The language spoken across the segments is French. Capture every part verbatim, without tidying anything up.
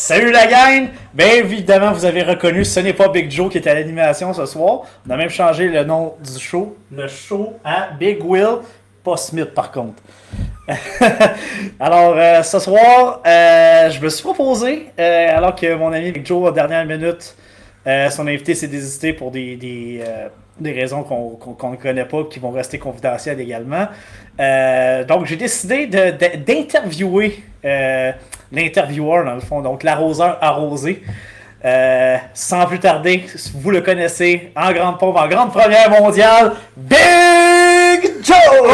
Salut la gang! Bien évidemment, vous avez reconnu, ce n'est pas Big Joe qui est à l'animation ce soir. On a même changé le nom du show. Le show à Big Will, pas Smith par contre. alors, euh, ce soir, euh, je me suis proposé, euh, alors que mon ami Big Joe, à la dernière minute, euh, son invité s'est désisté pour des, des, euh, des raisons qu'on qu'on, qu'on ne connaît pas, qui vont rester confidentielles également. Euh, donc, j'ai décidé de, de, d'interviewer euh, l'intervieweur, dans le fond, donc l'arroseur arrosé. Euh, sans plus tarder, vous le connaissez, en grande pompe, en grande première mondiale, Big Joe!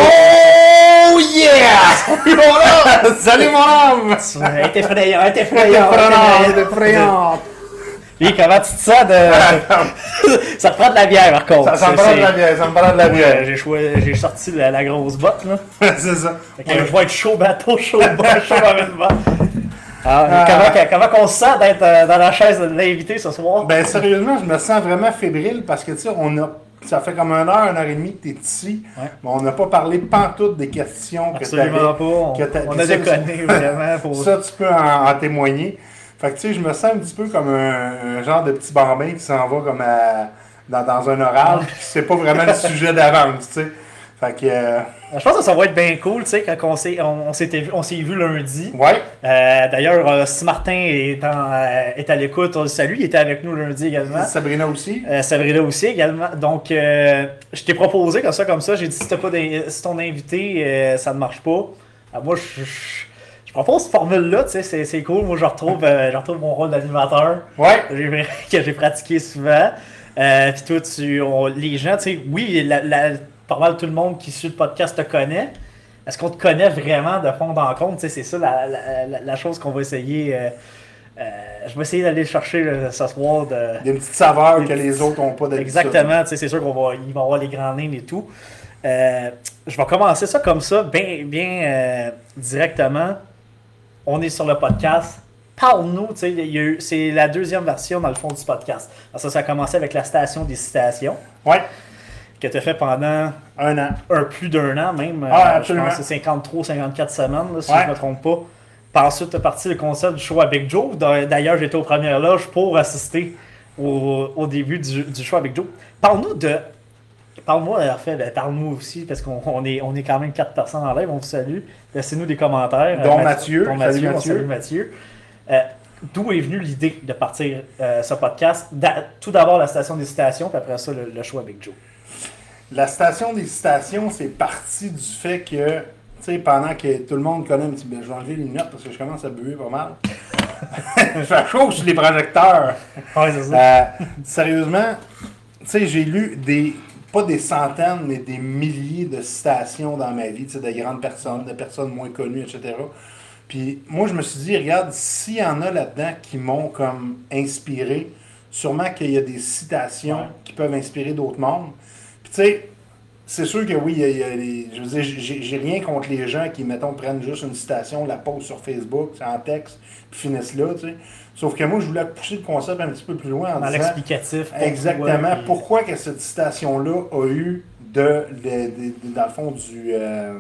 Oh yeah! Salut mon homme! Salut mon homme! Elle est effrayant, elle est effrayant. Elle est effrayante! Puis comment tu te sens de... ça te prend de la bière par contre. Ça, ça me prend de la bière, ça me prend de la bière. Ouais, j'ai, choisi, j'ai sorti la, la grosse botte là. C'est ça. Fait que ouais. Je vais être chaud bateau, chaud bas, chaud en même temps. Ah, ah. Comment, comment on se sent d'être dans la chaise de l'invité ce soir? Ben sérieusement, je me sens vraiment fébrile parce que tu sais, on a... ça fait comme une heure, une heure et demie que tu es ici, ouais. Mais on n'a pas parlé pantoute des questions que tu avais. Absolument pas, on, on a déconné vraiment. Pour... Ça, tu peux en, en témoigner. Fait que tu sais, je me sens un petit peu comme un, un genre de petit bambin qui s'en va comme à, dans, dans un oral, puis qui sait pas vraiment le sujet d'avance, tu sais. Fait que... Euh... Je pense que ça va être bien cool, tu sais, quand on s'est, on, on s'était vu, on s'est vu lundi. Ouais. Euh, d'ailleurs, euh, si Martin est, en, euh, est à l'écoute, on le salue, il était avec nous lundi également. Sabrina aussi. Euh, Sabrina aussi également. Donc, euh, je t'ai proposé comme ça, comme ça, j'ai dit si, t'as pas si ton invité, euh, ça ne marche pas. Alors, moi, je... je Je propose cette formule-là, tu sais, c'est, c'est cool. Moi, je retrouve, euh, je retrouve mon rôle d'animateur. Ouais. J'ai, que j'ai pratiqué souvent. Euh, Puis toi, tu, on, les gens, tu sais, oui, la, la, pas mal tout le monde qui suit le podcast te connaît. Est-ce qu'on te connaît vraiment de fond en compte? Tu sais, c'est ça la, la, la, la chose qu'on va essayer. Euh, euh, je vais essayer d'aller chercher là, ce soir. De, des petites saveurs des que petites... les autres n'ont pas d'habitude. Exactement, tu sais, c'est sûr qu'on va, ils vont avoir les grandes lignes et tout. Euh, je vais commencer ça comme ça, bien, bien euh, directement. On est sur le podcast. Parle-nous, tu sais, c'est la deuxième version dans le fond du podcast. Alors ça, ça a commencé avec la station des citations. Ouais. Que tu as fait pendant un an. Un, plus d'un an même. Ah, euh, absolument. Je pense que c'est cinquante-trois cinquante-quatre semaines, là, si ouais. je ne me trompe pas. Par ensuite, tu as parti le concept du show à Big Joe. D'ailleurs, j'étais aux premières loges pour assister au, au début du, du show à Big Joe. Parle-nous de... Parle-moi, en fait, ben, parle-nous aussi, parce qu'on on est, on est quand même quatre personnes en live, on vous salue. Laissez-nous des commentaires. Dont euh, Mathieu. Dont Mathieu, Salut on Mathieu. salue Mathieu. Euh, d'où est venue l'idée de partir euh, ce podcast? Da- tout d'abord, la station des citations, puis après ça, le, le show avec Joe. La station des citations, c'est parti du fait que, tu sais, pendant que tout le monde connaît un petit peu, je vais enlever les lunettes parce que je commence à buer pas mal. Je fais chaud sur les projecteurs. Ouais, c'est ça. Euh, sérieusement, tu sais, j'ai lu des... pas des centaines, mais des milliers de citations dans ma vie, tu sais, de grandes personnes, de personnes moins connues, et cetera. Puis moi, je me suis dit, regarde, s'il y en a là-dedans qui m'ont comme inspiré, sûrement qu'il y a des citations ouais. qui peuvent inspirer d'autres mondes. Puis tu sais, c'est sûr que oui, il y a, il y a les, je veux dire, j'ai, j'ai rien contre les gens qui, mettons, prennent juste une citation, la posent sur Facebook, c'est en texte, puis finissent là, tu sais. Sauf que moi, je voulais pousser le concept un petit peu plus loin en dans disant... l'explicatif. Exactement. Puis... Pourquoi que cette citation-là a eu, de, de, de, de dans le fond, du... Euh,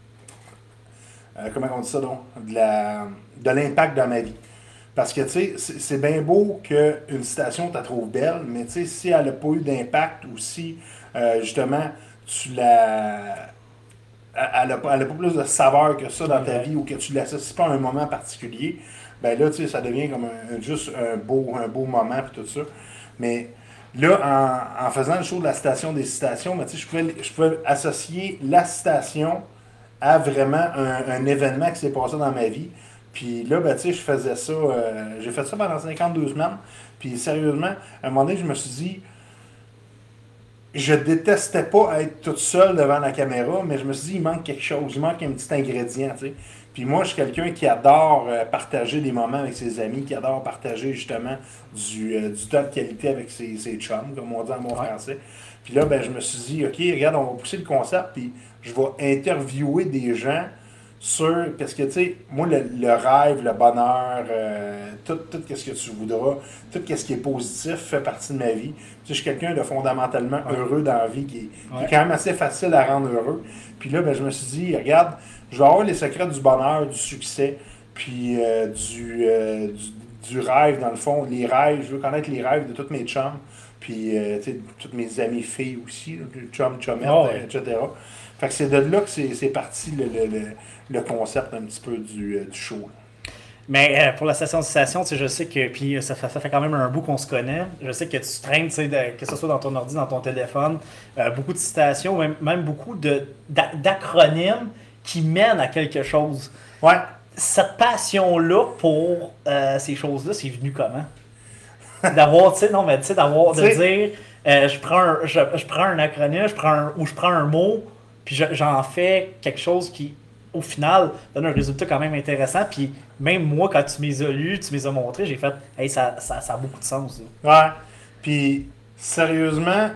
euh, comment on dit ça, donc? De, la, de l'impact dans ma vie. Parce que, tu sais, c'est, c'est bien beau qu'une citation, tu la trouves belle, mais tu sais, si elle n'a pas eu d'impact ou si, euh, justement, tu la... Elle n'a pas, pas plus de saveur que ça dans ta vie ou que tu ne l'associes pas à un moment particulier, ben là, tu sais, ça devient comme un, juste un beau, un beau moment et tout ça. Mais là, en, en faisant le show de la citation des citations, ben, tu sais, je pouvais, je pouvais associer la citation à vraiment un, un événement qui s'est passé dans ma vie. Puis là, ben, tu sais, je faisais ça, euh, j'ai fait ça pendant cinquante-deux semaines. Puis sérieusement, à un moment donné, je me suis dit, je détestais pas être toute seule devant la caméra, mais je me suis dit, il manque quelque chose, il manque un petit ingrédient, tu sais. Puis moi, je suis quelqu'un qui adore euh, partager des moments avec ses amis, qui adore partager justement du, euh, du temps de qualité avec ses, ses chums, comme on dit en bon ouais. français. Puis là, ben, je me suis dit, OK, regarde, on va pousser le concept, puis je vais interviewer des gens sur... Parce que, tu sais, moi, le, le rêve, le bonheur, euh, tout, tout ce que tu voudras, tout ce qui est positif fait partie de ma vie. Tu sais, je suis quelqu'un de fondamentalement ouais. heureux dans la vie, qui est, ouais. qui est quand même assez facile à rendre heureux. Puis là, ben, je me suis dit, regarde, je vais avoir les secrets du bonheur, du succès, puis euh, du, euh, du, du rêve, dans le fond, les rêves, je veux connaître les rêves de tous mes chums, puis euh, tu sais, toutes mes amies filles aussi, là, chums, chummettes, Oh, ouais. et cetera. Fait que c'est de là que c'est, c'est parti le, le, le, le concept un petit peu du, euh, du show. Là. Mais euh, pour la station de citation, tu sais, je sais que, puis ça fait, ça fait quand même un bout qu'on se connaît. Je sais que tu traînes, tu sais, de- que ce soit dans ton ordi, dans ton téléphone, euh, beaucoup de citations, même, même beaucoup de, d'a- d'acronymes qui mènent à quelque chose. Ouais. Cette passion-là pour euh, ces choses-là, c'est venu comment? D'avoir, tu sais, non, mais tu sais, d'avoir, de T'sais- dire, euh, je, prends un, je, je prends un acronyme, je prends un, ou je prends un mot, puis je- j'en fais quelque chose qui, au final, donne un résultat quand même intéressant. Puis même moi, quand tu m'es lu, tu m'es montré, j'ai fait, hey, ça, ça, ça a beaucoup de sens. Là. Ouais. Puis, sérieusement,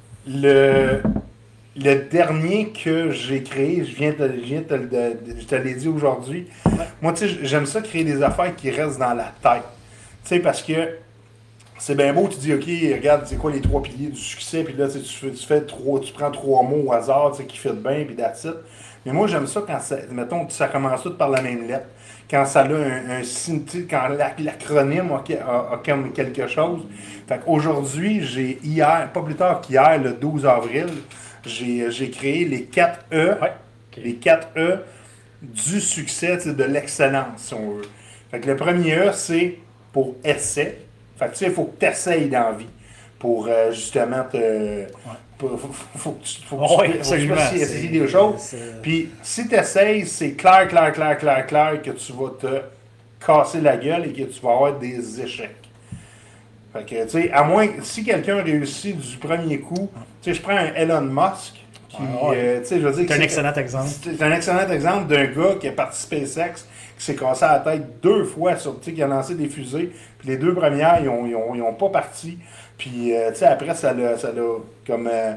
le, le dernier que j'ai créé, je viens de, je viens de, te le- de- je te l'ai dit aujourd'hui. Moi, tu sais, j'aime ça créer des affaires qui restent dans la tête. Tu sais, parce que c'est bien beau, tu dis, OK, regarde, c'est quoi les trois piliers du succès, puis là, tu, sais, tu fais, tu, fais trois, tu prends trois mots au hasard, tu sais, qui fit bien, puis that's it. Mais moi, j'aime ça quand, ça, mettons, ça commence tout par la même lettre. Quand ça a un, un signe, tu sais, quand l'ac- l'acronyme a, a- a comme quelque chose. Fait qu'aujourd'hui, j'ai hier, pas plus tard qu'hier, le douze avril, j'ai j'ai créé les quatre E, Ouais. Ok. les quatre E du succès, tu sais, de l'excellence, si on veut. Fait que le premier E, c'est pour essai. Fait que tu sais, il faut que tu essayes dans la vie pour euh, justement te. Faut, faut, faut que tu faut que tu- Ouais, faut que tu absolument. puisses essayer C'est- des choses. c'est- Puis si tu essayes, c'est clair, clair, clair, clair, clair que tu vas te casser la gueule et que tu vas avoir des échecs. Fait que, tu sais, à moins, si quelqu'un réussit du premier coup, tu sais, je prends un Elon Musk, qui, Ouais, ouais. euh, tu sais, je veux dire... que C'est un excellent exemple. C'est un excellent exemple d'un gars qui est parti SpaceX, qui s'est cassé la tête deux fois, sur, tu sais, qui a lancé des fusées, puis les deux premières, ils ont, ils ont, ils ont pas parti. Puis, euh, tu sais, après, ça l'a, ça l'a comme euh,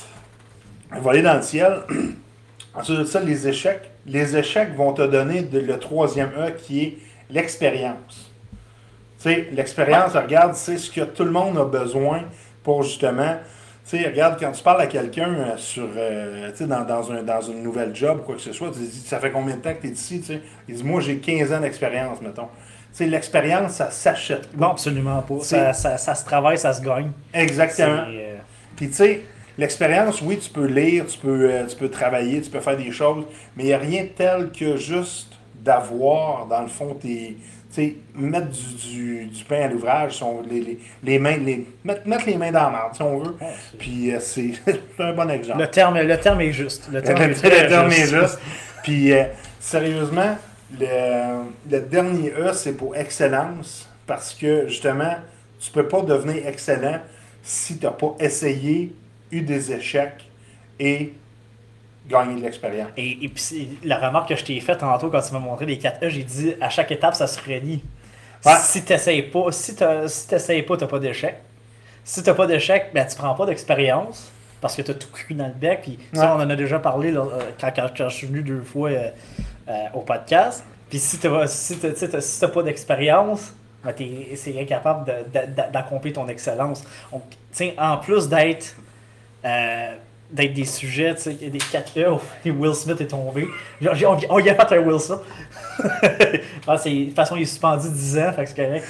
volé dans le ciel. Ensuite de ça, les échecs. Les échecs vont te donner de- le troisième E qui est l'expérience. Tu sais, l'expérience, regarde, c'est ce que tout le monde a besoin pour justement. Tu sais, regarde, quand tu parles à quelqu'un euh, sur, euh, tu sais, dans, dans, un, dans une nouvelle job ou quoi que ce soit, tu dis, ça fait combien de temps que tu es ici? Tu sais? Il dit, moi, j'ai quinze ans d'expérience, mettons. Tu sais, l'expérience, ça s'achète pas. Non, absolument pas. C'est- Ça, ça, ça se travaille, ça se gagne. Exactement. C'est, euh, Puis tu sais, l'expérience, oui, tu peux lire, tu peux, euh, tu peux travailler, tu peux faire des choses, mais il n'y a rien de tel que juste d'avoir, dans le fond, tes. Tu sais, mettre du, du, du pain à l'ouvrage, si on veut, les, les, les mains, les, mettre, mettre les mains dans la marde, si on veut. ouais, c'est- Puis euh, c'est c'est un bon exemple. le, terme, le terme est juste. Le terme Le est très terme est juste. juste. Puis, euh, sérieusement, le, le dernier E, c'est pour excellence. Parce que, justement, tu peux pas devenir excellent si tu n'as pas essayé, eu des échecs et gagné de l'expérience. Et, et puis c'est- la remarque que je t'ai faite tantôt quand tu m'as montré les quatre E, j'ai dit à chaque étape ça se relie. Ouais. Si t'essayes pas, si t'as- si t'essayes pas, t'as pas d'échec. Si t'as pas d'échec, ben tu prends pas d'expérience parce que t'as tout cru dans le bec. Puis ça, Ouais. on en a déjà parlé là, euh, quand, quand- quand je suis venu deux fois euh, euh, au podcast. Puis si t'as si t'as- tu sais, t'as- si t'as pas d'expérience, ben t'es c'est incapable de- de- de- d'accomplir ton excellence. Donc, tu sais, en plus d'être euh, d'être des sujets, tu sais, il y a des quatre E, oh, et Will Smith est tombé. On, on, on y a fait un Will Smith. Ah, c'est- de toute façon, il est suspendu dix ans, fait que c'est correct.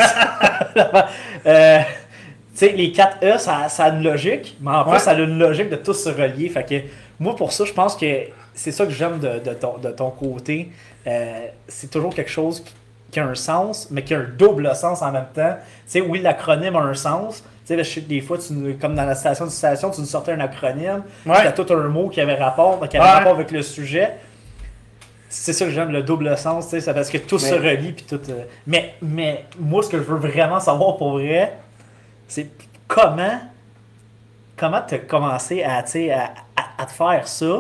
euh, tu sais, les quatre E, ça, ça a une logique, mais en plus, Ouais. ça a une logique de tous se relier. Fait que moi, pour ça, je pense que c'est ça que j'aime de, de, ton, de ton côté. Euh, c'est toujours quelque chose qui, qui a un sens, mais qui a un double sens en même temps. Tu sais, oui, l'acronyme a un sens. Tu sais, là, je sais que des fois, tu, nous- comme dans la station de citation, tu nous sortais un acronyme, Ouais. c'était tout un mot qui avait rapport, qui avait Ouais. rapport avec le sujet. C'est ça que j'aime, le double sens, tu sais, c'est parce que tout Mais- se relie. Puis tout, euh, mais, mais moi, ce que je veux vraiment savoir pour vrai, c'est comment comment tu as commencé à, tu sais, à, à, à te faire ça,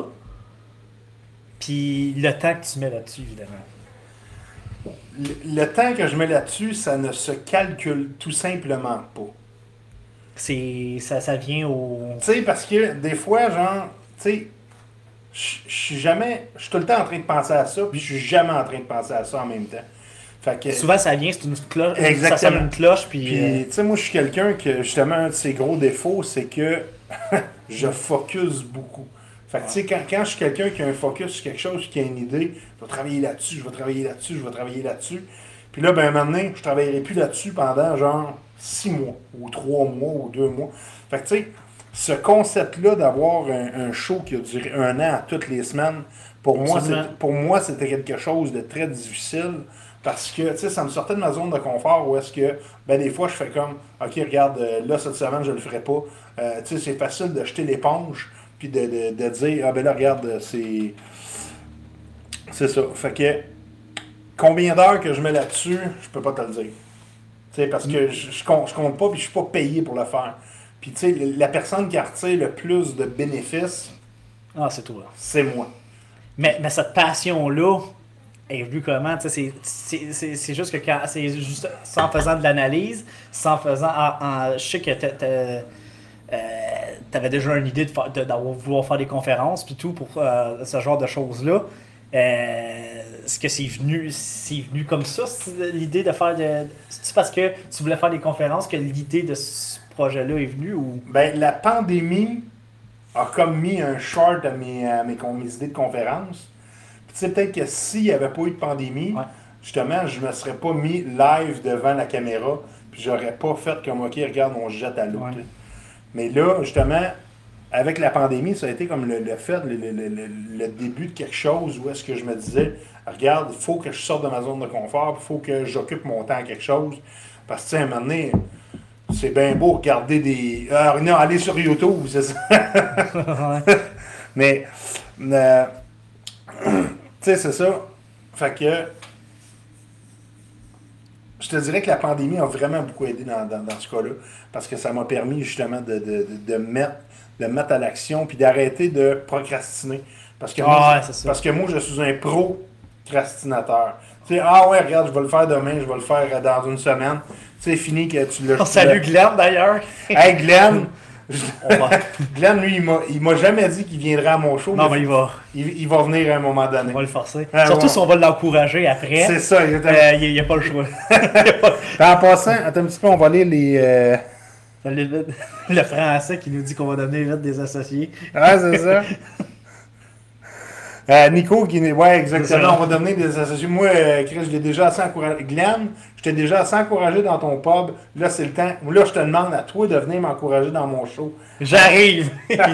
puis le temps que tu mets là-dessus, évidemment. Le, le temps que je mets là-dessus, ça ne se calcule tout simplement pas. C'est, ça, ça vient au... Tu sais, parce que des fois, genre, tu sais, je je suis jamais. Je suis tout le temps en train de penser à ça, puis je suis jamais en train de penser à ça en même temps. Fait que. Souvent, ça vient, c'est une cloche, ça Exactement. sonne une cloche, puis... Puis, euh, tu sais, moi, je suis quelqu'un que, justement, un de ses gros défauts, c'est que je focus beaucoup. Fait que, tu sais, quand, quand je suis quelqu'un qui a un focus sur quelque chose, qui a une idée, je vais travailler là-dessus, je vais travailler là-dessus, je vais travailler là-dessus. Puis là, ben, un moment donné, je travaillerai plus là-dessus pendant genre six mois, ou trois mois, ou deux mois. Fait que, tu sais, ce concept-là d'avoir un, un show qui a duré un an à toutes les semaines, pour moi, c'est, pour moi, c'était quelque chose de très difficile. Parce que, tu sais, ça me sortait de ma zone de confort où est-ce que, ben, des fois, je fais comme, OK, regarde, là, cette semaine, je le ferai pas. Euh, tu sais, c'est facile de jeter l'éponge, puis de, de, de dire, ah, ben là, regarde, c'est. C'est ça. Fait que, combien d'heures que je mets là-dessus, je peux pas te le dire. Tu sais, parce que je, je, compte, je compte pas, puis je suis pas payé pour le faire. Puis, tu sais, la personne qui retire le plus de bénéfices, ah, c'est toi. C'est moi. Mais, mais cette passion-là, est vue comment? C'est, c'est, c'est, c'est juste que quand, c'est juste en faisant de l'analyse, sans faisant. En, en, je sais que tu avais déjà une idée de, de, de vouloir faire des conférences puis tout pour euh, ce genre de choses-là. Euh, est-ce que c'est venu, c'est venu comme ça, l'idée de faire de. C'est parce que tu voulais faire des conférences que l'idée de ce projet-là est venue ou. Ben, la pandémie a comme mis un short à mes, à mes, mes idées de conférences. Tu sais, peut-être que s'il n'y avait pas eu de pandémie, ouais. justement, je ne me serais pas mis live devant la caméra, puis j'aurais pas fait comme, OK, regarde, on se jette à l'eau. Ouais. Mais là, justement, avec la pandémie, ça a été comme le, le fait, le, le, le, le début de quelque chose où est-ce que je me disais, regarde, il faut que je sorte de ma zone de confort, il faut que j'occupe mon temps à quelque chose. Parce que, tu sais, à un moment donné, c'est bien beau regarder des... Euh, non, aller sur YouTube, c'est ça. Mais... Euh, tu sais, c'est ça. Fait que je te dirais que la pandémie a vraiment beaucoup aidé dans, dans, dans ce cas-là. Parce que ça m'a permis justement de, de, de, mettre, de mettre à l'action puis d'arrêter de procrastiner. Parce que, moi, ah, je, parce que moi, je suis un procrastinateur. Tu sais, ah ouais, regarde, je vais le faire demain, je vais le faire dans une semaine. Tu sais, fini que tu l'as. Oh, salut Glenn d'ailleurs. Hey Glenn! Glenn, lui, il m'a, il m'a jamais dit qu'il viendrait à mon show. Non, mais, mais il va. Il, il va venir à un moment donné. On va le forcer. Ah, Surtout ouais. si on va l'encourager après. C'est ça, exactement. Euh, il n'y a, a pas le choix. pas... En passant, attends un petit peu, on va lire les. Euh... Le, le français qui nous dit qu'on va devenir vite des associés. Ah, c'est ça. Euh, Nico qui ouais exactement, on va devenir des associés. Moi, euh, Chris, je l'ai déjà assez encouragé. Glenn, je t'ai déjà assez encouragé dans ton pub. Là, c'est le temps. Là, je te demande à toi de venir m'encourager dans mon show. J'arrive.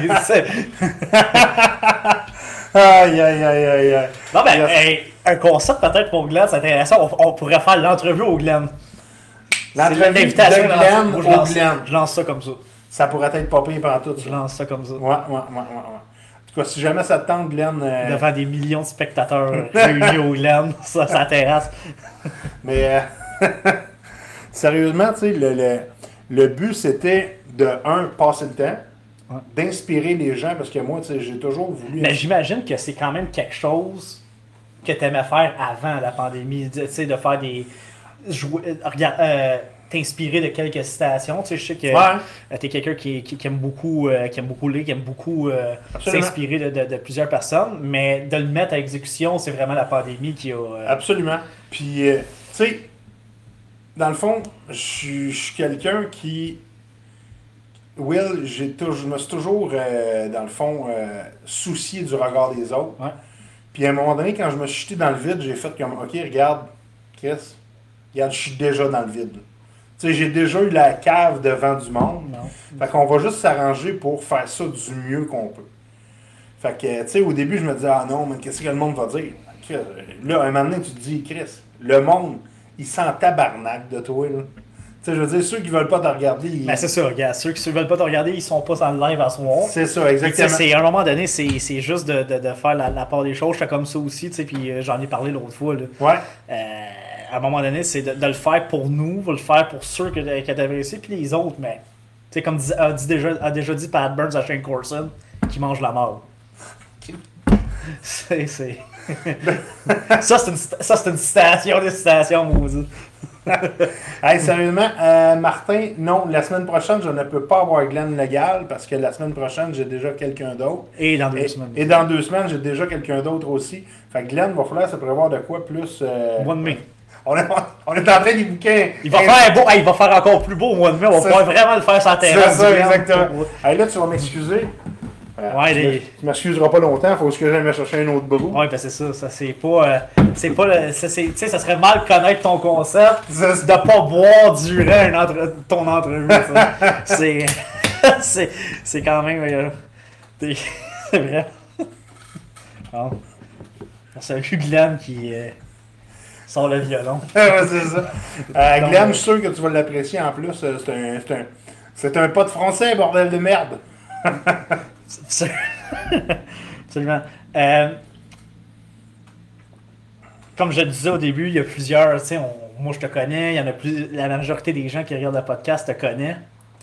Aïe, aïe, aïe, aïe, aïe. Non, ben, hey, un concept peut-être pour Glenn, c'est intéressant. On, on pourrait faire l'entrevue au Glenn. L'entrevue de Glenn au lance, Glenn. Je lance ça comme ça. Ça pourrait être pas pire pendant tout ça. Je lance ça comme ça. Ouais, ouais, ouais, ouais. ouais. En tout cas, si jamais ça te tente, Glenn... Euh... Devant des millions de spectateurs réunis au Glenn, ça, ça terrasse. Mais, euh... sérieusement, tu sais, le, le, le but, c'était de, un, passer le temps, ouais. d'inspirer les gens, parce que moi, tu sais, j'ai toujours voulu... Mais j'imagine que c'est quand même quelque chose que tu aimais faire avant la pandémie, tu sais, de faire des... Jouer... Regarde... Euh... t'inspirer de quelques citations. Tu sais, je sais que ouais. tu es quelqu'un qui, qui, qui aime beaucoup euh, qui aime beaucoup lire, qui aime beaucoup euh, s'inspirer de, de, de plusieurs personnes, mais de le mettre à exécution, c'est vraiment la pandémie qui a... Euh... Absolument. Puis, euh, tu sais, dans le fond, je suis quelqu'un qui... Will, j'ai toujours, je me suis toujours, euh, dans le fond, euh, soucié du regard des autres. Ouais. Puis, à un moment donné, quand je me suis jeté dans le vide, j'ai fait comme, OK, regarde, Chris, regarde, je suis déjà dans le vide. Tu sais, j'ai déjà eu la cave devant du monde. Non. Fait qu'on va juste s'arranger pour faire ça du mieux qu'on peut. Fait que, tu sais, au début, je me disais, ah non, mais qu'est-ce que le monde va dire? Là, un moment donné, tu te dis, Chris, le monde, il s'en tabarnak de toi, là. Tu sais, je veux dire, ceux qui veulent pas te regarder... Ils... Ben c'est ça, regarde. Ceux qui ne veulent pas te regarder, ils sont pas dans le live à ce moment. C'est ça, exactement. C'est, à un moment donné, c'est, c'est juste de, de, de faire la, la part des choses. Je fais comme ça aussi, tu sais, puis euh, j'en ai parlé l'autre fois, là. Ouais. Euh... À un moment donné, c'est de, de le faire pour nous, de le faire pour ceux que, que tu avais réussi, puis les autres, mais, tu sais, comme dit, a, dit déjà, a déjà dit Pat Burns à Shane Corson, qui mange la mort. c'est, c'est... ça, c'est une, ça, c'est une citation, des citations, maudit. Hey, sérieusement, euh, Martin, non, la semaine prochaine, je ne peux pas avoir Glenn légal, parce que la semaine prochaine, j'ai déjà quelqu'un d'autre. Et dans deux et, semaines. Et dans deux semaines, j'ai déjà quelqu'un d'autre aussi. Fait que Glenn, va falloir se prévoir de quoi plus... Euh, mois de mai. On est, on est en train d'y bouquer. Il va faire beau, hey, il va faire encore plus beau au mois de mai. On va pouvoir vraiment le faire sans terrasse. C'est ça, exactement. Hey, là, tu vas m'excuser. Euh, Ouais, tu les- tu m'excuseras pas longtemps, faut que j'aille me chercher un autre brou. Ouais, ben c'est ça, ça c'est pas. euh, c'est pas le. ça, c'est- Tu sais, ça serait mal connaître ton concept de pas boire durant une entre- ton entrevue. tu sais. c'est. c'est. C'est quand même. euh, des- c'est vrai. Bon. On salue Glenn qui euh, sort le violon. Ouais, c'est ça. Euh, Donc, Glenn, euh, je suis sûr que tu vas l'apprécier en plus. euh, C'est un, c'est un, c'est un pas de français, bordel de merde. Absolument. Euh, comme je le disais au début, il y a plusieurs. Tu sais, on- moi je te connais, il y en a plus. La majorité des gens qui regardent le podcast te connaissent.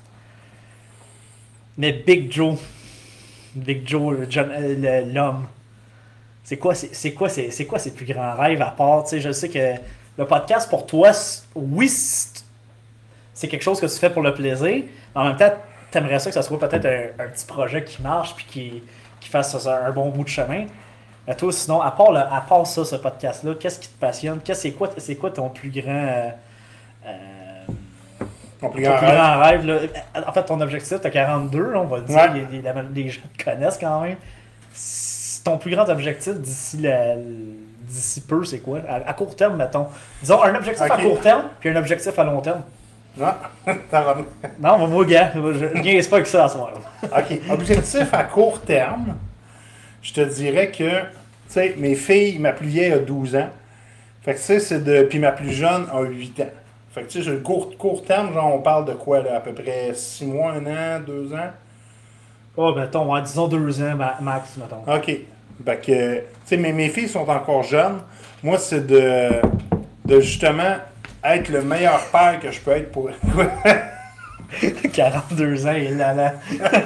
Mais Big Joe, Big Joe, le John- euh, le- l'homme, c'est quoi, c'est, c'est quoi, c'est, c'est quoi ses plus grands rêves à part, tu sais, je sais que le podcast pour toi, c'est- oui, c'est c'est quelque chose que tu fais pour le plaisir, mais en même temps, t'aimerais ça que ça soit peut-être un, un petit projet qui marche puis qui, qui fasse ça, un bon bout de chemin. Mais toi, sinon, à part, le- à part ça, ce podcast-là, qu'est-ce qui te passionne? Qu'est-ce, c'est, quoi, c'est quoi ton plus grand. euh, euh, Mon plus ton grand plus rêve. grand rêve, là, en fait, ton objectif, t'as quarante-deux, là, on va le dire, Ouais. les, les- la- les gens te connaissent quand même. C'est ton plus grand objectif d'ici la- d'ici peu, c'est quoi? À, à court terme, mettons. Disons, un objectif à Ok. court terme, puis un objectif à long terme. Non, t'as raison. Non, moi, gars, je je niaise pas avec ça à ce moment. OK. Objectif à court terme, je te dirais que, tu sais, mes filles, ma plus vieille a douze ans. Fait que, tu sais, c'est de. Puis ma plus jeune a huit ans. Fait que, tu sais, sur le court, court terme, genre, on parle de quoi, là? À peu près six mois, un an, deux ans? Oh, mettons, ouais, disons deux ans ma- max, mettons. OK. Fait que, tu sais, mes, mes filles sont encore jeunes. Moi, c'est de, de justement être le meilleur père que je peux être pour. quarante-deux ans, et là, là.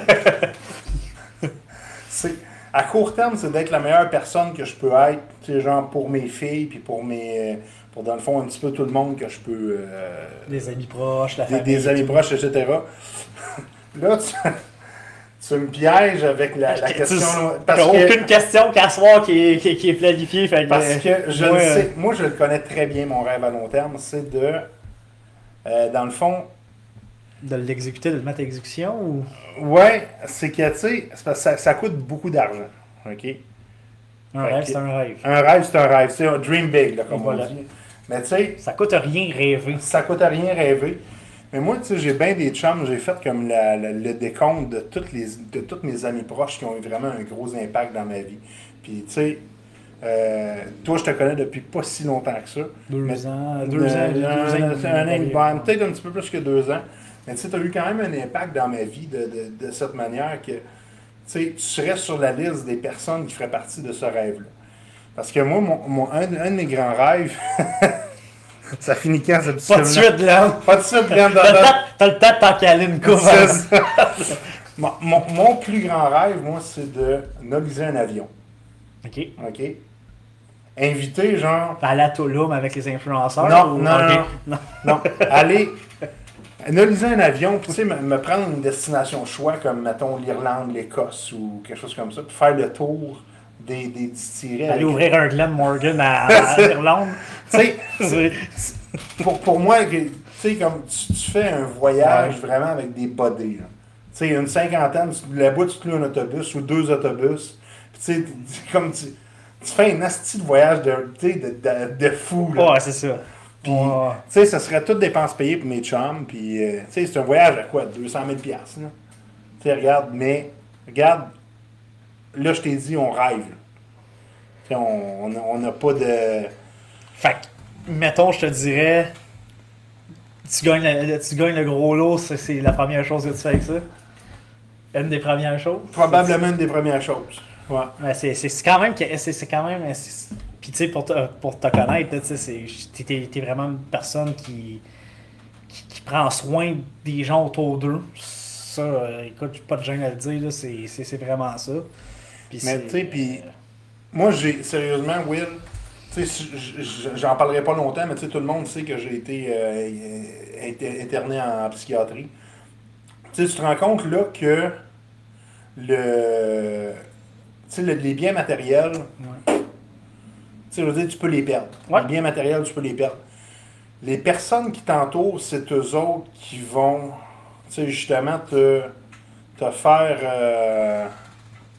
C'est, à court terme, c'est d'être la meilleure personne que je peux être, tu sais, genre pour mes filles, puis pour mes. Pour dans le fond, un petit peu tout le monde que je peux. euh, Des amis proches, la des, famille. des amis tout. proches, et cetera. Là, tu, tu me pièges avec la, la Tu- question. T'as Parce que, aucune question qu'à soir qui est, qui, qui est planifiée. Fait que, parce que je moi, le euh, sais, moi je le connais très bien, mon rêve à long terme, c'est de. euh, dans le fond, De l'exécuter, de le mettre à exécution ou. ouais, c'est que, tu sais, c'est parce que ça, ça coûte beaucoup d'argent. OK? Un Fait rêve, que- c'est un rêve. Un rêve, c'est un rêve. C'est un dream big, là, comme Voilà. on dit. Mais tu sais, Ça coûte rien rêver. ça coûte à rien rêver. Mais moi, tu sais, j'ai bien des chums, j'ai fait comme la- la- le décompte de toutes les de tous mes amis proches qui ont eu vraiment un gros impact dans ma vie. Puis, tu sais, euh, toi, je te connais depuis pas si longtemps que ça. Deux Mais- ans, deux Euh, ans, deux un, ans. et demi, un an, allez. ben, peut-être un petit peu plus que deux ans. Mais tu sais, tu as eu quand même un impact dans ma vie de, de- de cette manière que tu sais, tu serais sur la liste des personnes qui feraient partie de ce rêve-là. Parce que moi, mon, mon- un, un de mes grands rêves, ça finit quand ce petit Pas de film-là? suite, là. Pas de suite, Glenn, dans- T'as le dans- temps- t'as le temps de t'en caler une coupe. C'est hein. ça. mon, mon- mon plus grand rêve, moi, c'est de noliser un avion. Ok. OK? Inviter, genre, À la Tulum avec les influenceurs. Non, ou- non, ok. non. non, aller noliser un avion, puis tu sais, me, me prendre une destination choix comme, mettons, l'Irlande, l'Écosse ou quelque chose comme ça, puis faire le tour des, des distilleries. Aller avec- ouvrir un Glen Morgan à, à Irlande. Tu sais, C'est- pour, pour moi, que- tu sais, comme tu, tu fais un voyage Ouais. vraiment avec des bodies. là. Tu sais, une cinquantaine, tu- là-bas, tu te loues un autobus ou deux autobus. Puis tu sais, tu- tu- comme tu, tu fais un asti de voyage de, tu sais, de, de, de fou. Là. Ouais, c'est ça. Puis, Ouais. tu sais, ça serait toutes dépenses payées pour mes chums. Puis, euh, tu sais, c'est un voyage à quoi? deux cent mille dollars, là. Tu sais, regarde, mais, regarde, là, je t'ai dit, on rêve. là. Tu sais, on n'a on n'a pas de... Fait que, mettons, je te dirais, tu gagnes, la- tu gagnes le gros lot, c'est c'est la première chose que tu fais avec ça. Une des premières choses. Probablement une des premières choses. Ouais. Ouais, c'est c'est- c'est quand même. que- c'est c'est quand même. c'est- Puis, tu sais, pour te, pour te connaître, là, tu sais, c'est- t'es t'es- t'es vraiment une personne qui, qui, qui prend soin des gens autour d'eux. Ça, euh, écoute, j'ai pas de gêne à le dire, là, c'est c'est- c'est vraiment ça. Puis Mais, c'est, tu sais, puis- euh, Moi, j'ai sérieusement, Will, tu sais, j- j- j'en parlerai pas longtemps, mais tu sais, tout le monde sait que j'ai été, euh, été interné en psychiatrie. Tu sais, tu te rends compte là que le, tu sais, le- les biens matériels, ouais. tu sais, je veux dire, tu peux les perdre. Ouais. Les biens matériels, tu peux les perdre. Les personnes qui t'entourent, c'est eux autres qui vont, tu sais, justement te, te faire, euh,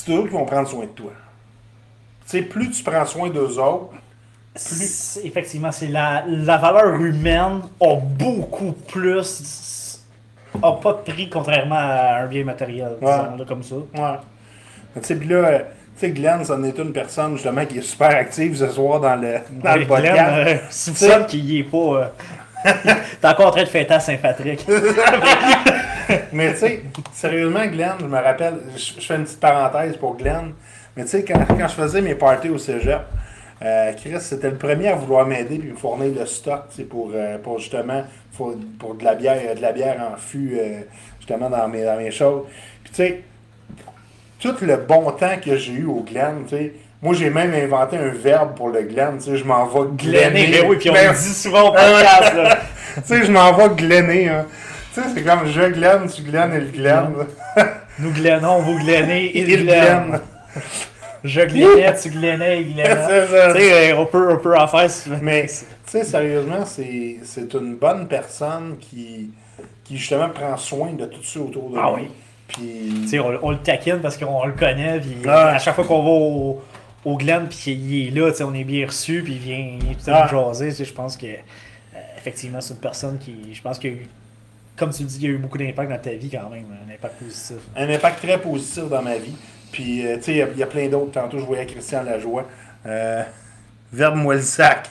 c'est eux qui vont prendre soin de toi. Tu sais, plus tu prends soin d'eux autres, plus... Effectivement, c'est la, la valeur humaine a beaucoup plus... a pas de prix contrairement à un bien matériel, ouais. disons, comme ça. Ouais. Tu sais, puis là, tu sais, Glenn, c'en est une personne, justement, qui est super active ce soir dans le, dans Oui, le podcast. Glenn, euh, c'est ça qu'il y est pas... Euh... T'es encore en train de fêter à Saint-Patrick. Mais tu sais, sérieusement, Glenn, je me rappelle, je, je fais une petite parenthèse pour Glenn, mais tu sais, quand, quand je faisais mes parties au cégep, euh, Chris, c'était le premier à vouloir m'aider et me fournir le stock, tu sais, pour, euh, pour justement, pour, pour de la bière, de la bière en fût, euh, justement, dans mes, dans mes choses. Puis tu sais, tout le bon temps que j'ai eu au Glen, tu sais, moi j'ai même inventé un verbe pour le Glen, tu sais, je m'en vais glenner. Mais oui, puis on ben, le dit souvent au podcast, là. Tu sais, je m'en vais glenner, hein. Tu sais, c'est comme je glenne, tu glennes et le Glen. Nous glennons, vous glennez, il, il glenne. glenne. Je glennais, tu glennais, il glennait. C'est ça. Tu sais, on peut, on peut en faire. Si... Mais, tu sais, sérieusement, c'est, c'est une bonne personne qui, qui, justement, prend soin de tout ça autour de lui. Ah oui. Puis... On, on le taquine parce qu'on le connaît. Puis ah. à chaque fois qu'on va au, au Glen, puis il est là, on est bien reçu, puis il vient, il vient ah. jaser. Je pense que, euh, effectivement, c'est une personne qui, je pense que, comme tu le dis, il y a eu beaucoup d'impact dans ta vie quand même, un impact positif. Un impact très positif dans ma vie. Puis, euh, tu sais, il y, y a plein d'autres. Tantôt, je voyais Christian Lajoie. Euh, Verbe-moi le sac.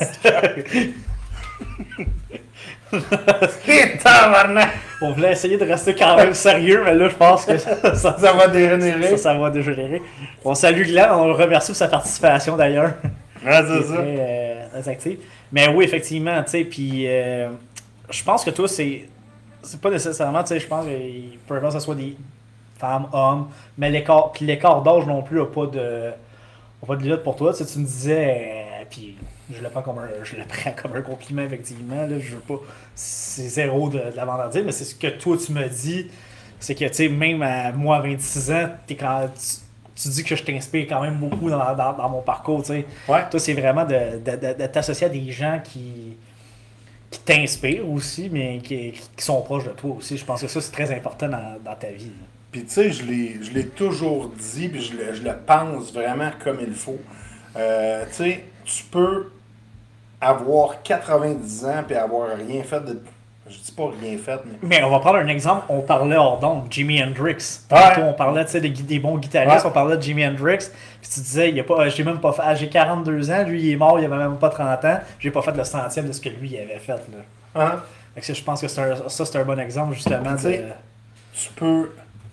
On voulait essayer de rester quand même sérieux, mais là, je pense que ça, ça, ça va dégénérer. Ça, ça va dégénérer. On salue Glenn, on le remercie pour sa participation d'ailleurs. Ah, c'est ça. Très, euh, très actif. Mais oui, effectivement, tu sais, puis euh, je pense que toi, c'est c'est pas nécessairement, tu sais, je pense qu'il peut que ce soit des femmes, hommes, mais l'écart, puis l'écart d'âge non plus n'a pas de, a pas de limite pour toi. Tu sais, tu me disais, euh, puis je le prends comme un, je le prends comme un compliment, effectivement, là, je veux pas, c'est zéro de, de l'avant-dire, mais c'est ce que toi tu me dis, c'est que, tu sais, même à moi, à vingt-six ans, t'es quand, tu, tu dis que je t'inspire quand même beaucoup dans, dans, dans mon parcours, tu sais. Ouais. Toi, c'est vraiment de, de, de, de t'associer à des gens qui, qui t'inspirent aussi, mais qui, qui sont proches de toi aussi. Je pense que ça, c'est très important dans, dans ta vie. Puis, tu sais, je l'ai, je l'ai toujours dit, puis je le, je le pense vraiment comme il faut. Euh, tu sais, tu peux avoir quatre-vingt-dix ans et avoir rien fait de... Je dis pas rien fait, mais... Mais on va prendre un exemple. On parlait hors d'onde, Jimi Hendrix. Ouais. On parlait, tu sais, des, des bons guitaristes. Ouais. On parlait de Jimi Hendrix. Puis tu disais, il y a pas, j'ai même pas fait... Ah, j'ai quarante-deux ans, lui, il est mort, il avait même pas trente ans. J'ai pas fait le centième de ce que lui, il avait fait, là. Hein? Fait que ça, je pense que c'est un, ça, c'est un bon exemple, justement, de... Tu peux...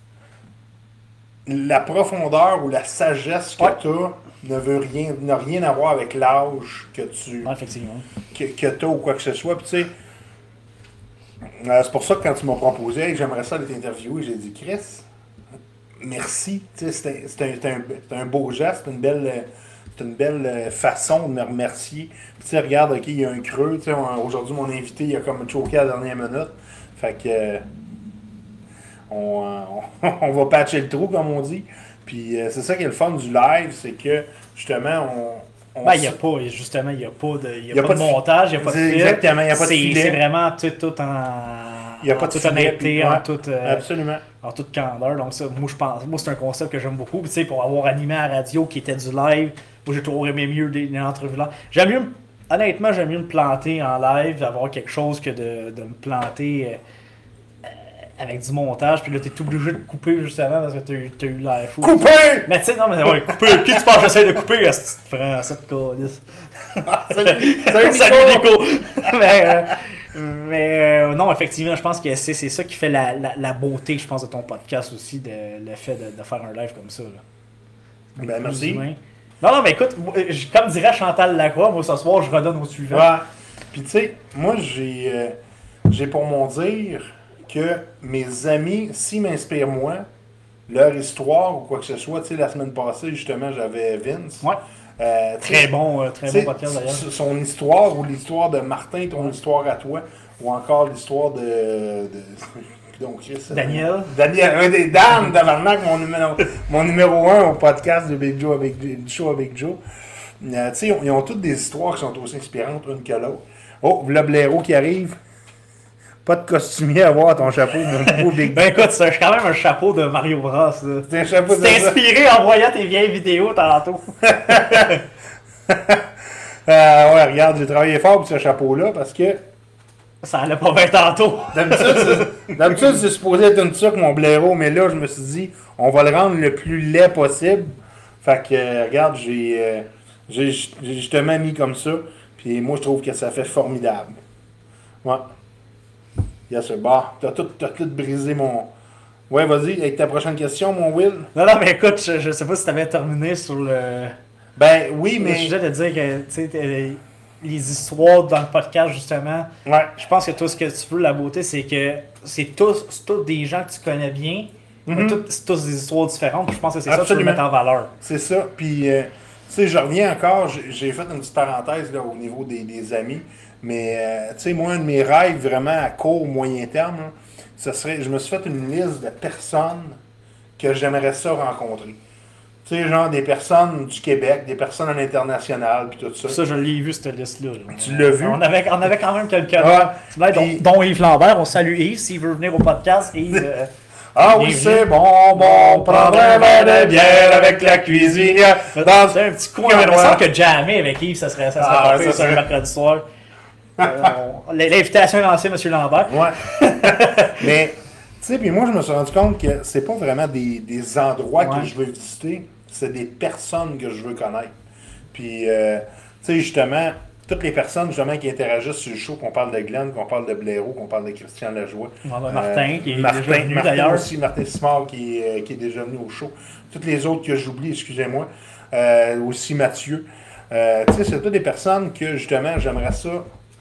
La profondeur ou la sagesse que ouais. tu as ne veut rien, n'a rien à voir avec l'âge que tu ouais, effectivement. que, que tu as ou quoi que ce soit. Puis tu sais, euh, c'est pour ça que quand tu m'as proposé, hey, j'aimerais ça aller t'interviewer, j'ai dit Chris, merci. Tu sais, c'était, c'était, un, c'était, un, c'était un beau geste, c'est une belle, c'est une belle façon de me remercier. Puis tu sais, regarde, ok, il y a un creux. Tu sais, on, aujourd'hui, mon invité, il a comme choqué à la dernière minute. Fait que euh, on, on, on va patcher le trou, comme on dit. Puis euh, c'est ça qui est le fun du live, c'est que justement, on. on ben, il n'y a pas, justement, il n'y a pas de, y a y a pas pas de de montage, il n'y a pas de fil. Exactement, il n'y a pas de c'est, filet. c'est vraiment tout, tout en. Il n'y a pas de toute filet, honnêteté, puis, en ouais, toute. Euh, absolument. En toute candeur. Donc, ça, moi, je pense, moi, c'est un concept que j'aime beaucoup. Puis, tu sais, pour avoir animé à la radio qui était du live, moi, j'ai toujours aimé mieux des, des entrevues là. J'aime mieux, honnêtement, j'aime mieux me planter en live, avoir quelque chose que de, de me planter. Euh, avec du montage, puis là, t'es obligé de couper justement parce que t'as eu, t'as eu l'air fou. Couper! Mais tu sais, non, mais ouais, couper. Qui tu penses que j'essaie de couper? Est-ce que tu te prends ça de calice? Salut, salut, Salut Nico! mais euh, mais euh, non, effectivement, je pense que c'est, c'est ça qui fait la, la, la beauté, je pense, de ton podcast aussi, de, le fait de, de faire un live comme ça. Là. Ben, merci. Humain. Non, non, mais écoute, comme dirait Chantal Lacroix, moi, ce soir, je redonne au suivant. Ouais. Puis, tu sais, moi, j'ai, euh, j'ai pour mon dire que mes amis, s'ils m'inspirent moi, leur histoire ou quoi que ce soit, tu sais, la semaine passée, justement, j'avais Vince. Ouais. Euh, très bon, euh, très bon podcast d'ailleurs. Son histoire ou l'histoire de Martin, ton histoire à toi, ou encore l'histoire de. de donc, Chris, Daniel. Euh, Daniel, un des dames d'Avarnac, mon numéro, mon numéro un au podcast de Big Joe avec du show avec Joe. Euh, tu sais, ils ont toutes des histoires qui sont aussi inspirantes l'une que l'autre. Oh, voilà Blaireau qui arrive. pas de costumier à voir ton chapeau, mon beau Big Ben écoute, c'est quand même un chapeau de Mario Bros. Là. C'est un chapeau de T'es inspiré en voyant tes vieilles vidéos tantôt. euh, ouais, regarde, j'ai travaillé fort pour ce chapeau-là parce que Ça allait pas bien tantôt. d'habitude, c'est, d'habitude, c'est supposé être une tuque, mon blaireau, mais là, je me suis dit, on va le rendre le plus laid possible. Fait que, euh, regarde, j'ai, euh, j'ai, j'ai justement mis comme ça, puis moi, je trouve que ça fait formidable. Ouais. Yes, sir. Bah, t'as tout, t'as tout brisé mon... Ouais, vas-y, avec ta prochaine question, mon Will. Non, non, mais écoute, je, je sais pas si t'avais terminé sur le, Ben, oui, le mais... sujet de dire que, tu sais, t'es- les histoires dans le podcast, justement, Ouais. je pense que tout ce que tu veux, la beauté, c'est que c'est tous, c'est tous des gens que tu connais bien, mais Mhm. tout- c'est tous des histoires différentes, puis je pense que c'est ça que tu veux Absolument. mettre en valeur. C'est ça. Puis, euh, tu sais, je reviens encore, j'ai, j'ai fait une petite parenthèse là, au niveau des, des amis. Mais, euh, tu sais, moi, un de mes rêves vraiment à court, moyen terme, là, ce serait, je me suis fait une liste de personnes que j'aimerais ça rencontrer. Tu sais, genre des personnes du Québec, des personnes à l'international, puis tout ça. Ça, je l'ai vu, cette liste-là. là. Tu l'as vu? On avait, on avait quand même quelques Ah, noms, dont, puis- dont Yves Lambert. On salue Yves s'il veut venir au podcast. Yves, euh, Ah oui, bienvenue. c'est bon, bon, prendre un verre de bière avec la cuisinière. Dans... C'est un petit coin. Ouais, Il me ouais. semble que jammer avec Yves, ça serait, ça serait Ah, pas ouais, pire, ça ça, un serait- mercredi soir. Euh, on- L'invitation est lancée, M. Lambert. Ouais. Mais, tu sais, puis moi, je me suis rendu compte que c'est pas vraiment des, des endroits Ouais. que je veux visiter, c'est des personnes que je veux connaître. Puis, euh, tu sais, justement, toutes les personnes, justement, qui interagissent sur le show, qu'on parle de Glenn, qu'on parle de Blaireau, qu'on parle de Christian Lajoie. On a Martin, qui est Martin, déjà venu, Martin d'ailleurs. aussi, Martin Simard, qui est, euh, qui est déjà venu au show. Toutes les autres que j'oublie, excusez-moi. Euh, aussi Mathieu. Euh, tu sais, c'est toutes des personnes que, justement, j'aimerais ça.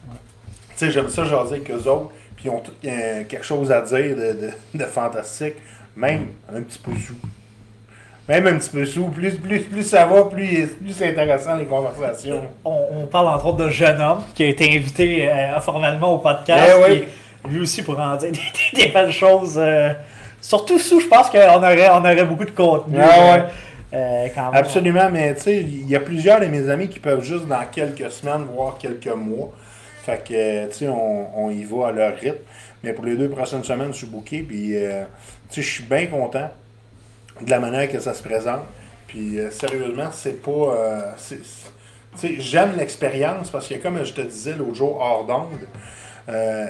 Tu sais, j'aime ça jaser avec eux autres, puis ils ont tous euh, quelque chose à dire de, de, de fantastique, même un petit peu sous. Même un petit peu sous, plus, plus, plus ça va, plus, plus c'est intéressant les conversations. On, on parle entre autres d'un jeune homme qui a été invité euh, formellement au podcast. Eh oui. Qui, lui aussi, pour en dire des, des belles choses. euh, surtout sous, je pense qu'on aurait, on aurait beaucoup de contenu. Ah ouais. euh, euh, quand même. Absolument, mais tu sais, il y a plusieurs de mes amis qui peuvent juste dans quelques semaines, voire quelques mois. Fait que, tu sais, on, on y va à leur rythme. Mais pour les deux prochaines semaines, je suis booké, puis, euh, tu sais, je suis bien content de la manière que ça se présente. Puis, euh, sérieusement, c'est pas... euh, c'est- c'est- tu sais, j'aime l'expérience, parce que comme je te disais l'autre jour, hors d'onde, euh,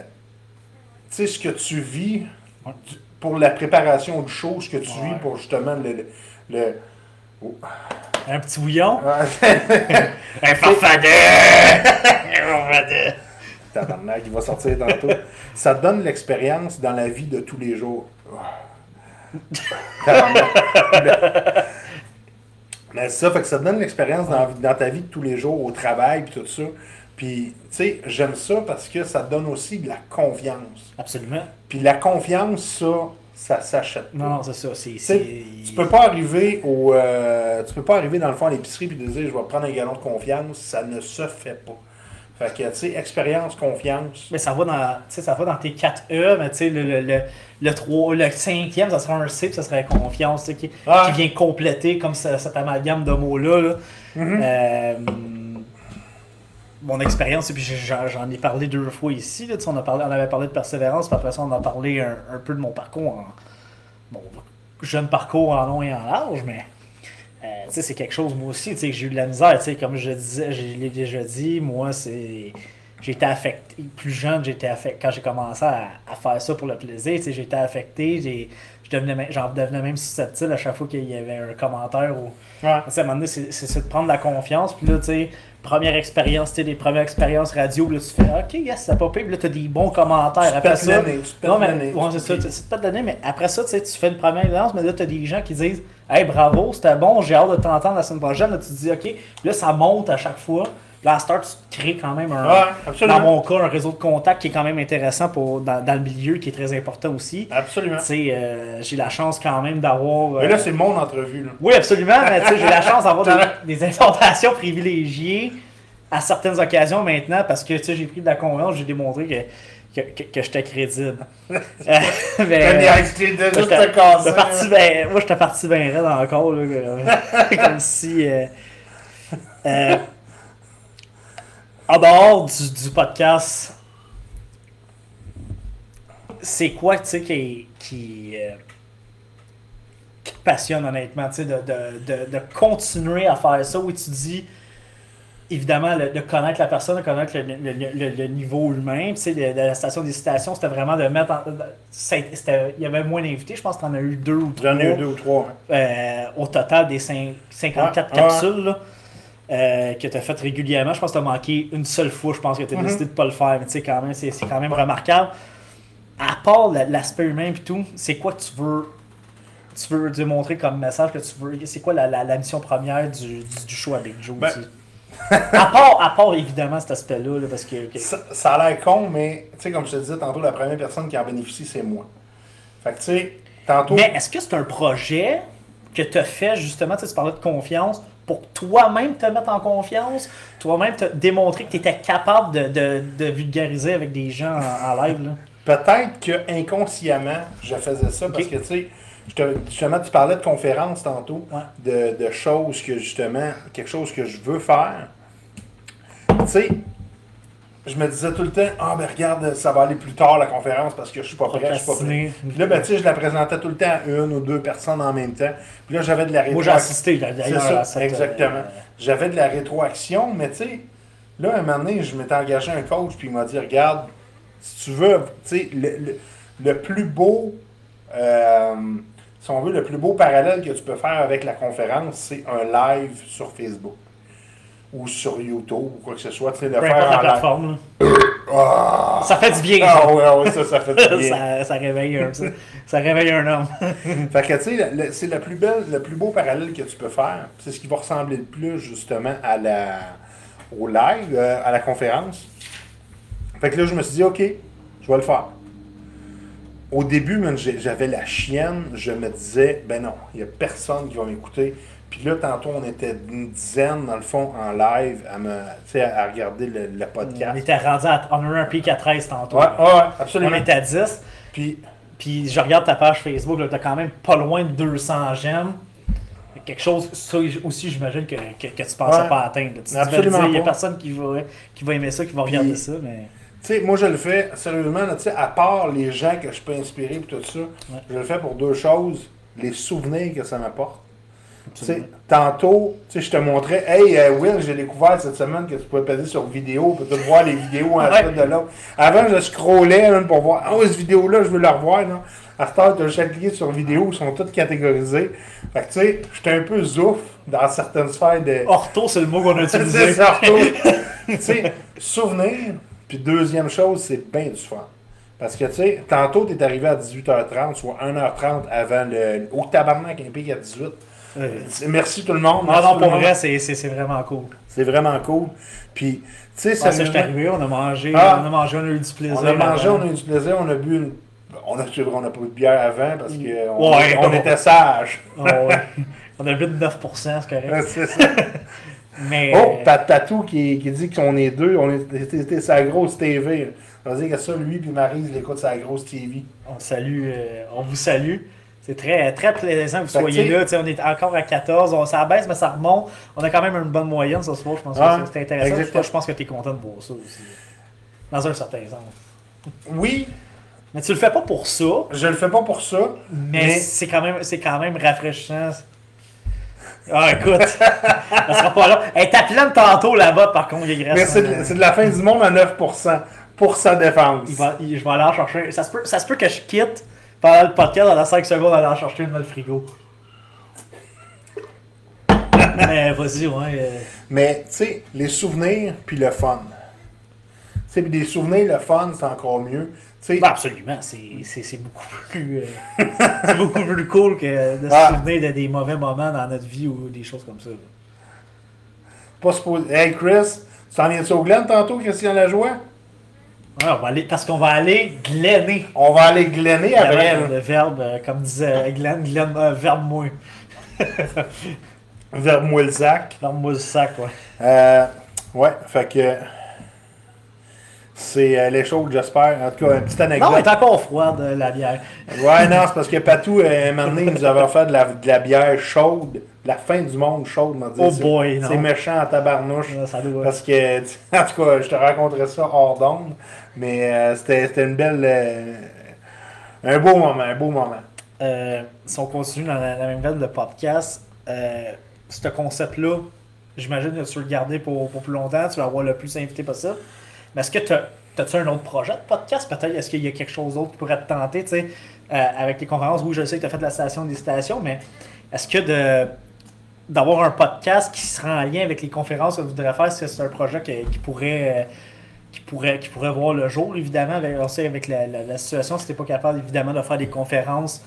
tu sais, ce que tu vis du- pour la préparation du show, ce que tu Ouais. vis pour justement le... le, le- oh. Un petit bouillon. Un Un farfadet! Un farfadet! Tabarnak, il va sortir tantôt. Ça te donne l'expérience dans la vie de tous les jours. Tabarnak. Mais c'est ça, fait que ça te donne l'expérience dans, dans ta vie de tous les jours, au travail, puis tout ça. Puis, tu sais, j'aime ça parce que ça te donne aussi de la confiance. Absolument. Puis la confiance, ça, ça s'achète pas. Non, non, c'est ça. C'est, Tu sais, c'est... tu peux pas arriver au, euh, tu peux pas arriver dans le fond à l'épicerie puis te dire je vais prendre un gallon de confiance, ça ne se fait pas. Fait que tu sais, expérience, confiance. Mais ça va dans, tu sais, ça va dans tes quatre E, mais tu sais, le, le, le, le, trois, le cinquième, ça serait un C, puis ça serait confiance, tu sais, qui, Ouais. qui vient compléter comme ça, cet amalgame de mots-là. Là. Mhm. Euh, mon expérience, et puis j'en, j'en ai parlé deux fois ici, là, tu sais, on, a parlé, on avait parlé de persévérance, puis après ça, on a parlé un, un peu de mon parcours, en, mon jeune parcours en long et en large, mais euh, tu sais, c'est quelque chose, moi aussi, tu sais, que j'ai eu de la misère, tu sais, comme je disais, je l'ai déjà dit, moi, c'est... J'ai été affecté, plus jeune, j'ai été affecté, quand j'ai commencé à, à faire ça pour le plaisir, tu sais, j'ai été affecté, j'ai, je devenais, même- j'en devenais même susceptible à chaque fois qu'il y avait un commentaire ou... Ouais. Tu sais, à un moment donné, c'est, c'est, c'est de prendre la confiance, puis là, tu sais, première expérience, tu sais, les premières expériences radio, là, tu fais « Ok, yes, ça pas pire », puis là, t'as des bons commentaires. Tu te Après pètes ça, le nez, tu te non, pètes mais, le nez, ouais, tu- c'est ça, tu, tu te pètes le nez, mais après ça, tu sais, tu fais une première expérience, mais là, t'as des gens qui disent « Hey, bravo, c'était bon, j'ai hâte de t'entendre la semaine prochaine », là, tu te dis « Ok », puis là, ça monte à chaque fois. Là, à Start, tu crées quand même un, Ouais, absolument. dans mon cas, un réseau de contacts qui est quand même intéressant pour, dans, dans le milieu, qui est très important aussi. Absolument. Tu sais, euh, j'ai la chance quand même d'avoir... Mais euh, là, c'est mon entrevue. Là. oui, absolument, mais tu sais, j'ai la chance d'avoir des, des informations privilégiées à certaines occasions maintenant parce que tu sais, j'ai pris de la confiance, j'ai démontré que, que, que, que j'étais crédible. Euh, mais, T'as euh, des idées de moi, juste j'étais- te casser. j'étais parti ben- moi, j'étais parti bien raide encore, là, que- comme si... euh, euh, en dehors du, du podcast, c'est quoi, tu sais, qui, qui, euh, qui te passionne, honnêtement, tu sais, de, de, de, de continuer à faire ça, où tu dis, évidemment, le- de connaître la personne, de connaître le, le, le, le niveau humain. Tu sais, de, de la station des citations, c'était vraiment de mettre en. c'est- c'était- Il y avait moins d'invités, je pense que tu en as eu deux ou trois. J'en ai eu deux ou trois. Hein. euh, au total des cinq- cinquante-quatre Ouais, ouais. capsules là, euh, que tu as faites régulièrement. Je pense que tu as manqué une seule fois, je pense que tu as Mhm. décidé de ne pas le faire. Mais tu sais, quand même, c'est c'est quand même remarquable. À part la- l'aspect humain et tout, c'est quoi que tu veux. Tu veux démontrer comme message que tu veux. C'est quoi la, la, la mission première du, du, du show avec Joe Ben, aussi? À part, à part évidemment cet aspect-là, là, parce que. que- Ça, ça a l'air con, mais tu sais, comme je te disais tantôt, la première personne qui en bénéficie, c'est moi. Fait que tu sais, tantôt. Mais est-ce que c'est un projet que tu as fait justement, tu sais, tu parlais de confiance, pour toi-même te mettre en confiance, toi-même te démontrer que tu étais capable de, de, de vulgariser avec des gens en, en live? Là? Peut-être que inconsciemment, je faisais ça parce Ok. que tu sais, je te- justement, tu parlais de conférences tantôt, Ouais. de, de choses que justement, quelque chose que je veux faire. Tu sais, je me disais tout le temps, ah ben regarde, ça va aller plus tard la conférence parce que je suis pas prêt, je suis pas prêt. Procrastiner. Puis là, ben tu sais, je la présentais tout le temps à une ou deux personnes en même temps. Puis là, j'avais de la Moi, j'ai rétroaction. assisté là, C'est d'ailleurs ça, à cette. exactement. euh, J'avais de la rétroaction, mais tu sais, là, un moment donné, je m'étais engagé un coach, puis il m'a dit, regarde, si tu veux, tu sais, le, le, le plus beau, euh, si on veut, le plus beau parallèle que tu peux faire avec la conférence, c'est un live sur Facebook ou sur YouTube ou quoi que ce soit, tu sais, le peu faire importe la en live. plateforme. là. Ah! Ça fait du bien. Ah ça. ouais, ouais, ça, ça fait du bien. ça, ça réveille un, ça, ça réveille un homme. Fait que, tu sais, le- le- c'est le plus belle, le plus beau parallèle que tu peux faire. C'est ce qui va ressembler le plus, justement, à la, au live, euh, à la conférence. Fait que là, je me suis dit, OK, je vais le faire. Au début, man, j'ai- j'avais la chienne. Je me disais, ben non, il n'y a personne qui va m'écouter. Puis là, tantôt, on était une dizaine, dans le fond, en live, à, me, tu sais, à regarder le, le On podcast. était rendu à. On a eu un pic à treize tantôt. Ouais, là. ouais, ouais, On absolument. était à dix. Puis, Puis je regarde ta page Facebook, tu as quand même pas loin de deux cents j'aime. Quelque chose, ça aussi, j'imagine que, que, que tu pensais Ouais. pas atteindre. Tu devais Absolument te dire, il n'y a pas. personne qui va, qui va aimer ça, qui va Puis- regarder ça. Mais... tu sais, moi, je le fais, sérieusement, là, tu sais, à part les gens que je peux inspirer et tout ça, je le fais pour deux choses. Les souvenirs que ça m'apporte. Tu sais, tantôt, tu sais, je te montrais, hey, euh, Will, j'ai découvert cette semaine que tu pouvais peser sur vidéo, pour tout voir les vidéos en Ouais. suite de l'autre. Avant, je scrollais là, pour voir, ah ouais, cette vidéo-là, je veux la revoir. Là. À cette heure, tu as juste à cliquer sur vidéo, ils sont toutes catégorisées. Fait que, tu sais, j'étais un peu zouf dans certaines sphères de. Ortho, c'est le mot qu'on a utilisé. C'est ça, tu sais, souvenir. Puis deuxième chose, c'est bien du fun. Parce que, tu sais, tantôt, tu es arrivé à dix-huit heures trente, soit une heure trente avant le. Au tabarnak, un pic à dix-huit. Euh, Merci tout le monde. non, merci non, tout le pour monde. vrai, c'est c'est- c'est vraiment cool. C'est vraiment cool. Puis, tu sais, Ah, ça, je suis sérieusement, arrivé, on a mangé, Ah. on a mangé, on a eu du plaisir. on a mangé, avant. on a eu du plaisir, on a bu une. On a, on a pas eu de bière avant parce qu'on Ouais. on était sages. Ah ouais. On a bu de neuf pour cent, c'est correct. C'est ça. Mais, Oh, Pat Patou qui, qui dit qu'on est deux, on était sa grosse T V. là. Ça veut dire que ça, lui et Maryse l'écoutent sa grosse T V. on, salue, euh, on vous salue. C'est très, très plaisant que vous Fait que, soyez tu sais- là. Tu sais, on est encore à quatorze. On, ça baisse, mais ça remonte. On a quand même une bonne moyenne ce soir. Je pense Ah, que c'est intéressant. exactement. Toi, je pense que tu es content de voir ça aussi. Dans un certain sens. Oui, Mais tu le fais pas pour ça. je le fais pas pour ça, Mais, mais c'est quand même c'est quand même rafraîchissant. Ah, écoute, ça sera pas là. Elle est pleine tantôt là-bas, par contre, il Mais reste. c'est de, c'est de la fin du monde à neuf pour cent pour sa défense. Il va, il- je vais aller en chercher. Ça se, peut, ça se peut que je quitte pendant le podcast dans la cinq secondes, aller en chercher une dans le frigo. Mais vas-y, ouais. euh, Mais, tu sais, les souvenirs puis le fun. Tu sais, puis des souvenirs, le fun, c'est encore mieux. Tu sais, bah, absolument, c'est c'est- c'est beaucoup plus. euh, c'est beaucoup plus cool que de se Ah. souvenir de des mauvais moments dans notre vie ou des choses comme ça. là. pas supposé. Hey, Chris, tu t'en viens-tu au Glen tantôt, Christian Lajoie? Ouais, on va aller, parce qu'on va aller glaner. On va aller glaner après. Le, là. le verbe, euh, comme disait Glenn, Glenn euh, verbe moi. Vers moi le sac. Verbe moi le sac, ouais. Euh, ouais, fait que. C'est euh, les choses, j'espère. En tout cas, une petite anecdote. Non, elle est encore froide, euh, la bière. Ouais, non, c'est parce que Patou, euh, un moment donné, il nous avait offert de la, de la bière chaude, de la fin du monde chaude, m'a dit. Oh C'est- boy, non. C'est méchant en tabarnouche. Ouais, ça doit. Parce que, en tout cas, je te raconterai ça hors d'onde, mais euh, c'était c'était une belle. euh, Un beau moment, un beau moment. Euh, si on continue dans la, la même veine de podcast, euh, ce concept-là, j'imagine que tu veux le garder pour, pour plus longtemps, tu vas avoir le plus d'invités possible. Mais est-ce que tu as-tu un autre projet de podcast? Peut-être est-ce qu'il y a quelque chose d'autre qui pourrait te tenter, tu sais, euh, avec les conférences? Oui, je sais que tu as fait de la station des stations, mais est-ce que de d'avoir un podcast qui sera en lien avec les conférences que tu voudrais faire, est-ce que c'est un projet qui, qui pourrait euh, qui pourrait, qui pourrait voir le jour, évidemment, avec, on sait, avec la, la, la situation, si tu n'es pas capable, évidemment, de faire des conférences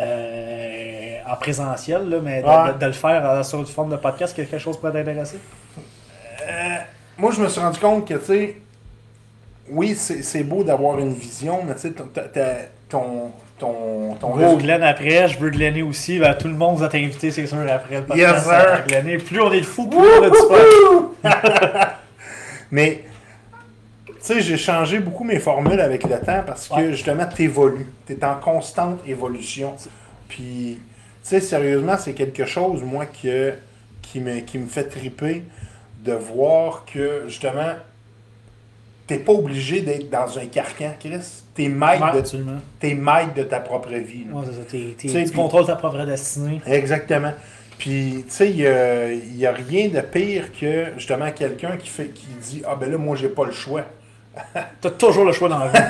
euh, en présentiel, là, mais de, Ouais. de, de le faire euh, sur une forme de podcast, quelque chose pourrait t'intéresser? Euh, moi, je me suis rendu compte que, tu sais, oui, c'est c'est beau d'avoir une vision, mais tu sais, ton, ta- ta- ton, ton, ton Gros réseau- Glenn après, je veux Glenner aussi. Ben, tout le monde va t'inviter, c'est sûr, après le Yes, podcast sir. à Glenner. Plus on est de fous, plus on a du fun. Mais, tu sais, j'ai changé beaucoup mes formules avec le temps parce que, Ouais. justement, tu évolues. Tu es en constante évolution. Puis, tu sais, sérieusement, c'est quelque chose, moi, que, qui, me, qui me fait triper de voir que, justement, t'es pas obligé d'être dans un carcan, Chris. T'es maître, Ouais, de, absolument. t'es maître de ta propre vie. là. Ouais, c'est ça. T'es- t'es- Tu sais, tu puis- contrôles ta propre destinée. Exactement. Puis, tu sais, il n'y a, y a rien de pire que, justement, quelqu'un qui fait qui dit Ah, ben là, moi, j'ai pas le choix. T'as toujours le choix dans la vie.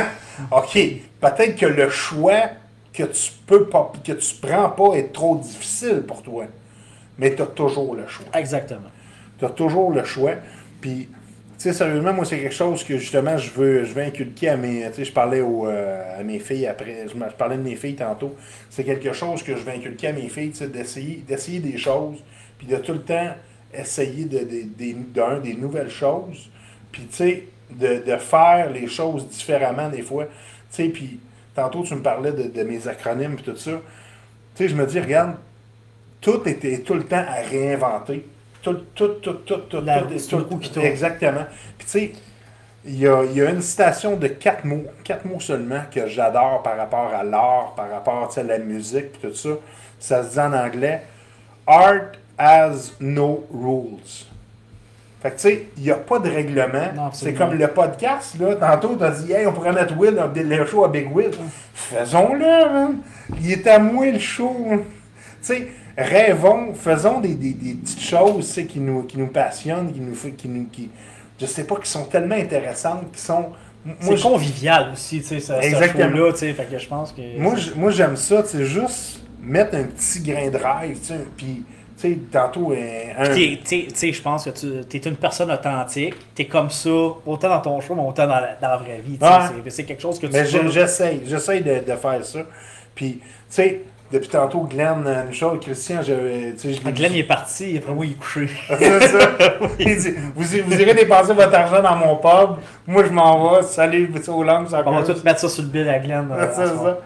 OK, peut-être que le choix que tu peux pas, que tu prends pas est trop difficile pour toi. Mais tu as toujours le choix. Exactement. Tu as toujours le choix. Puis, tu sais, sérieusement, moi, c'est quelque chose que justement, je veux, je veux inculquer à mes. Tu sais, je parlais aux, euh, à mes filles après. Je, me- je parlais de mes filles tantôt. C'est quelque chose que je veux inculquer à mes filles, tu sais, d'essayer, d'essayer des choses. Puis de tout le temps essayer de, de, de- d'un, des nouvelles choses. Puis, tu sais, de, de faire les choses différemment des fois. Tu sais, puis, tantôt, tu me parlais de, de mes acronymes et tout ça. Tu sais, je me dis, regarde, tout était tout le temps à réinventer. Tout, tout, tout, tout, tout, La tout, roue, est- c'est tout- le coup qui tourne. Exactement. Puis, tu sais, il y a, il y a une citation de quatre mots, quatre mots seulement que j'adore par rapport à l'art, par rapport tu sais, à la musique, puis tout ça. Ça se dit en anglais Art has no rules. Fait que tu sais, il n'y a pas de règlement. Non, C'est absolument. comme le podcast, là. Tantôt, tu as dit, hey, on pourrait mettre Will dans le show à Big Will. Faisons-le, man. Il est à moi le show. Tu sais, rêvons, faisons des, des, des petites choses tu sais, qui, nous, qui nous passionnent, qui nous, fait- qui nous qui, je sais pas, qui sont tellement intéressantes, qui sont. Moi, C'est je- convivial aussi, tu sais, ce, ce Exactement. show-là, tu sais, fait que je pense que... moi, je- moi, j'aime ça, tu sais, juste mettre un petit grain de rêve, tu sais, puis, tu sais, tantôt, euh, un, T'es- t'es- Tu sais, je pense que tu es une personne authentique, t'es comme ça, autant dans ton show, mais autant dans la, dans la vraie vie, tu sais, Ouais. c'est- c'est quelque chose que tu mais je- peux- j'essaye, j'essaye de, de faire ça. Puis, tu sais, depuis tantôt, Glenn, euh, une chose, Christian, je, tu sais, je Ah, Glenn, il est parti, après moi, il est couché. C'est ça. Il dit, vous, vous irez dépenser votre argent dans mon pub. Moi, je m'en vais. Salut, au langue, ça On va tout mettre ça sur le bill à Glenn. euh, C'est en ce moment. ça.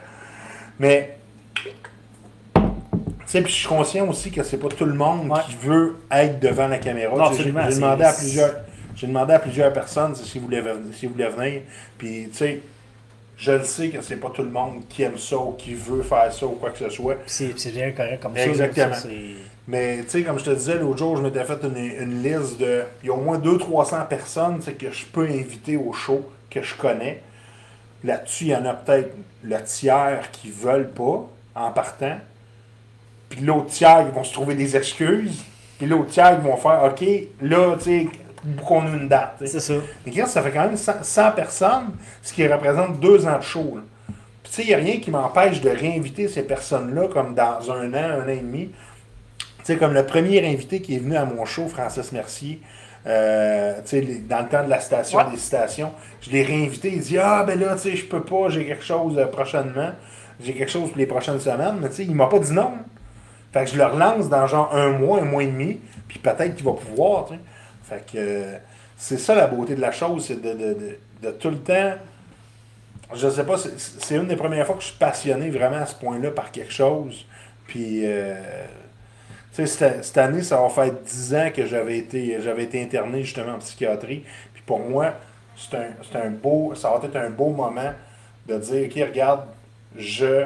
Mais, tu sais, puis je suis conscient aussi que c'est pas tout le monde Ouais. qui veut être devant la caméra. Non, Tu sais, j'ai absolument, j'ai c'est- demandé à plusieurs, j'ai demandé à plusieurs personnes tu sais, s'ils voulaient, venir- s'ils voulaient venir. Puis, tu sais, je le sais que c'est pas tout le monde qui aime ça ou qui veut faire ça ou quoi que ce soit. Puis C'est c'est bien correct comme ça. Exactement. là, ça, c'est- Mais tu sais, comme je te disais, l'autre jour, je m'étais fait une, une liste de. Il y a au moins deux cents trois cents personnes tu sais, que je peux inviter au show que je connais. Là-dessus, il y en a peut-être le tiers qui veulent pas en partant. Puis l'autre tiers, ils vont se trouver des excuses. Puis l'autre tiers, ils vont faire OK, là, tu sais, qu'on a une date. tu sais. C'est ça. Mais regarde, ça fait quand même cent cent personnes, ce qui représente deux ans de show. là. Puis tu sais, il n'y a rien qui m'empêche de réinviter ces personnes-là comme dans un an, un an et demi. Tu sais, comme le premier invité qui est venu à mon show, Francis Mercier, euh, tu sais, les- dans le temps de la station, Ouais. des citations, je l'ai réinvité. Il dit Ah, ben là, tu sais, je peux pas, j'ai quelque chose euh, prochainement. J'ai quelque chose pour les prochaines semaines. Mais tu sais, il m'a pas dit non. Fait que je le relance dans genre un mois, un mois et demi, puis peut-être qu'il va pouvoir, tu sais. Fait que euh, c'est ça la beauté de la chose, c'est de, de, de, de tout le temps. Je sais pas, c'est c'est une des premières fois que je suis passionné vraiment à ce point-là par quelque chose. Puis, euh, tu sais, cette, cette année, ça va faire dix ans que j'avais été, j'avais été interné justement en psychiatrie. Puis pour moi, c'est un, c'est un beau, ça va être un beau moment de dire, OK, regarde, je.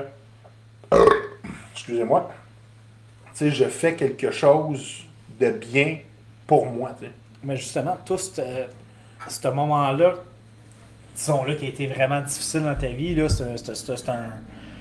Excusez-moi. Tu sais, je fais quelque chose de bien pour moi, tu sais. Mais justement, tout ce ce moment-là, tu disons-le, qui a été vraiment difficile dans ta vie, là, c'est, c'est, c'est, c'est un...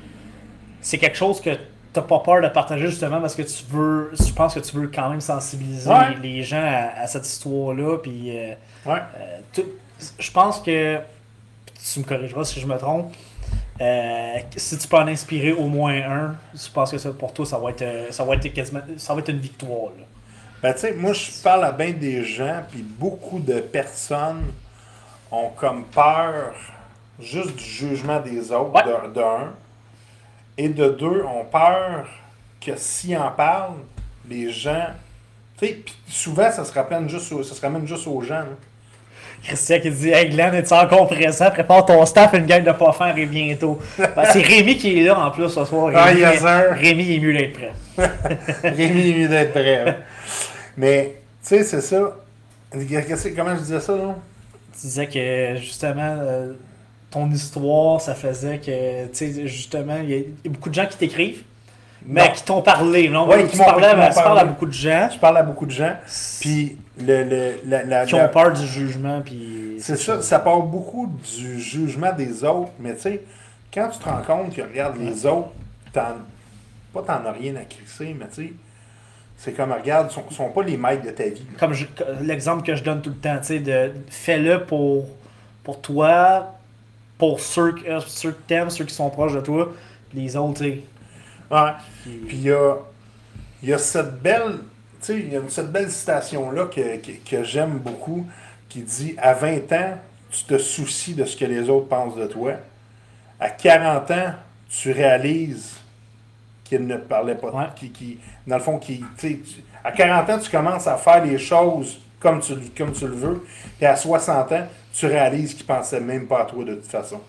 C'est quelque chose que t'as pas peur de partager justement parce que tu veux, je pense que tu veux quand même sensibiliser Ouais. les, les gens à, à cette histoire-là. Puis, euh, Ouais. euh, tout- je pense que tu me corrigeras si je me trompe. Euh, si tu peux en inspirer au moins un, je pense que ça, pour toi, ça va être, euh, ça va être quasiment, ça va être une victoire. Là. Ben, tu sais, moi, je parle à bien des gens, puis beaucoup de personnes ont comme peur juste du jugement des autres, Ouais. de, de un. Et de deux, ont peur que s'ils en parlent, les gens. Tu sais, puis souvent, ça se ramène juste, aux- ça se ramène juste aux gens. là. Christian qui dit: Hey Glenn, es-tu encore présent? Prépare ton staff, une gang de pas faire et bientôt. Ben, c'est Rémi qui est là en plus ce soir. Rémi, Ah, yes, sir. Rémi il est mieux d'être prêt. Rémi est mieux d'être prêt. hein. Mais, tu sais, c'est ça. Qu'est-ce que- Comment je disais ça, là? Tu disais que justement, euh, ton histoire, ça faisait que, tu sais, justement, il y, a- il y a beaucoup de gens qui t'écrivent, mais Non. qui t'ont parlé. Non? Ouais, tu qui m'ont- parlais, qui m'ont tu parles à parlé. beaucoup de gens Je parle à beaucoup de gens, puis le, le, la, la- qui la- ont peur du jugement. Puis C'est ça, ça part beaucoup du jugement des autres, mais tu sais, quand tu te rends compte que, regarde, les autres, t'en, pas t'en as rien à crisser, mais tu sais, c'est comme, regarde, ils sont, sont pas les maîtres de ta vie. là. Comme je- l'exemple que je donne tout le temps, tu sais, de fais-le pour, pour toi, pour ceux, que- euh, ceux que t'aimes, ceux qui sont proches de toi, puis les autres, tu sais. Ouais. qui- Puis il y a, il y a cette belle, tu sais, il y a cette belle citation-là que, que, que j'aime beaucoup, qui dit, à vingt ans, tu te soucies de ce que les autres pensent de toi. À quarante ans, tu réalises qu'il ne parlait pas. Ouais. Qui, qui, dans le fond, qui, tu sais, tu- à quarante ans, tu commences à faire les choses comme tu, comme tu le veux. Et à soixante ans, tu réalises qu'il pensait même pas à toi de toute façon.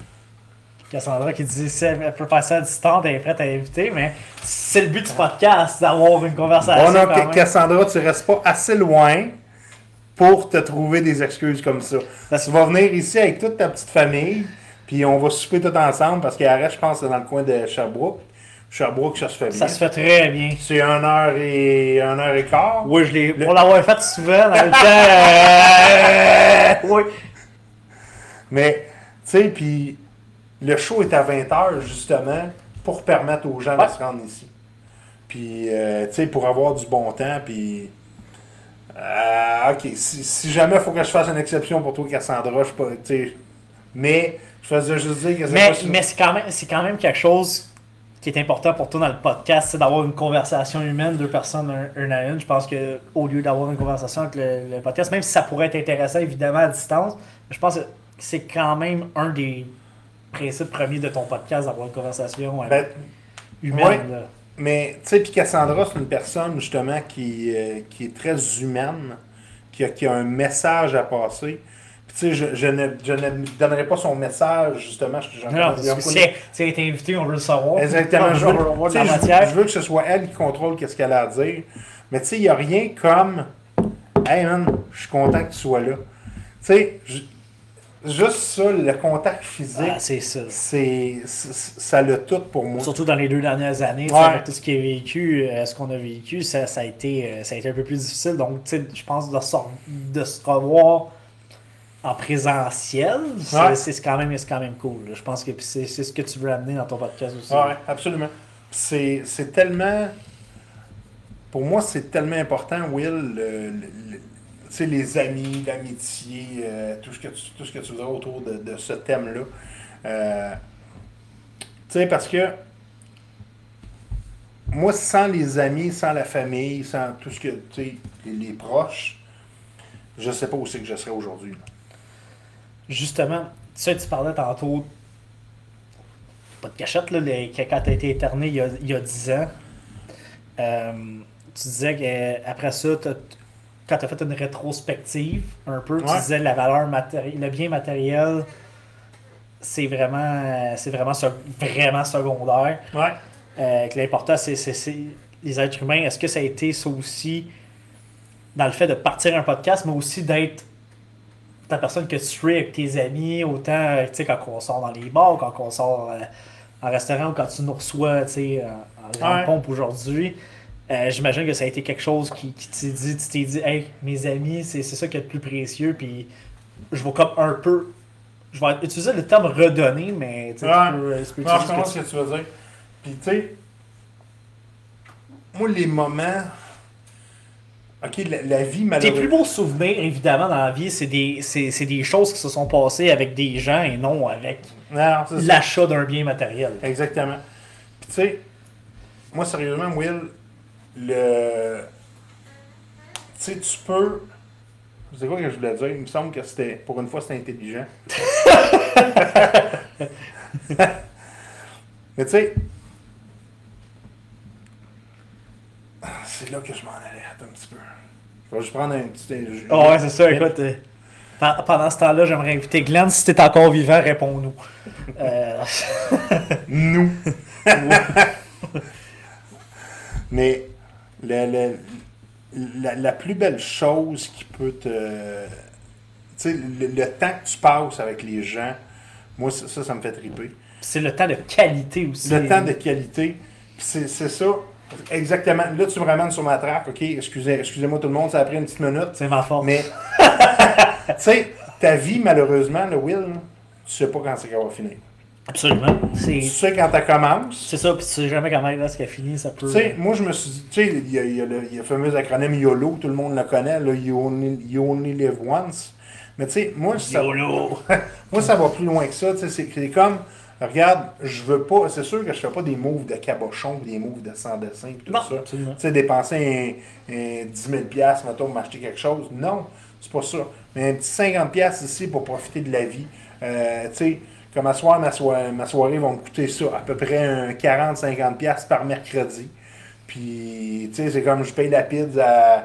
Cassandra qui dit si elle peut faire ça à distance, elle est prête à inviter, mais c'est le but du podcast, d'avoir une conversation. Bon, non, quand Ca- même. Cassandra, tu restes pas assez loin pour te trouver des excuses comme ça. Tu vas venir ici avec toute ta petite famille, puis on va souper tout ensemble, parce qu'elle reste, je pense, dans le coin de Sherbrooke. Sherbrooke, ça se fait bien. Ça se fait très bien. C'est une heure et, une heure et quart. Oui, je l'ai. Le- Pour l'avoir fait souvent dans le temps. euh, Oui. Mais, tu sais, puis le show est à vingt heures, justement, pour permettre aux gens Ouais. de se rendre ici. Puis, euh, tu sais, pour avoir du bon temps, puis... euh, OK, si, si jamais il faut que je fasse une exception pour toi, Cassandra, je suis pas... Tu sais... Mais, je faisais juste dire que c'est Mais, pas... sur- mais c'est quand même, c'est quand même quelque chose qui est important pour toi dans le podcast, c'est d'avoir une conversation humaine, deux personnes, un, un à une. Je pense que au lieu d'avoir une conversation avec le, le podcast, même si ça pourrait être intéressant évidemment à distance, je pense que c'est quand même un des principes premiers de ton podcast d'avoir une conversation euh, Ben, humaine. ouais. là. Mais, tu sais, puis Cassandra, c'est une personne, justement, qui, euh, qui est très humaine, qui a, qui a un message à passer. Puis, tu sais, je, je, ne, je ne donnerai pas son message, justement. Je, j'en Non, non, connais- parce que si elle, si elle est invitée, on veut le savoir. Exactement. Je On veux, veut voir de tu sais, la je veux- matière. je veux que ce soit elle qui contrôle qu'est-ce qu'elle a à dire. Mais tu sais, il n'y a rien comme Hey man, je suis content que tu sois là. Tu sais, ju- juste ça, le contact physique, Ah, c'est ça. c'est, c'est- ça l'a tout pour moi. Surtout dans les deux dernières années, tu Ouais. sais, avec tout ce qui est vécu, euh, ce qu'on a vécu, ça, ça, a été, euh, ça a été un peu plus difficile. Donc, tu sais, je pense de se, de se revoir en présentiel, c'est, Ouais. c'est quand même, c'est quand même cool. là. Je pense que puis c'est, c'est ce que tu veux amener dans ton podcast aussi. Ouais, absolument. C'est, c'est tellement. Pour moi, c'est tellement important, Will, le- le- le- tu sais, les amis, l'amitié, euh, tout, ce que tu, tout ce que tu voudras autour de, de ce thème-là. Euh, tu sais, parce que moi, sans les amis, sans la famille, sans tout ce que, tu sais, les, les proches, je sais pas où c'est que je serais aujourd'hui. là. Justement, tu sais, tu parlais tantôt, pas de cachette, là, les- que quand tu as été interné il y a, il y a dix ans, euh, tu disais qu'après ça, t'as- quand tu as fait une rétrospective, un peu, tu Ouais. disais la valeur matérielle, le bien matériel, c'est vraiment, c'est vraiment, sec- vraiment secondaire. Ouais. Euh, que l'important, c'est, c'est, c'est les êtres humains. Est-ce que ça a été ça aussi dans le fait de partir un podcast, mais aussi d'être ta personne que tu es avec tes amis, autant euh, tu sais, quand on sort dans les bars, quand on sort euh, en restaurant ou quand tu nous reçois tu sais, en, en grande Ouais. pompe aujourd'hui. Euh, j'imagine que ça a été quelque chose qui, qui t'est dit, tu t'es dit, hey, mes amis, c'est, c'est ça qui est le plus précieux, puis je vais comme un peu je vais utiliser le terme redonner, mais tu sais, Ouais. tu peux, tu peux Non, je utiliser comprends ce ce que que tu veux dire. Puis, tu sais, moi, les moments. Ok, la, la vie, Tes malheureusement. plus beaux souvenirs, évidemment, dans la vie, c'est des, c'est, c'est des choses qui se sont passées avec des gens et non avec Non, c'est ça. l'achat d'un bien matériel. Exactement. Puis, tu sais, moi, sérieusement, Will, le. Tu sais, tu peux. C'est quoi que je voulais dire? Il me semble que c'était. Pour une fois, c'était intelligent. Mais tu sais. C'est là que je m'en allais. Attends un petit peu. Je vais juste prendre un petit. Oh, ouais, c'est ça, écoute. euh, pen- pendant ce temps-là, j'aimerais inviter Glenn. Si t'es encore vivant, réponds-nous. Euh, Nous. Mais le, le- la, la plus belle chose qui peut te. Tu sais, le, le temps que tu passes avec les gens, moi, ça, ça, ça me fait triper. c'est le temps de qualité aussi. Le temps de qualité, puis c'est c'est ça. Exactement. Là, tu me ramènes sur ma traque, OK? Excusez, excusez-moi tout le monde, ça a pris une petite minute. C'est ma force. Mais, tu sais, ta vie, malheureusement, le Will, tu sais pas quand c'est qu'elle va finir. Absolument. Tu C'est, sais quand elle commence. c'est ça, puis tu sais jamais comment là, ce qui a fini, ça peut. Tu sais, moi, je me suis dit, tu sais, il y, a- il y a le il y a le fameux acronyme YOLO, tout le monde le connaît, là, you, only, you only live once. Mais tu sais, moi, ça, YOLO. moi, ça va plus loin que ça. Tu sais, c'est c'est comme, regarde, je veux pas, c'est sûr que je fais pas des moves de cabochon, des moves de sans dessin, et tout Non, ça. absolument. Tu sais, dépenser un, un dix mille dollars, mettons, pour m'acheter quelque chose. Non, c'est pas ça. Mais un petit cinquante dollars ici pour profiter de la vie. Euh, tu sais, comme à soir, ma, soirée, ma soirée va me coûter ça, à peu près un quarante à cinquante dollars par mercredi. Puis, tu sais, c'est comme je paye la pizza à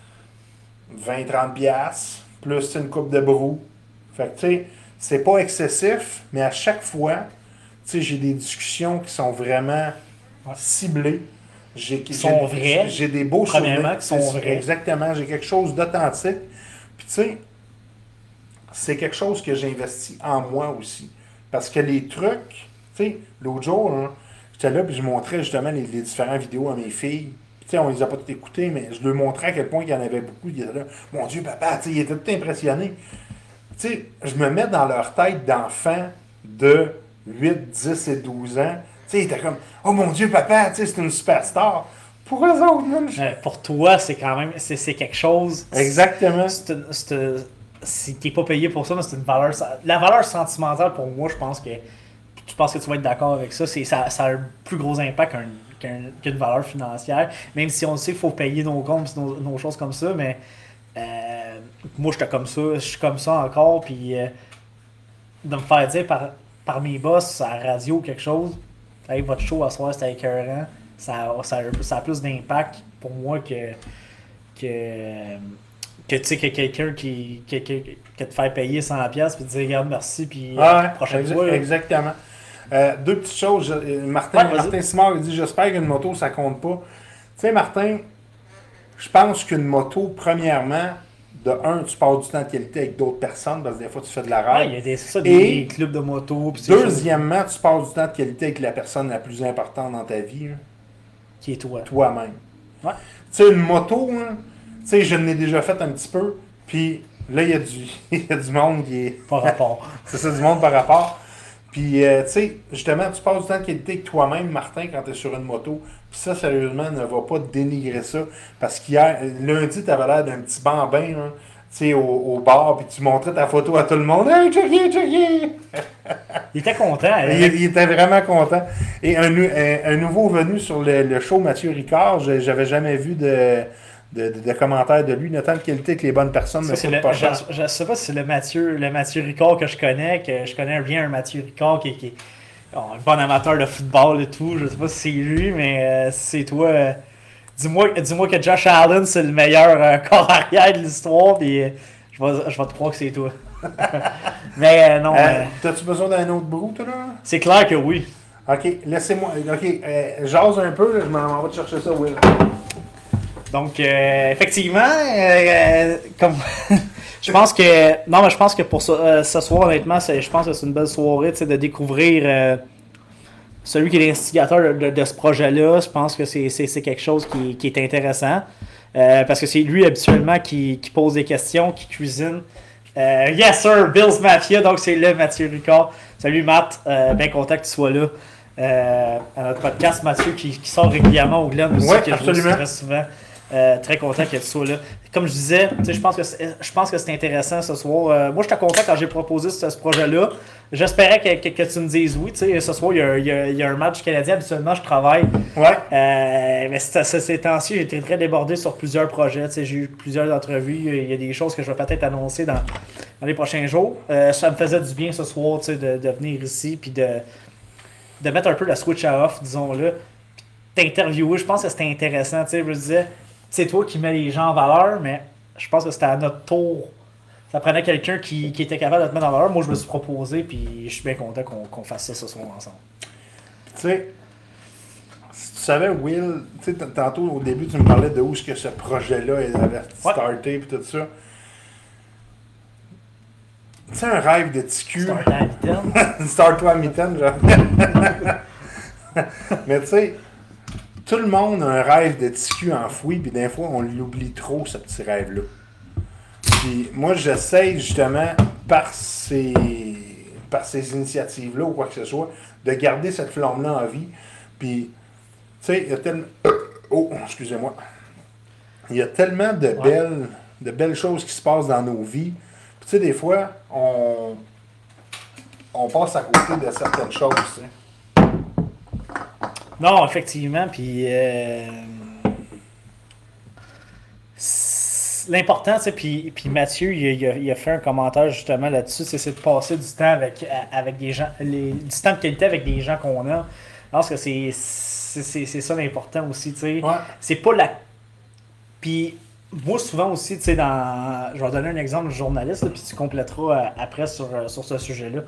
vingt à trente dollars, plus une coupe de brou. Fait que, tu sais, c'est pas excessif, mais à chaque fois, tu sais, j'ai des discussions qui sont vraiment ciblées. J'ai, Qui sont j'ai- vraies. J'ai des beaux Premièrement, souvenirs. qui sont C'est- vraies. Exactement. J'ai quelque chose d'authentique. Puis, tu sais, c'est quelque chose que j'ai investi en moi aussi. Parce que les trucs, tu sais, l'autre jour, hein, j'étais là puis je montrais justement les, les différentes vidéos à mes filles. Puis, tu sais, on les a pas toutes écoutées, mais je leur montrais à quel point il y en avait beaucoup. Ils étaient là, mon Dieu, papa, tu sais, ils étaient tout impressionnés. Tu sais, je me mets dans leur tête d'enfants de huit, dix et douze ans. Tu sais, ils étaient comme, oh mon Dieu, papa, tu sais, c'est une superstar. Pour eux autres, même. je- Euh, pour toi, c'est quand même c'est, c'est quelque chose. Exactement. C'est une- c'est une- si t'es pas payé pour ça, mais c'est une valeur. La valeur sentimentale pour moi, je pense que. Je pense que tu vas être d'accord avec ça. C'est, ça, ça a un plus gros impact qu'un, qu'un- qu'une valeur financière. Même si on sait qu'il faut payer nos comptes et nos, nos choses comme ça, mais euh, moi j'étais comme ça, je suis comme ça encore. Puis euh, de me faire dire par, par mes boss à la radio quelque chose, hey, votre show à soir c'était écœurant, ça, ça, a- ça a plus d'impact pour moi que. que que tu sais que quelqu'un qui, qui, qui, qui te fait payer cent dollars puis te dire regarde merci puis euh, Ah ouais, prochaine exa- fois là. exactement. Euh, deux petites choses. Je- euh, Martin, Ouais, vas-y. Martin Simard il dit j'espère qu'une moto, ça compte pas. Tu sais, Martin, je pense qu'une moto, premièrement, de un, tu passes du temps de qualité avec d'autres personnes, parce que des fois, tu fais de la Ouais, il ride. y a des, c'est ça, des, Et des clubs de moto puis ces choses Deuxièmement, tu passes du temps de qualité avec la personne la plus importante dans ta vie, là, qui est toi. toi-même. Ouais. Tu sais, une moto, hein, tu sais, je l'ai déjà fait un petit peu, puis là, il y, a du- il y a du monde qui est. Par rapport. C'est ça, du monde par rapport. Puis, euh, tu sais, justement, tu passes du temps de qualité avec toi-même, Martin, quand tu es sur une moto. Puis ça, sérieusement, ne va pas dénigrer ça. Parce qu'hier, lundi, tu avais l'air d'un petit bambin, hein, tu sais, au, au bar, puis tu montrais ta photo à tout le monde. Hey, checké, checké! Il était content. Il, hein. il était vraiment content. Et un, nou- un- un nouveau venu sur le, le show, Mathieu Ricard, je- j'avais jamais vu de, de, de- de commentaires de lui, notamment de qualité avec les bonnes personnes, Ça, mais c'est coûte le, pas je, cher. je sais pas si c'est le Mathieu, le Mathieu Ricard que je connais, que je connais bien un Mathieu Ricard qui, qui est bon, un bon amateur de football et tout. Je sais pas si c'est lui, mais euh, si c'est toi. euh, dis-moi, dis-moi que Josh Allen c'est le meilleur euh, corps arrière de l'histoire, puis euh, je vais, je vais te croire que c'est toi. mais euh, non, Euh, euh, T'as-tu besoin d'un autre brou, toi, là? c'est clair que oui. Ok, laissez-moi. Ok, euh, jase un peu, là, je m'en m'en vais te chercher ça, Will. Donc, euh, effectivement, euh, euh, comme je pense que non, mais je pense que pour ce, euh, ce soir, honnêtement, c'est, je pense que c'est une belle soirée, tu sais, de découvrir euh, celui qui est l'instigateur de, de- de ce projet-là. Je pense que c'est, c'est, c'est quelque chose qui, qui est intéressant. Euh, parce que c'est lui habituellement qui, qui pose des questions, qui cuisine. Euh, yes sir, Bills Mafia, donc c'est le Mathieu Ricard. Salut Matt, euh, bien content que tu sois là. Euh, à notre podcast, Mathieu qui, qui sort régulièrement au Glen aussi, ouais, que absolument. je vois très souvent. Euh, très content que tu sois là. Comme je disais, je pense que c'est, je pense que c'est intéressant ce soir. Euh, moi, j'étais content quand j'ai proposé ce, ce projet-là. J'espérais que, que, que tu me dises oui. T'sais, ce soir, il y, a, il, y a, il y a un match canadien. Habituellement, je travaille. Ouais. Euh, mais c'est, c'est, ces temps-ci, j'ai été très débordé sur plusieurs projets. T'sais, j'ai eu plusieurs entrevues. Il y a des choses que je vais peut-être annoncer dans, dans les prochains jours. Euh, ça me faisait du bien ce soir de, de venir ici puis de, de mettre un peu la switch à off, disons-le. T'interviewer, je pense que c'était intéressant. Je me disais, c'est toi qui mets les gens en valeur, mais je pense que c'était à notre tour. Ça prenait quelqu'un qui, qui était capable de te mettre en valeur. Moi, je me suis proposé, puis je suis bien content qu'on, qu'on fasse ça ce soir ensemble. Tu sais, si tu savais, Will, tu sais, tantôt au début, tu me parlais de où est-ce que ce projet-là avait starté, puis tout ça. Tu sais, un rêve de T Q. Start à mitaine. Start-toi à mitaine, genre. Mais tu sais, tout le monde a un rêve de T Q enfoui, puis des fois, on l'oublie trop, ce petit rêve-là. Puis moi, j'essaie justement, par ces, par ces initiatives-là ou quoi que ce soit, de garder cette flamme-là en vie. Puis, tu sais, il y a tellement... Oh, excusez-moi. Il y a tellement de belles, ouais. de belles choses qui se passent dans nos vies. Puis, tu sais, des fois, on, on passe à côté de certaines choses, tu sais. Non, effectivement, puis... Euh... L'important, tu sais, puis, puis Mathieu, il a, il a fait un commentaire justement là-dessus, c'est, c'est de passer du temps avec, avec des gens, les, du temps de qualité avec des gens qu'on a. Je pense que c'est, c'est, c'est, c'est ça l'important aussi, tu sais. Ouais. C'est pas la... Puis moi, souvent aussi, tu sais, dans... Je vais donner un exemple de journaliste, là, puis tu compléteras après sur, sur ce sujet-là.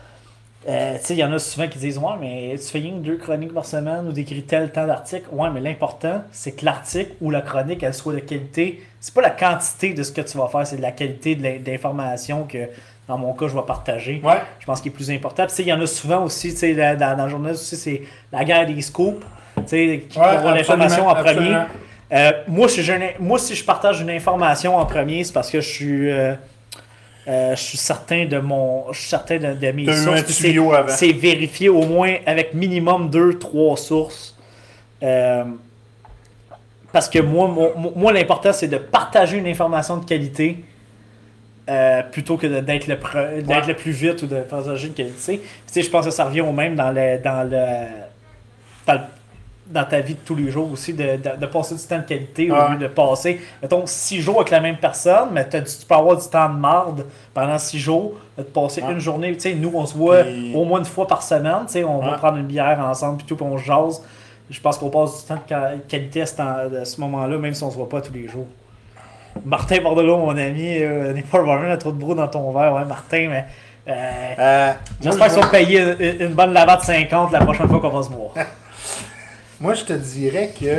Euh, tu sais, il y en a souvent qui disent « Ouais, mais tu fais rien deux chroniques par semaine ou d'écrire tel temps d'article. » Ouais, mais l'important, c'est que l'article ou la chronique, elle soit de qualité. C'est pas la quantité de ce que tu vas faire, c'est de la qualité de l'information que, dans mon cas, je vais partager. Ouais. Je pense qu'il est plus important. Puis, il y en a souvent aussi, tu sais, dans, dans le journal aussi, c'est la guerre des scoops, tu sais, qui ouais, prend l'information en premier. Euh, moi, si je, moi, si je partage une information en premier, c'est parce que je suis... Euh, Euh, je suis certain de mon. Je suis certain de, de mes T'as sources. C'est, c'est vérifié au moins avec minimum deux, trois sources. Euh, parce que moi, mon, moi, l'important, c'est de partager une information de qualité euh, plutôt que de, d'être, le, d'être ouais. le plus vite ou de partager une qualité. Tu sais, je pense que ça revient au même dans le. Dans le, dans le dans ta vie de tous les jours aussi, de, de, de passer du temps de qualité ouais. au lieu de passer, mettons, six jours avec la même personne, mais tu peux avoir du temps de marde pendant six jours, de passer ouais. une journée. Tu sais, nous, on se voit puis... au moins une fois par semaine, tu sais, on ouais. va prendre une bière ensemble, puis tout, puis on jase. Je pense qu'on passe du temps de qualité à ce, temps, à ce moment-là, même si on se voit pas tous les jours. Martin Bordelot, mon ami, euh, n'est pas le barman, trop de brou dans ton verre, ouais, Martin, mais... Euh, euh, j'espère qu'ils vont payer une, une bonne lavade cinquante la prochaine fois qu'on va se voir. Moi, je te dirais que,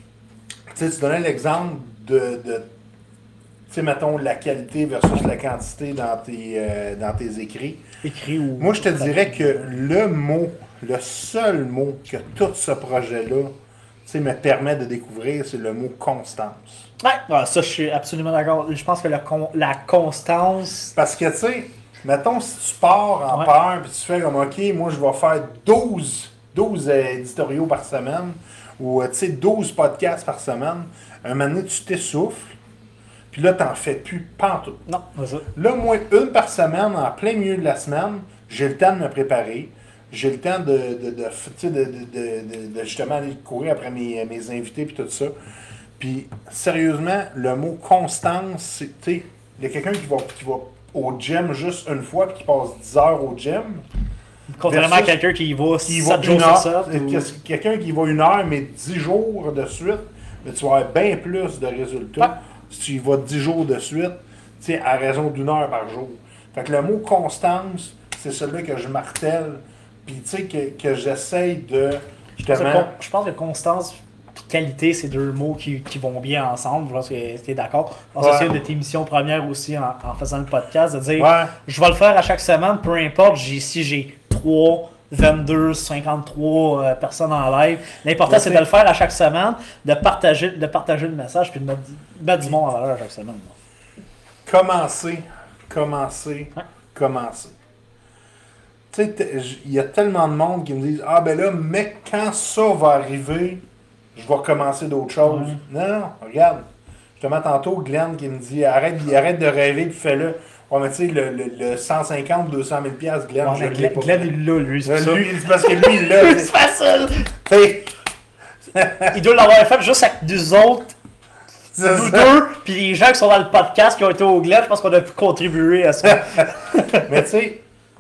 tu sais, tu donnais l'exemple de, de tu sais, mettons, la qualité versus la quantité dans tes, euh, dans tes écrits. Écrit ou... Moi, je te dirais que le mot, le seul mot que tout ce projet-là, tu sais, me permet de découvrir, c'est le mot constance. Ouais, ouais, ça, je suis absolument d'accord. Je pense que la, con, la constance... Parce que, tu sais, mettons, si tu pars en ouais. peur, puis tu fais comme, OK, moi, je vais faire douze... douze éditoriaux par semaine ou tu sais douze podcasts par semaine, un moment donné, tu t'essouffles, puis là, t'en fais plus pantoute. Non, c'est ça. Là, moi, une par semaine, en plein milieu de la semaine, j'ai le temps de me préparer, j'ai le temps de, de, de, de, de, de, de, de justement aller courir après mes, mes invités puis tout ça. Puis, sérieusement, le mot constance, tu sais, il y a quelqu'un qui va, qui va au gym juste une fois puis qui passe dix heures au gym. Contrairement à quelqu'un qui y va sept jours sur sept. Ou... Quelqu'un qui y va une heure, mais dix jours de suite, mais tu vas avoir bien plus de résultats ah. si tu y vas dix jours de suite, à raison d'une heure par jour. Fait que le mot constance, c'est celui que je martèle, puis tu sais, que, que j'essaye de... Justement... Je pense que constance et qualité, c'est deux mots qui, qui vont bien ensemble. Je pense que tu es d'accord. Je pense ouais. que c'est une de tes missions premières aussi en, en faisant le podcast, de dire ouais. je vais le faire à chaque semaine, peu importe j'ai, si j'ai trois, vingt-deux, cinquante-trois euh, personnes en live. L'important, ouais, c'est, c'est de le faire à chaque semaine, de partager, de partager le message puis de mettre, mettre du monde en valeur à chaque semaine. Commencer commencer, Ouais. commencer. Tu sais, il y a tellement de monde qui me disent « Ah ben là, mais quand ça va arriver, je vais recommencer d'autres choses. Ouais. » Non, non, regarde. Justement, tantôt, Glenn qui me dit « Arrête, arrête de rêver, puis fais-le. » Ouais, mais tu sais, le, le, le cent cinquante, deux cent mille piastres, Glenn, Ouais, je mais l'ai Glenn, pas. Glenn, il l'a, lui, c'est Là, pour ça. lui, c'est parce que lui, il l'a. C'est facile! T'sais, Il doit l'avoir fait juste avec nous autres, c'est nous ça. deux, puis les gens qui sont dans le podcast qui ont été au Glenn, je pense qu'on a pu contribuer à ça. Mais tu sais,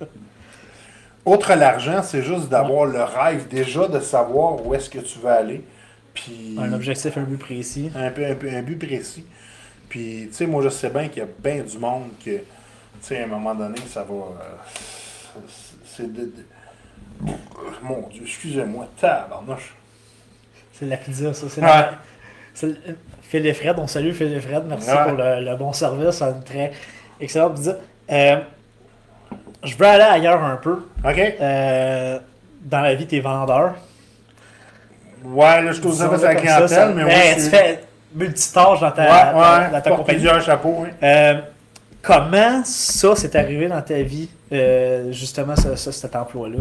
outre l'argent, c'est juste d'avoir le rêve déjà de savoir où est-ce que tu veux aller. Puis Un objectif, un but précis. un, peu, un, peu- un but précis. Puis, tu sais, moi, je sais bien qu'il y a bien du monde que, tu sais, à un moment donné, ça va. euh, c'est de, de- Mon Dieu, excusez-moi, tabarnouche. C'est la pizza, ça. C'est Ouais. la... c'est le- Phil et Fred, on salue Phil et Fred. Merci Ouais. pour le, le bon service. C'est une très excellente pizza. Euh, je veux aller ailleurs un peu. OK? Euh, dans la vie, t'es vendeur. Ouais, là, je suis au service à la Disons-le comme ça, ça- clientèle, mais Ben, oui, tu c'est- fais multitâche dans ta, Ouais, ta- ouais, dans ta porte compagnie. plusieurs chapeaux, oui. Euh, comment ça s'est arrivé dans ta vie, euh, justement, ce- ce- cet emploi-là?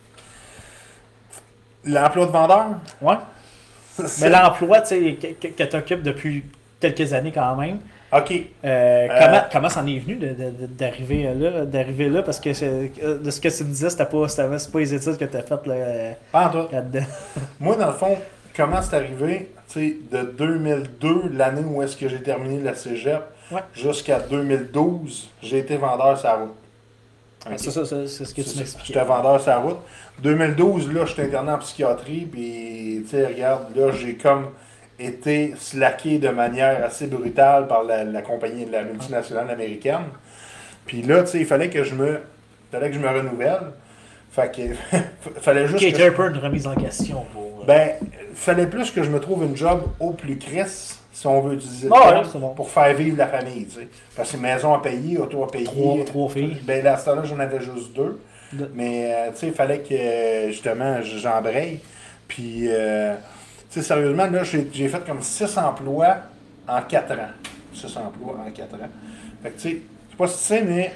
L'emploi de vendeur? Ouais. C'est- Mais l'emploi, tu sais, que, que, tu occupes depuis quelques années quand même, OK. euh, Euh, comment, comment ça en est venu de- de- de- d'arriver là, d'arriver là? Parce que c'est- de ce que tu me disais, c'était pas, c'était- c'est pas les études que tu as faites là, Pas en tout. là-dedans. Moi, dans le fond, comment c'est arrivé, tu sais, de deux mille deux, l'année où est-ce que j'ai terminé la cégep, Ouais. jusqu'à deux mille douze, j'ai été vendeur sur la route. Ok. C'est ça, c'est c'est ce que C'est tu ça. m'expliquais. J'étais vendeur sur la route. deux mille douze, là, j'étais interné en psychiatrie, puis, tu sais, regarde, là, j'ai comme été slacké de manière assez brutale par la, la compagnie, la multinationale américaine. Puis là, tu sais, il fallait que je me, fallait que je me renouvelle. Fait que, fallait juste Qui que était je- un peu une remise en question pour. euh, ben, fallait plus que je me trouve une job au plus crisse, si on veut utiliser le Ah ouais, terme, c'est bon. pour faire vivre la famille, tu sais. Parce que maison à payer, auto à payer. Trois- trois filles. Ben, là, à ce temps-là, j'en avais juste deux. De- Mais, euh, tu sais, il fallait que, euh, justement, j'embraye. Puis, euh, tu sais, sérieusement, là, j'ai j'ai fait comme six emplois en quatre ans. Six emplois en quatre ans. Fait que, tu sais, je sais pas si tu sais, mais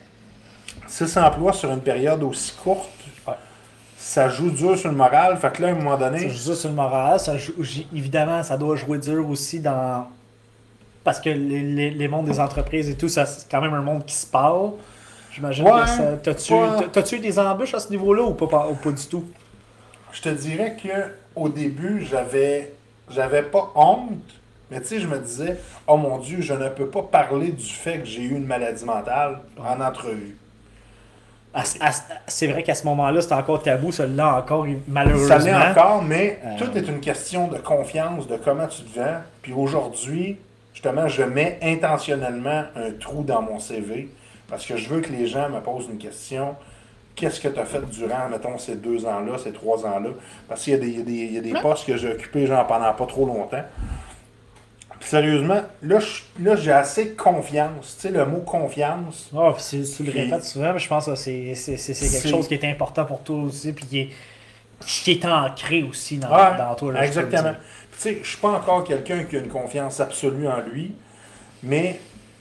six emplois sur une période aussi courte, Ouais. ça joue dur sur le moral. Fait que là, à un moment donné... Ça joue ça sur le moral. Ça joue- j- évidemment, ça doit jouer dur aussi dans. Parce que les, les, les mondes des entreprises et tout, ça, c'est quand même un monde qui se parle. J'imagine Ouais, que ça. T'as-tu ouais. t'as- t'as-tu eu des embûches à ce niveau-là ou pas, pas- ou pas du tout? Je te dirais que au début, j'avais j'avais pas honte, mais tu sais, je me disais, oh mon Dieu, je ne peux pas parler du fait que j'ai eu une maladie mentale en entrevue. À ce- à ce- C'est vrai qu'à ce moment-là, c'était encore tabou, celui-là encore, Ça malheureusement. l'est encore, mais Euh, tout est une question de confiance, de comment tu te vends. Puis aujourd'hui, justement, je mets intentionnellement un trou dans mon C V parce que je veux que les gens me posent une question. Qu'est-ce que tu as fait durant, mettons, ces deux ans-là, ces trois ans-là? Parce qu'il y a des, il y a des, il y a des postes que j'ai occupés genre, pendant pas trop longtemps. Puis sérieusement, là, je- là, j'ai assez confiance. Tu sais, le mot confiance, Ah, puis c'est- tu le Puis- répètes souvent, mais je pense que c'est c'est- c'est- c'est quelque C'est- chose qui est important pour toi aussi, puis qui est, qui est ancré aussi dans, Ouais, dans toi. Là, je peux le exactement. dire. Puis, tu sais, je suis pas encore quelqu'un qui a une confiance absolue en lui, mais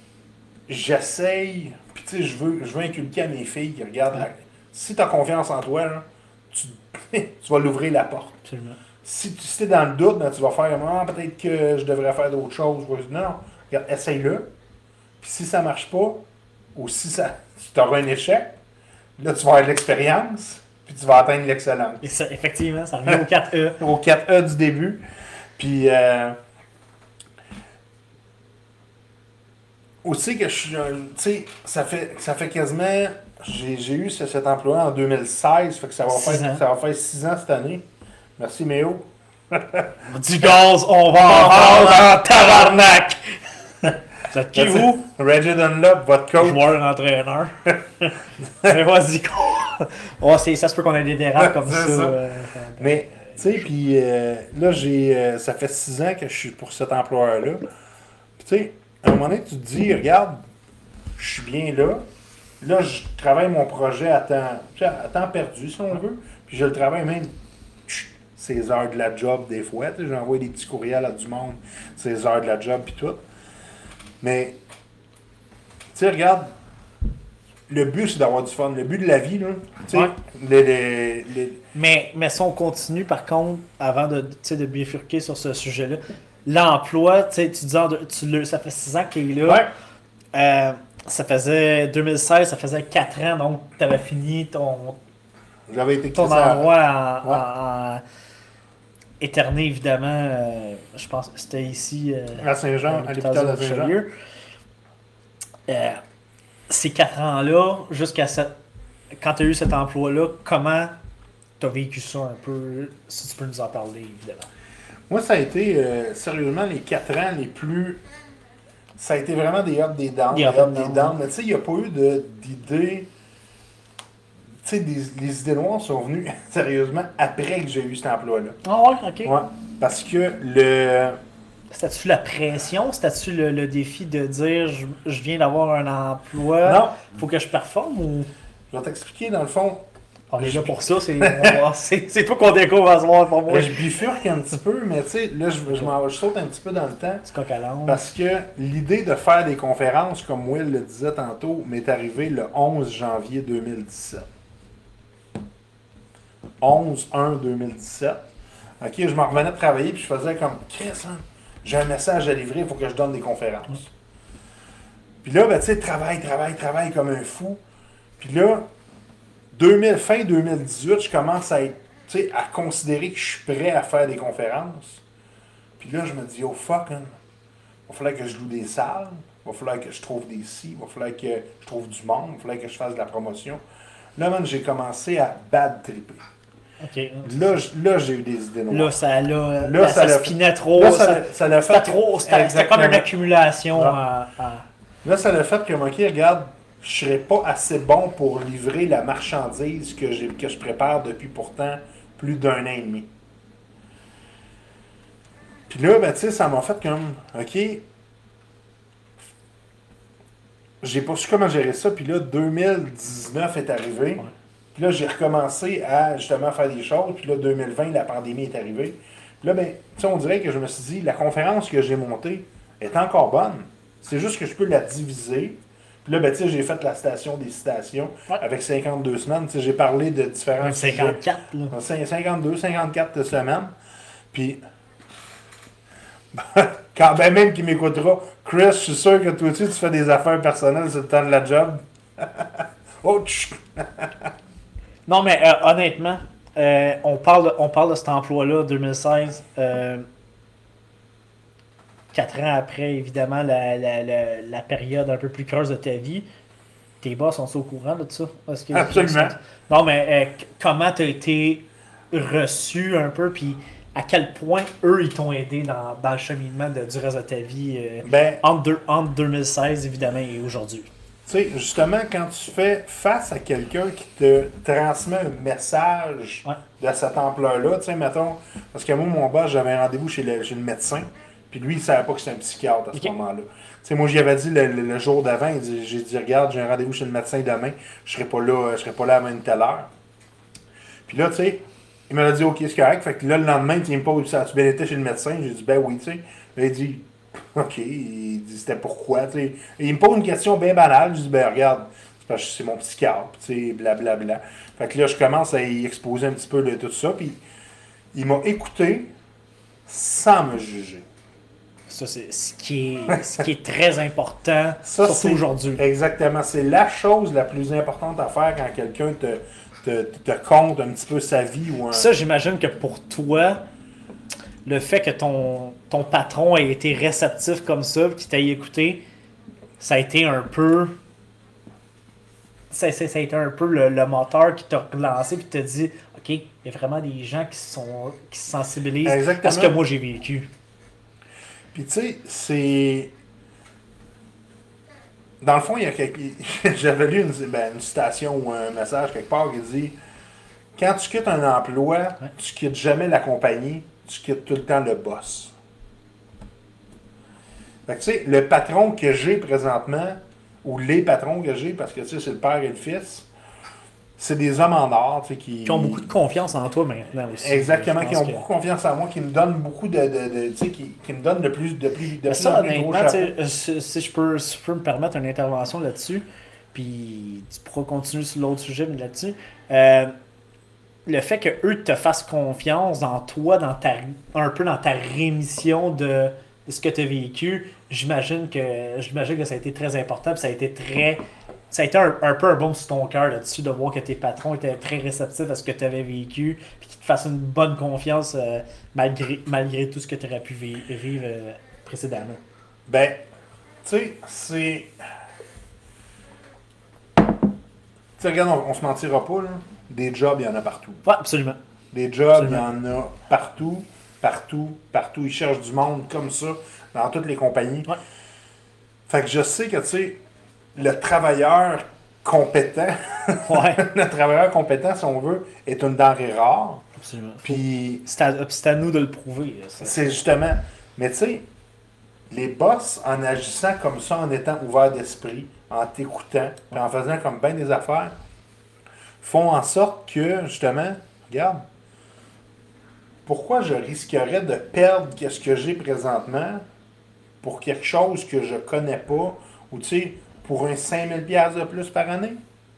j'essaye, puis tu sais, je veux, je veux inculquer à mes filles qui regardent, la- si tu as confiance en toi, là, tu, tu vas l'ouvrir la porte. Absolument. Si tu si es dans le doute, ben, tu vas faire ah, peut-être que je devrais faire d'autres choses. Non, non, regarde, essaye-le. Puis si ça marche pas, ou si ça, tu auras un échec, là, tu vas avoir de l'expérience, puis tu vas atteindre l'excellence. Et ça, effectivement, ça revient au quatre E. Au quatre E du début. Puis, euh, aussi que je suis, un- tu sais, ça fait, ça fait quasiment, j'ai j'ai eu ce- cet emploi en deux mille seize, fait que ça va, Six faire, ans. ça va faire six ans cette année. Merci Méo. Du gaz, on va en vendre en tabarnak! Vous êtes qui, vous? Reggie Dunlop, votre coach. Joueur, entraîneur. Mais vas-y, quoi. Oh, c'est- ça se peut qu'on ait des dérapes comme ça. C'est ça. euh, Mais, tu sais, puis euh, là, j'ai, euh, ça fait six ans que je suis pour cet employeur-là. Puis, tu sais, à un moment donné, tu te dis, regarde, je suis bien là. Là, je travaille mon projet à temps, tu sais, à temps perdu, si on veut. Puis, je le travaille même chut, ces heures de la job, des fois. Tu sais, j'envoie des petits courriels à du monde, ces heures de la job, puis tout. Mais, tu sais, regarde, le but, c'est d'avoir du fun. Le but de la vie, là, tu sais, Ouais. les, les, les- Mais, mais si on continue, par contre, avant de, tu sais, de bifurquer sur ce sujet-là, l'emploi, tu sais, tu dis, en deux- tu le- ça fait six ans qu'il est là. Ouais. Euh, ça faisait deux mille seize, ça faisait quatre ans, donc tu avais fini ton, J'avais été ton crissé à- endroit en, Ouais. en- en éterné, évidemment. euh, je pense que c'était ici, euh, à Saint-Jean, à l'hôpital de Saint-Jean. Richelieu. Euh, ces quatre ans-là, jusqu'à cette... quand tu as eu cet emploi-là, comment tu as vécu ça un peu, si tu peux nous en parler, évidemment. Moi, ça a été, euh, sérieusement, les quatre ans les plus... Ça a été vraiment des ups, des downs, Des des ups ups, and des downs. downs. Mais tu sais, il n'y a pas eu de- d'idées... Tu sais, des- les idées noires sont venues, sérieusement, après que j'ai eu cet emploi-là. Ah ouais, ok. Ouais. Parce que le... C'était-tu la pression? C'était-tu le, le défi de dire je, je viens d'avoir un emploi, Non, faut que je performe ou je vais t'expliquer, dans le fond, on est là pour ça? C'est, on va voir, c'est, c'est toi qu'on découvre à ce moment pour moi. je bifurque un petit peu, mais tu sais, là, je, je, m'en- je saute un petit peu dans le temps. C'est coq à l'âne. Parce que l'idée de faire des conférences, comme Will le disait tantôt, m'est arrivée le onze janvier deux mille dix-sept. onze un deux mille dix-sept. Ok, je m'en revenais de travailler, puis je faisais comme, Chris, hein, j'ai un message à livrer, il faut que je donne des conférences. Puis là, ben, tu sais, travail, travail, travail comme un fou. Puis là, deux mille, fin deux mille dix-huit, je commence à être, tu sais, à considérer que je suis prêt à faire des conférences. Puis là, je me dis, oh fuck, hein, il va falloir que je loue des salles, il va falloir que je trouve des si, il va falloir que je trouve du monde, il va falloir que je fasse de la promotion. Là, man, j'ai commencé à bad tripper. Ok. Là, j- là j'ai eu des idées noires. Là, ça, là, Là, ça, ça l'a- spinait trop. Là, ça, ça, ça l'a fait. c'était trop. C'était, c'était comme une Exactement. accumulation. Ouais. à- à- Là, ça l'a fait que, ok, regarde, je serais pas assez bon pour livrer la marchandise que, j'ai, que je prépare depuis pourtant plus d'un an et demi. Puis là, ben, tu sais, ça m'a fait comme, ok, j'ai pas su comment gérer ça. Puis là, deux mille dix-neuf est arrivé. Ouais. Puis là, j'ai recommencé à justement faire des choses. Puis là, deux mille vingt, la pandémie est arrivée. Puis là, ben, tu sais, on dirait que je me suis dit, la conférence que j'ai montée est encore bonne. C'est juste que je peux la diviser. Puis là, ben, tu sais, j'ai fait la station des citations Ouais. avec cinquante-deux semaines. Tu sais, j'ai parlé de différents Même sujets. cinquante-quatre, là. Cin- cinquante-deux, cinquante-quatre semaines. Puis, quand ben même qu'il m'écoutera, Chris, je suis sûr que toi aussi, tu fais des affaires personnelles sur le temps de la job. Oh, tch! Non, mais euh, honnêtement, euh, on, parle de, on parle de cet emploi-là, deux mille seize. Euh, quatre ans après, évidemment, la, la, la, la période un peu plus creuse de ta vie. Tes boss sont au courant de ça? Est-ce que- Absolument. Non, mais euh, c- comment tu as été reçu un peu, puis à quel point eux, ils t'ont aidé dans, dans le cheminement de- du reste de ta vie euh, Ben, entre, deux- entre deux mille seize, évidemment, et aujourd'hui? tu sais, justement, quand tu fais face à quelqu'un qui te transmet un message Ouais. de cette ampleur-là, tu sais, mettons, parce que moi, mon boss, j'avais un rendez-vous chez le, chez le médecin, puis lui, il ne savait pas que c'était un psychiatre à ce Ok. moment-là. Tu sais, moi, j'y avais dit le, le- le jour d'avant, il dit- j'ai dit, regarde, j'ai un rendez-vous chez le médecin demain, je serai pas là, je serai pas là avant une telle heure. Puis là, tu sais, il m'a dit, ok, c'est correct. Fait que là, le lendemain, il me pose, as-tu bien été chez le médecin? J'ai dit, ben oui, tu sais. Là, il dit, ok, il dit, c'était pourquoi, tu sais. Et il me pose une question bien banale. Je dis, ben regarde, c'est parce que c'est mon psychiatre, tu sais, blablabla. Fait que là, je commence à y exposer un petit peu de tout ça. Puis il m'a écouté sans me juger. Ça, c'est ce qui est, ce qui est très important, Ça, surtout c'est- aujourd'hui. Exactement. C'est la chose la plus importante à faire quand quelqu'un te, te, te compte un petit peu sa vie ou un. Ça, j'imagine que pour toi, le fait que ton, ton patron ait été réceptif comme ça, qu'il t'ait écouté, ça a été un peu. Ça, ça- ça a été un peu le, le moteur qui t'a relancé et qui t'a dit OK, il y a vraiment des gens qui, sont, qui se sensibilisent Exactement. à ce que moi j'ai vécu. Puis tu sais, c'est. Dans le fond, il y a quelque... j'avais lu une, ben, une citation ou un message quelque part qui dit quand tu quittes un emploi, Ouais. tu quittes jamais la compagnie, tu quittes tout le temps le boss. Fait que tu sais, le patron que j'ai présentement, ou les patrons que j'ai, parce que tu sais, c'est le père et le fils, c'est des hommes en or, tu sais, qui... Qui ont beaucoup de confiance en toi maintenant aussi. Exactement, Je qui pense ont que- beaucoup confiance en moi, qui me donnent beaucoup de... de, de- tu sais, qui, qui me donnent de plus, de plus, de Mais plus ça, en plus gros honnêtement, chapeau. tu sais, si, si je peux, si je peux me permettre une intervention là-dessus, puis tu pourras continuer sur l'autre sujet, mais là-dessus. Euh, le fait qu'eux te fassent confiance dans toi, dans ta, un peu dans ta rémission de, de ce que tu as vécu, j'imagine que j'imagine que ça a été très important, puis ça a été très. Ça a été un, un peu un baume sur ton cœur là-dessus de voir que tes patrons étaient très réceptifs à ce que tu avais vécu, puis qu'ils te fassent une bonne confiance euh, malgré, malgré tout ce que tu aurais pu vi- vivre euh, précédemment. Ben, tu sais, c'est. Tu sais, regarde, on, on se mentira pas, là. Des jobs, il y en a partout. Ouais, absolument. Des jobs, il y Absolument. en a partout, partout, partout. Ils cherchent du monde comme ça dans toutes les compagnies. Ouais. Fait que je sais que, tu sais, le travailleur compétent, Ouais, le travailleur compétent, si on veut, est une denrée rare. absolument. Puis C'est à, c'est à nous de le prouver. là, ça. c'est justement. Mais tu sais, les boss, en agissant comme ça, en étant ouverts d'esprit, en t'écoutant, puis en faisant comme bien des affaires, font en sorte que, justement, regarde, pourquoi je risquerais de perdre ce que j'ai présentement pour quelque chose que je connais pas, ou tu sais, pour un cinq mille dollars de plus par année?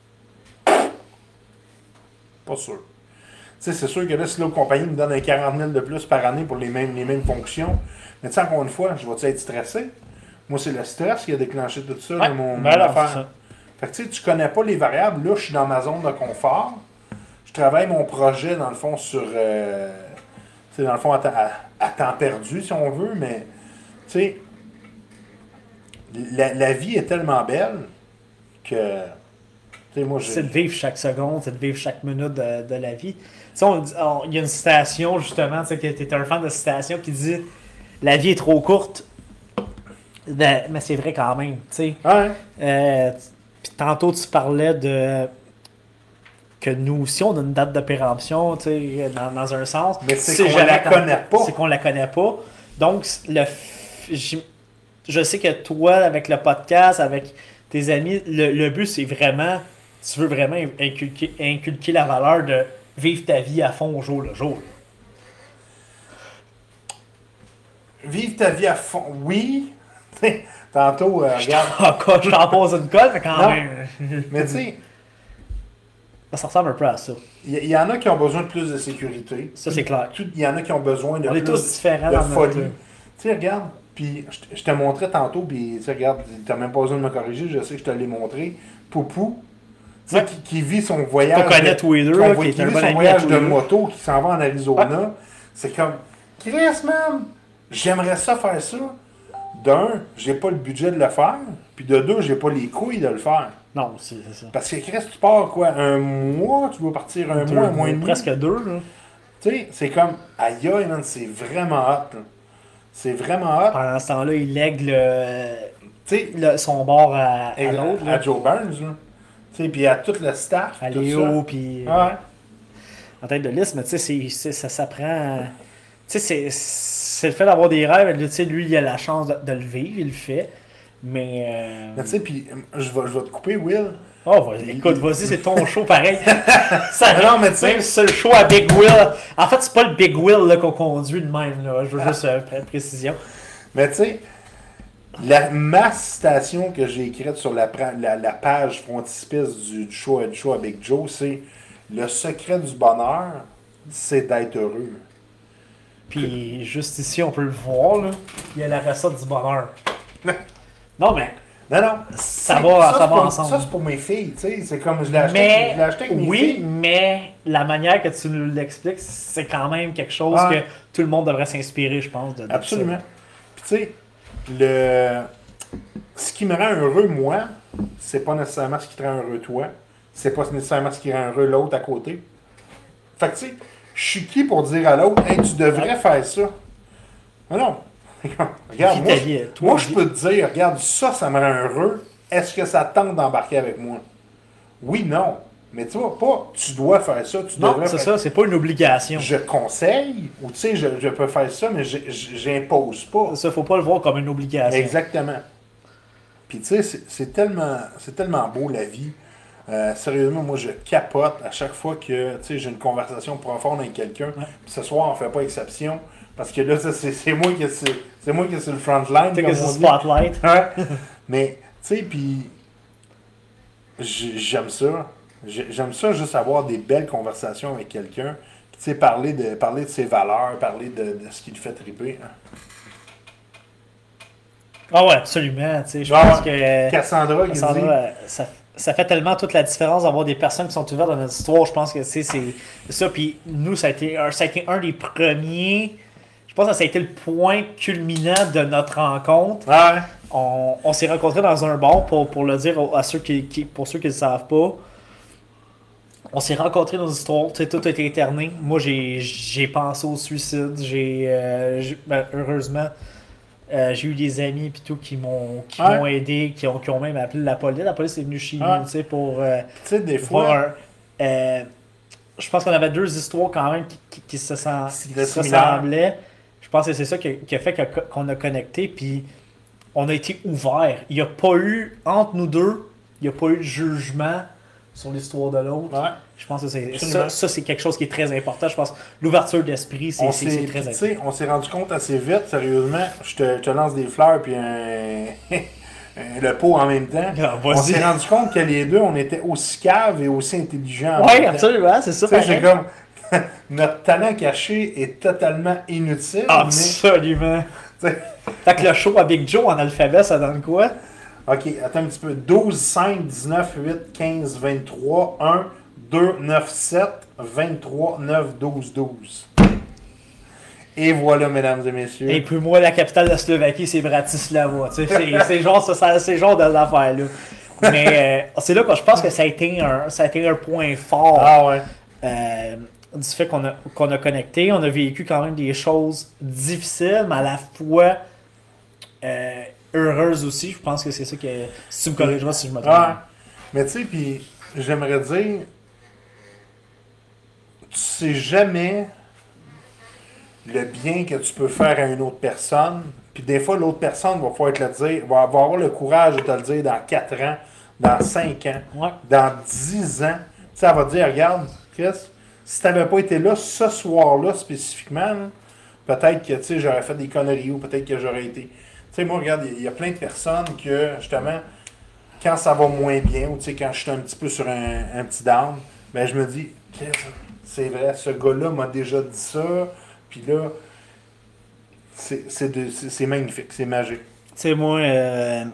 Pas sûr. Tu sais, c'est sûr que là, si l'autre compagnie me donne un quarante mille de plus par année pour les mêmes, les mêmes fonctions, mais tu sais, encore une fois, je vais-tu être stressé? Moi, c'est le stress qui a déclenché tout ça, Ouais, là, mon, ben mon alors, affaire. c'est ça. Fait que tu sais, tu connais pas les variables. Là, je suis dans ma zone de confort. Je travaille mon projet, dans le fond, sur. Euh, tu sais, dans le fond, à, temps- à- à temps perdu, si on veut, mais. Tu sais, la, la vie est tellement belle que. Tu sais, moi, C'est de j'ai. vivre chaque seconde, c'est de vivre chaque minute de, de la vie. Tu sais, on dit- on- il y a une citation, justement, tu sais, que tu es un fan de citation qui dit la vie est trop courte. Ben, mais c'est vrai quand même, tu sais. Ouais. Euh, Puis tantôt, tu parlais de que nous aussi, on a une date de péremption, tu sais, dans, dans un sens. Mais c'est Si qu'on jamais la t'en- connaît pas. C'est qu'on la connaît pas. Donc, le, f- j'im- je sais que toi, avec le podcast, avec tes amis, le, le but, c'est vraiment, tu veux vraiment inculquer, inculquer la valeur de vivre ta vie à fond au jour le jour. Vivre ta vie à fond. Oui. Tu sais, tantôt, euh, Je regarde. t'en je t'en pose une colle, mais quand Non. même. Mais tu sais, Ça ressemble un peu à ça. il y, il y en a qui ont besoin de plus de sécurité. Ça, c'est clair. Tout- Il y en a qui ont besoin de On est plus tous différents de dans folie. notre... Tu sais, regarde, puis je te- je te montrais tantôt, puis tu sais, regarde, t'as même pas besoin de me corriger, je sais que je te l'ai montré. Poupou, tu sais, Ouais. qui, qui vit son voyage. Qu'on connaît de- tous les deux, qu'on là, voit- qui est qui un vit bon son ami à voyage tous de les deux. moto, qui s'en va en Arizona. C'est comme, Chris, man, j'aimerais ça faire ça. D'un, j'ai pas le budget de le faire, puis de deux, j'ai pas les couilles de le faire. Non, c'est c'est ça. Parce que Chris, tu pars quoi, un mois, tu vas partir un Deux mois, un mois et demi. presque deux, là. Tu sais, c'est comme, aïe aïe, man, c'est vraiment hot. là. C'est vraiment hot. Pendant ce temps-là, il lègue le, Tu sais, le- son bord à, à à, l'autre, à là. Joe Burns, là. Tu sais, puis à tout le staff. À tout Léo, puis ça. Ouais. en tête de liste, mais tu sais, c'est- c'est- ça s'apprend. Tu sais, c'est- c'est le fait d'avoir des rêves. Tu sais, lui, il a la chance de, de le vivre, il le fait. Mais. euh, Mais tu sais, puis je vais, je vais te couper, Will. Oh, vas-y, écoute, vas-y, c'est ton show pareil. Ça, Non, mais tu sais- même si c'est le show à Big Will. En fait, c'est pas le Big Will là, qu'on conduit de même. Là. Je veux juste euh, pré- précision. Mais tu sais, la, ma citation que j'ai écrite sur la, pra- la, la page frontispice du, du, show, du show avec Joe, c'est le secret du bonheur, c'est d'être heureux. Puis juste ici, on peut le voir. Là. Il y a la recette du bonheur. Non, mais Non, non. ça C'est- va, ça c'est va pour- ensemble. Ça, c'est pour mes filles, tu sais. C'est comme je l'ai acheté, Mais, je l'ai acheté avec mes oui, filles. mais la manière que tu nous l'expliques, c'est quand même quelque chose Ouais. que tout le monde devrait s'inspirer, je pense. De, de Absolument. ça. Puis tu sais, le... ce qui me rend heureux, moi, c'est pas nécessairement ce qui te rend heureux toi. C'est pas nécessairement ce qui rend heureux l'autre à côté. Fait que tu sais, je suis qui pour dire à l'autre, hey, tu devrais faire ça. Ah non. Regarde, Vis moi, ta je- vie, toi, moi je vis- peux te dire, regarde, ça, ça me rend heureux. Est-ce que ça te tente d'embarquer avec moi? Oui, non. Mais tu vois, pas, tu dois faire ça, tu Non, devrais c'est faire ça, c'est pas une obligation. Je conseille, ou tu sais, je, je peux faire ça, mais je- je- j'impose pas. Ça, faut pas le voir comme une obligation. Exactement. Puis tu sais, c'est- c'est tellement, c'est tellement beau la vie. Euh, sérieusement, moi je capote à chaque fois que tu sais, j'ai une conversation profonde avec quelqu'un. Ouais. Puis ce soir, on fait pas exception. Parce que là, ça, c'est c'est moi qui c'est c'est moi qui est sur le front line. Tu sais comme que c'est on le dit. spotlight. Ouais. Mais tu sais, puis J'ai- J'aime ça. J'ai- J'aime ça juste avoir des belles conversations avec quelqu'un. Tu sais, parler de, parler de ses valeurs, parler de, de ce qui le fait triper. Hein. Ah ouais, absolument. Tu sais, je Ah pense ouais. que Cassandra qui Cassandra, dit euh, ça, ça fait tellement toute la différence d'avoir des personnes qui sont ouvertes dans notre histoire. Je pense que tu sais, c'est c'est ça. Puis nous, ça a, été un, ça a été un des premiers. Je pense que ça a été le point culminant de notre rencontre. ah ouais. On, on s'est rencontrés dans un bar pour, pour le dire à ceux qui, qui- pour ceux qui ne le savent pas. On s'est rencontrés dans une histoire, tu sais, tout a été éterné. Moi, j'ai j'ai pensé au suicide. J'ai, euh, j'ai- ben, heureusement, euh, j'ai eu des amis pis tout qui m'ont qui Ouais. m'ont aidé, qui ont, qui ont même appelé la police. La police est venue chez Ouais. nous, tu sais, pour, euh, Puis tu sais, des pour voir fois, un. euh, je pense qu'on avait deux histoires quand même qui, qui- qui se, sem- qui c'était se similaire. ressemblaient. Je pense que c'est ça qui, qui a fait que- qu'on a connecté, puis on a été ouvert. Il n'y a pas eu, entre nous deux, il n'y a pas eu de jugement sur l'histoire de l'autre. Ouais. Je pense que c'est Absolument. ça, ça c'est quelque chose qui est très important. Je pense que l'ouverture d'esprit, c'est On c'est- s'est c'est puis, très tu important. sais, on s'est rendu compte assez vite, sérieusement. Je te, je te lance des fleurs puis un, un- le pot en même temps. Ah, On vas-y. s'est rendu compte que les deux, on était aussi caves et aussi intelligents. en Oui, même temps. absolument, c'est ça. Tu sais, j'ai pareil. comme. Notre talent caché est totalement inutile, Ah, mais. absolument. tu sais, Fait que le show à Big Joe en alphabet, ça donne quoi? Ok, attends un petit peu. douze, cinq, dix-neuf, huit, quinze, vingt-trois, un, deux, neuf, sept, vingt-trois, neuf, douze, douze. Et voilà, mesdames et messieurs. Et puis moi, la capitale de la Slovaquie, c'est Bratislava. Tu sais, c'est c'est genre, ça, ça- c'est genre de affaires-là. Mais euh, c'est là que je pense que ça a été un, ça a été un point fort Ah ouais. euh, du fait qu'on a, qu'on a connecté. On a vécu quand même des choses difficiles, mais à la fois euh, heureuses aussi. Je pense que c'est ça que. Si tu me corrigeras si je me trompe. Ah, mais tu sais, puis j'aimerais dire, tu sais jamais le bien que tu peux faire à une autre personne. Puis des fois, l'autre personne va pouvoir te le dire, va avoir le courage de te le dire dans quatre ans, dans cinq ans, Ouais. dans dix ans. Tu sais, elle va te dire, regarde, Chris, si tu n'avais pas été là ce soir-là spécifiquement, là, peut-être que tu sais, j'aurais fait des conneries ou peut-être que j'aurais été. Tu sais, moi, regarde, il y a plein de personnes que, justement, quand ça va moins bien, ou tu sais, quand je suis un petit peu sur un, un petit down, ben je me dis, Chris, c'est vrai, ce gars-là m'a déjà dit ça, puis là, c'est c'est de- c'est- c'est magnifique, c'est magique. Tu sais, moi, euh,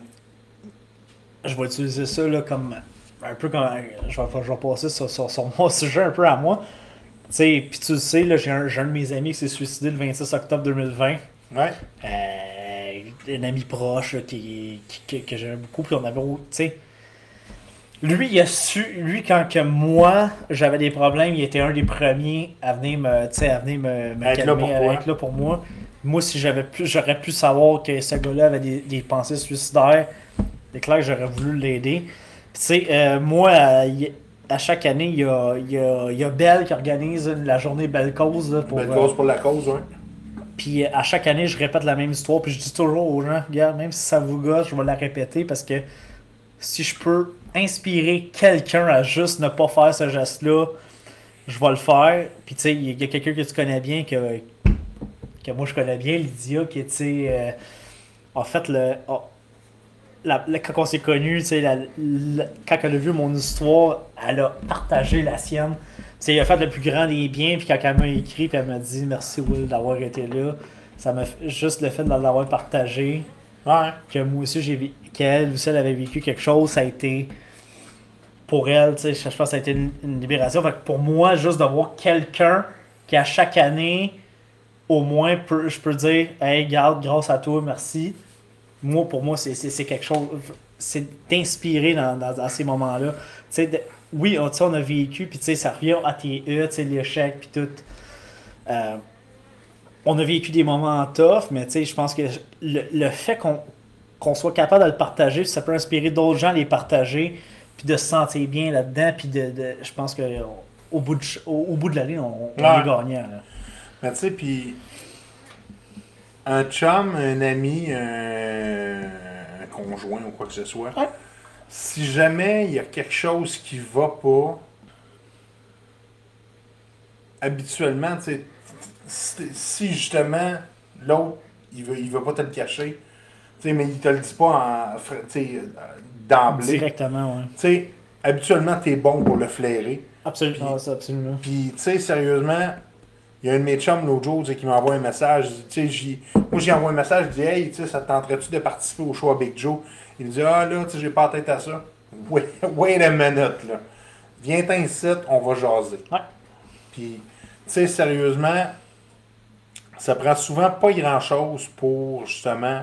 je vais utiliser ça là, comme. Un peu comme. Je vais, je vais passer sur, sur, sur mon sujet un peu à moi. Tu sais, puis tu le sais, là, j'ai un, j'ai un de mes amis qui s'est suicidé le vingt-six octobre deux mille vingt. Ouais, Euh, un ami proche là, qui, qui- que, que j'aime beaucoup, puis on avait. Tu sais. Lui, il a su. Lui, quand que moi, j'avais des problèmes, il était un des premiers à venir me, tu sais, à venir me, me Être là calmer, pour à toi. être là pour moi. Moi, si j'avais pu, j'aurais pu savoir que ce gars-là avait des, des pensées suicidaires, c'est clair que j'aurais voulu l'aider. Puis, tu sais, euh, moi, à, y- à chaque année, il y a, il y, a, il y a Belle qui organise une- la journée Belle Cause. Là, pour, belle euh, cause pour la cause, ouais. puis à chaque année, je répète la même histoire. Puis je dis toujours aux gens, regarde, même si ça vous gosse, je vais la répéter parce que si je peux inspirer quelqu'un à juste ne pas faire ce geste-là, je vais le faire. Puis tu sais, il y a quelqu'un que tu connais bien, que, que moi je connais bien, Lydia, qui était. Euh, en fait, le, oh, la- la- quand on s'est connus, tu sais, la- la- quand elle a vu mon histoire, elle a partagé la sienne. Tu sais, il a fait le plus grand des biens, puis quand elle m'a écrit, puis elle m'a dit merci Will d'avoir été là, ça m'a fait- juste le fait de l'avoir partagé, Ouais. que moi aussi j'ai vécu, qu'elle aussi elle avait vécu quelque chose, ça a été pour elle, tu sais, je pense que ça a été une, une libération. Fait que pour moi, juste d'avoir quelqu'un qui à chaque année, au moins, peut- je peux dire, hey, garde, grâce à toi, merci. Moi, pour moi, c'est c'est- c'est quelque chose, c'est d'inspirer dans, dans, dans ces moments-là. Tu sais, de- oui, on, tu sais, on a vécu, puis tu sais, ça revient à tes E, tu sais, l'échec, puis tout. Euh, on a vécu des moments tough, mais tu sais, je pense que le, le fait qu'on qu'on soit capable de le partager, ça peut inspirer d'autres gens à les partager, puis de se sentir bien là-dedans, puis de, de- je pense que au bout de, ch- au, au bout de la ligne, on, on Ouais. est gagnant. Là. Mais tu sais, puis un chum, un ami, un, un conjoint ou quoi que ce soit, Ouais. si jamais il y a quelque chose qui va pas, habituellement, tu sais, si, si justement l'autre, il veut, il veut pas te le cacher, tu sais, mais il te le dit pas en, fr- tu sais, d'emblée. Directement, ouais. Tu sais, habituellement, t'es bon pour le flairer. Absolument, ça, absolument. Puis, tu sais, sérieusement, il y a un de mes chums l'autre jour qui m'envoie un message. Tu sais, moi, j'ai envoyé un message, je dis, hey, tu sais, ça te tenterait-tu de participer au show à Big Joe? Il me dit, ah là, tu sais, j'ai pas la tête à ça. Wait, wait a minute, là. Viens-t'en ici, on va jaser. Ouais. Puis, tu sais, sérieusement, ça prend souvent pas grand-chose pour, justement,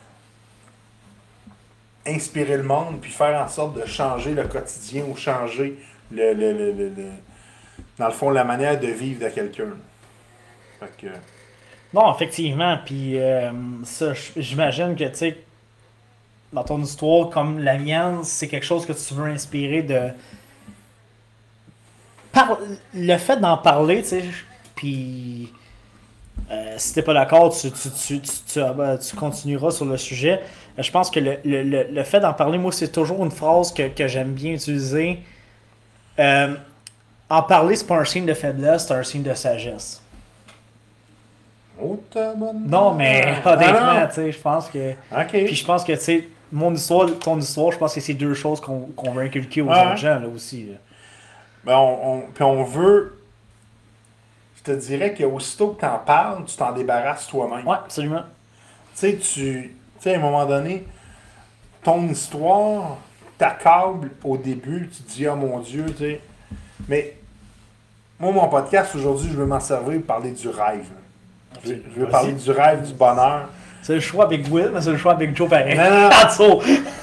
inspirer le monde, puis faire en sorte de changer le quotidien ou changer, le, le, le, le, le dans le fond, la manière de vivre de quelqu'un. Fait que... Non, effectivement. Puis, euh, ça, j'imagine que, tu sais, dans ton histoire, comme la mienne, c'est quelque chose que tu veux inspirer de... Par... Le fait d'en parler, tu sais, puis... Euh, si t'es pas d'accord, tu, tu, tu, tu, tu, euh, tu continueras sur le sujet. Euh, je pense que le, le, le, le fait d'en parler, moi, c'est toujours une phrase que, que j'aime bien utiliser. Euh, en parler, c'est pas un signe de faiblesse, c'est un signe de sagesse. Oh, ta bonne... Non, mais honnêtement, tu sais, je pense que... OK. Puis je pense que, tu sais, mon histoire, ton histoire, je pense que c'est deux choses qu'on qu'on veut inculquer aux Ouais. autres gens, là, aussi. Là. Ben, on, on, puis on veut... Je te dirais qu'aussitôt que t'en parles, tu t'en débarrasses toi-même. Ouais, absolument. Tu sais, tu... Tu sais, à un moment donné, ton histoire t'accable au début, tu te dis, oh mon Dieu, tu sais. Mais moi, mon podcast, aujourd'hui, je veux m'en servir pour parler du rêve. Je, je veux Vas-y. parler du rêve, du bonheur. C'est le choix Big Will, mais c'est le choix Big Joe pareil. Non, non, non. Ah, so.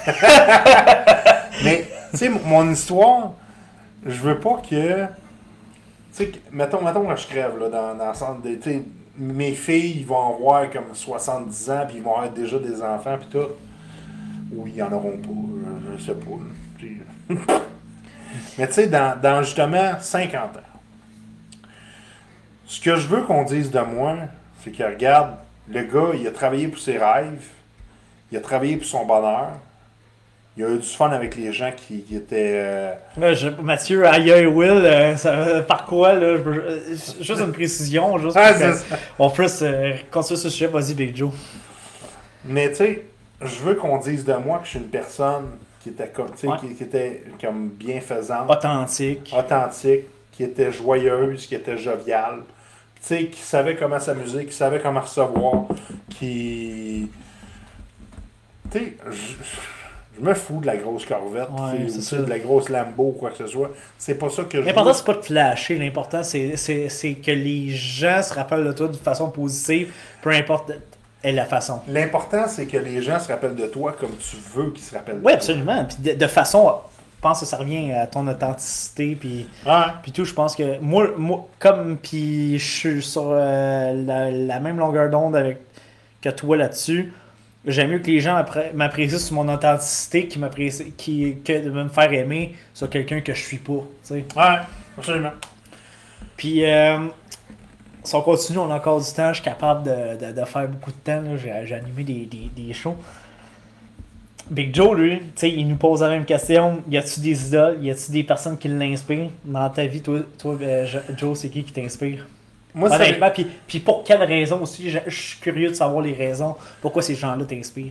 Mais, tu sais, mon histoire, je veux pas que... Tu sais, mettons, mettons que je crève, là, dans, dans le centre de... Tu sais, mes filles, ils vont avoir comme soixante-dix ans, puis ils vont avoir déjà des enfants, puis tout. Ou ils en auront pas, je, je sais pas. Là, tu sais. Mais tu sais, dans, dans justement cinquante ans, ce que je veux qu'on dise de moi, c'est que, regarde, le gars, il a travaillé pour ses rêves, il a travaillé pour son bonheur, il a eu du fun avec les gens qui, qui étaient... Euh... Là, je, Mathieu, aïe aïe Will, euh, ça, euh, par quoi, là? Je peux- euh, juste une précision, juste Ah, pour que- c'est ça. on puisse euh, continuer ce sujet. Vas-y, Big Joe. Mais tu sais, je veux qu'on dise de moi que je suis une personne qui était comme, tu sais, Ouais. qui, qui était comme bienfaisante, Authentique. authentique, qui était joyeuse, qui était joviale, tu sais, qui savait comment s'amuser, qui savait comment recevoir, qui... Tu sais, je, je me fous de la grosse Corvette, Ouais, tu sais, c'est ou, tu sais, ça. de la grosse Lambo ou quoi que ce soit. C'est pas ça que je L'important, veux. c'est pas de flasher. L'important, c'est, c'est, c'est que les gens se rappellent de toi de façon positive, peu importe est la façon. L'important, c'est que les gens se rappellent de toi comme tu veux qu'ils se rappellent de Oui, toi. absolument. Puis de, de façon, je pense que ça revient à ton authenticité. Puis, Ouais. puis tout, je pense que moi, moi comme puis je suis sur euh, la, la même longueur d'onde avec que toi là-dessus. J'aime mieux que les gens appré- m'apprécient sur mon authenticité qui m'apprécient, qui, que de me faire aimer sur quelqu'un que je suis pas. Tu sais. Ouais, absolument. Puis, euh, si on continue, on a encore du temps. Je suis capable de, de, de faire beaucoup de temps. là. J'ai, j'ai animé des, des, des shows. Big Joe, lui, tu sais, il nous pose la même question. Y a-tu des idoles? Y a-tu des personnes qui l'inspirent? Dans ta vie, toi, toi euh, Joe, c'est qui qui t'inspire? Moi, ça... Honnêtement, puis, puis pour quelles raisons aussi? Je, je suis curieux de savoir les raisons. Pourquoi ces gens-là t'inspirent?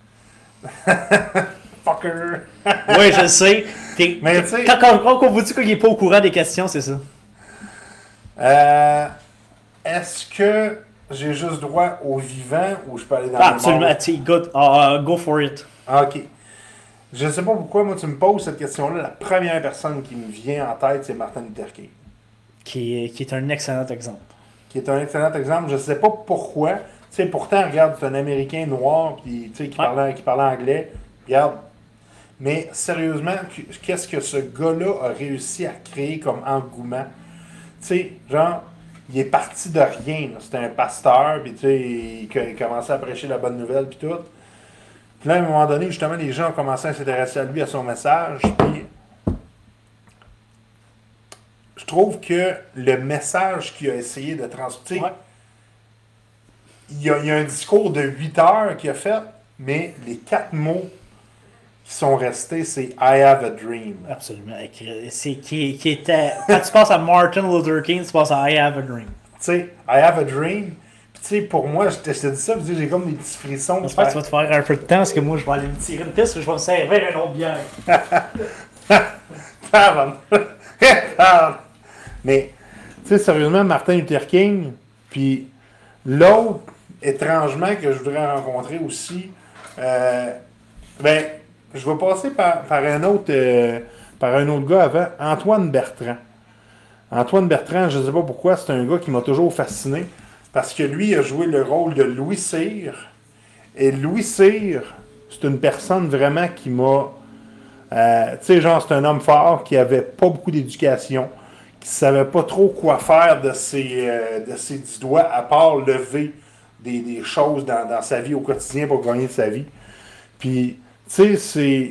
Fucker! Oui, je sais. T'es- Mais tu sais- quand, quand, quand on vous dit qu'il n'est pas au courant des questions, c'est ça. Euh, Est-ce que j'ai juste droit au vivant ou je peux aller dans Ah, le absolument. mort? Tu sais, Good. Ah, go for it. Ah, ok. Je sais pas pourquoi, moi, tu me poses cette question-là. La première personne qui me vient en tête, c'est Martin Luther King. Qui est, qui est un excellent exemple. Qui est un excellent exemple. Je sais pas pourquoi. Tu sais, pourtant, regarde, c'est un Américain noir qui, tu sais, qui, Ouais. parlait, qui parlait anglais. Regarde. Mais sérieusement, qu'est-ce que ce gars-là a réussi à créer comme engouement? Tu sais, genre, il est parti de rien. là. C'était un pasteur, puis tu sais, il, il commençait à prêcher la bonne nouvelle, puis tout. Puis là, à un moment donné, justement, les gens ont commencé à s'intéresser à lui, à son message, puis je trouve que le message qu'il a essayé de transmettre, Ouais. il, y a, il y a un discours de huit heures qu'il a fait, mais les quatre mots qui sont restés, c'est « I have a dream ». Absolument. C'est qui, qui était. Quand tu penses à Martin Luther King, tu penses à I Have a Dream. Tu sais, « I have a dream ». Puis tu sais, pour moi, je te, je te dis ça, puis j'ai comme des petits frissons. J'espère que tu vas te faire un peu de temps parce que moi, je vais aller me tirer une piste et je vais me servir un autre bière. Pardon. Mais, tu sais, sérieusement, Martin Luther King, puis l'autre, étrangement, que je voudrais rencontrer aussi, euh, ben, je vais passer par, par un autre euh, par un autre gars avant, Antoine Bertrand. Antoine Bertrand, je ne sais pas pourquoi, c'est un gars qui m'a toujours fasciné, parce que lui a joué le rôle de Louis Cyr, et Louis Cyr, c'est une personne vraiment qui m'a... Euh, tu sais, genre, c'est un homme fort qui avait pas beaucoup d'éducation, qui savait pas trop quoi faire de ses, euh, de ses dix doigts, à part lever des, des choses dans, dans sa vie au quotidien pour gagner de sa vie. Puis, tu sais, c'est...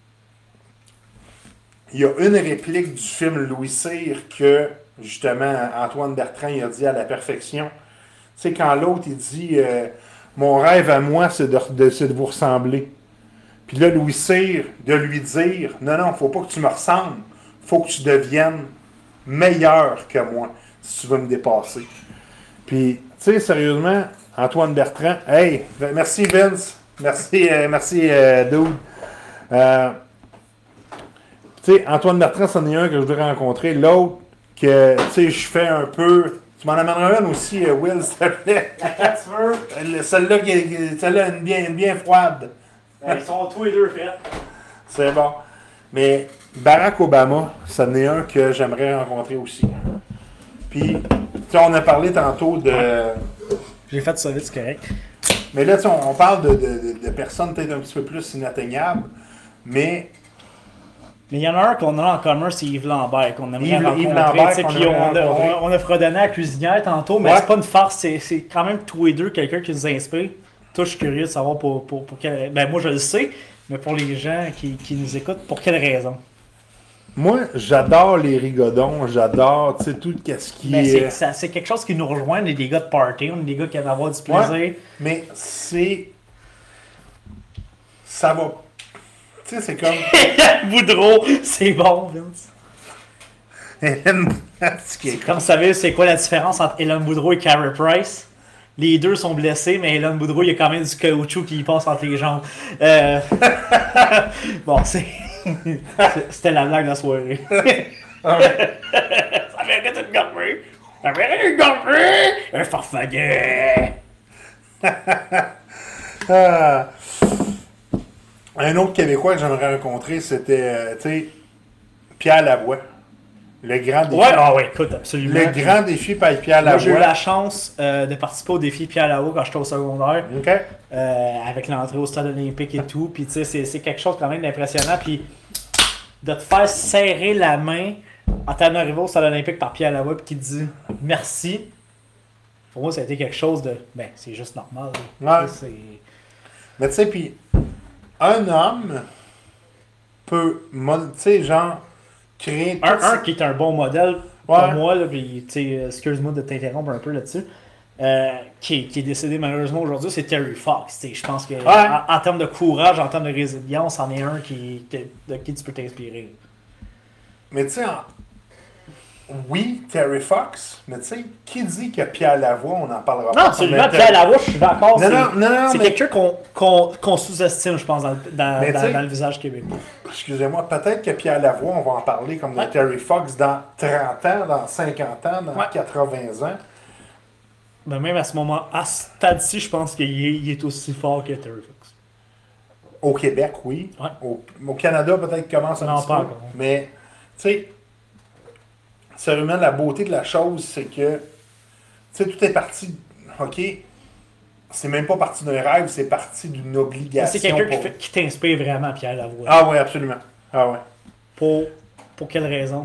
Il y a une réplique du film Louis Cyr que, justement, Antoine Bertrand il a dit à la perfection. Tu sais, quand l'autre, il dit euh, mon rêve à moi, c'est de, de, c'est de vous ressembler. Puis là, Louis Cyr, de lui dire non, non, faut pas que tu me ressembles. Faut que tu deviennes meilleur que moi si tu veux me dépasser. Puis, tu sais, sérieusement, Antoine Bertrand, hey, merci Vince. Merci, euh, merci, euh, Dude. Euh, tu sais, Antoine Bertrand, c'en est un que je voudrais rencontrer. L'autre, que, tu sais, je fais un peu. Tu m'en amèneras une aussi, euh, Will, s'il te plaît. Celle-là, qui est, celle-là, une bien, une bien froide. Ils sont tous les deux faits. C'est bon. Mais Barack Obama, c'en est un que j'aimerais rencontrer aussi. Puis, tu sais, on a parlé tantôt de. J'ai fait ça vite, c'est correct. Mais là, tu sais, on, on parle de, de, de personnes peut-être un petit peu plus inatteignables, mais. Mais il y en a un qu'on a en commun, c'est Yves Lambert, qu'on aimerait Yves, rencontrer. Yves Lambert, puis qu'on on, aimerait a, rencontrer. on, on a fredonné à la cuisinière tantôt, mais Ouais. c'est pas une farce, c'est, c'est quand même tous les deux quelqu'un qui nous inspire. Toi, je suis curieux de savoir pour, pour, pour quelle... Ben moi, je le sais, mais pour les gens qui, qui nous écoutent, pour quelle raison? Moi, j'adore les rigodons, j'adore, tu sais, tout ce qui Mais est... c'est, ça- c'est quelque chose qui nous rejoint, on est des gars de party, on est des gars qui aiment avoir du plaisir. Ouais, mais c'est... Ça va... Tu sais, c'est comme... Boudreau, c'est bon, Vince. Hélène qui est Comme vous savez, c'est quoi la différence entre Hélène Boudreau et Carey Price? Les deux sont blessés, mais Hélène Boudreau, il y a quand même du caoutchouc qui passe entre les jambes. Euh... bon, c'est... C'était la blague de la soirée. Ça mérite une gorgée. Ça mérite une gorgée. Un farfadet. Ah. Un autre Québécois que j'aimerais rencontrer, c'était, euh, tu sais, Pierre Lavoie. Le grand défi. Ouais, ah ouais, écoute, absolument. Le grand défi par Pierre Moi, j'ai eu Lavoie. la chance euh, de participer au défi Pierre Lavoie quand j'étais au secondaire. OK. Euh, avec l'entrée au stade olympique et tout. Puis tu sais, c'est, c'est quelque chose quand même d'impressionnant. Puis de te faire serrer la main en t'en arrivant au stade olympique par Pierre Lavoie puis qui te dit merci. Pour moi, ça a été quelque chose de. Ben, c'est juste normal. Ouais. C'est... Mais tu sais, puis un homme peut, mon- tu sais, genre, créer... Un, tout- un qui est un bon modèle pour Ouais. moi, là, puis tu sais, excuse-moi de t'interrompre un peu là-dessus. Euh, qui, est, qui est décédé malheureusement aujourd'hui, c'est Terry Fox. Je pense que en, en termes de courage, en termes de résilience, c'en est un qui, qui- de qui tu peux t'inspirer. Mais tu sais, en- oui, Terry Fox, mais tu sais, qui dit que Pierre Lavoie, on n'en parlera Non, pas? absolument, comme Pierre Lavoie, je suis d'accord. Non, c'est, non, non, non, c'est mais- quelqu'un qu'on, qu'on, qu'on sous-estime, je pense, dans, dans, Mais dans, tu sais- dans le visage québécois. Excusez-moi, peut-être que Pierre Lavoie, on va en parler comme de Ouais. Terry Fox dans trente ans, dans cinquante ans, dans Ouais. quatre-vingts ans. Mais même à ce moment, à ce stade-ci, je pense qu'il est, il est aussi fort que Terry Fox. Au Québec, oui. Ouais. Au, au Canada, peut-être qu'il commence un Non, petit pas peu. encore. Mais, tu sais, sérieusement, la beauté de la chose, c'est que, tu sais, tout est parti, OK, c'est même pas parti d'un rêve, c'est parti d'une obligation. C'est quelqu'un qui, pour- fait- qui t'inspire vraiment, Pierre Lavoie. Ah oui, absolument. Ah ouais. Pour, pour quelle raison?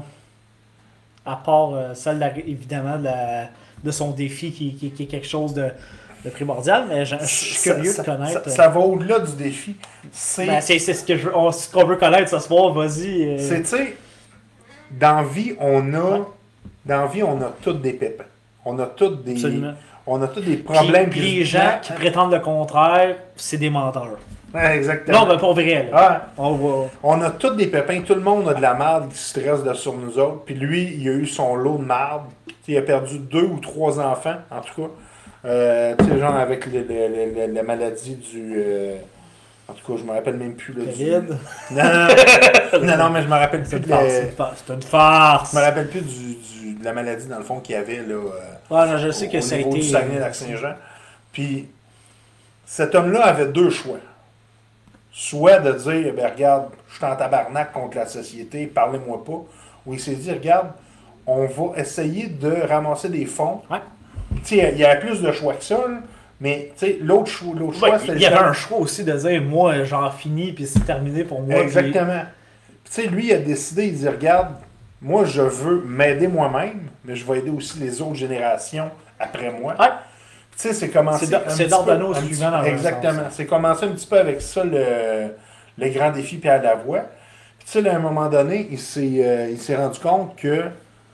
À part euh, celle, de la- évidemment, de, la- de son défi qui, qui- qui est quelque chose de, de primordial, mais je, je suis Ça- curieux ça, de connaître. Ça, ça va au-delà du défi. C'est, Ben, c'est, c'est ce, que je, veux- on- ce qu'on veut connaître ce soir, vas-y. euh. c'est, tu sais, dans la vie, on a, Ouais. dans la vie, on a tous des pépins. On a tous des, Absolument. on a tous des Puis- problèmes. puis qui les se gens plient. qui prétendent le contraire, c'est des menteurs. Ouais, exactement. Non, mais pour vrai. Là. Ah, On va... on a tous des pépins, tout le monde a de la merde qui stresse de sur nous autres. Puis lui, il a eu son lot de merde. Il a perdu deux ou trois enfants, en tout cas. Euh, tu sais, genre avec le- le- le- le- la maladie du. euh, En tout cas, je me rappelle même plus. Là, COVID. du... Non, non, non, non, mais je me rappelle plus. C'est une, de farce, la... c'est une farce. C'est une farce. Je me rappelle plus du, du, de la maladie, dans le fond, qu'il y avait là, euh, ouais, non, je sais au, que au ça a niveau été. du Saguenay-Lac-Saint-Jean. Puis, cet homme-là avait deux choix. Soit de dire, ben, regarde, je suis en tabarnak contre la société, parlez-moi pas. Ou il s'est dit, regarde, on va essayer de ramasser des fonds. Ouais. Tu sais, il y avait plus de choix que ça, là. Mais tu sais, l'autre choix, l'autre choix, Ouais, c'était il y avait un choix aussi de dire, moi, j'en finis, puis c'est terminé pour moi. Exactement. Tu sais, lui, il a décidé, il dit, regarde, moi, je veux m'aider moi-même, mais je vais aider aussi les autres générations après moi. Ouais. Tu sais, c'est commencé. C'est d'ordonner au suivant dans Exactement. C'est commencé un petit peu avec ça, le, le grand défi puis à la voix. Puis tu sais, à un moment donné, il s'est euh, il s'est rendu compte que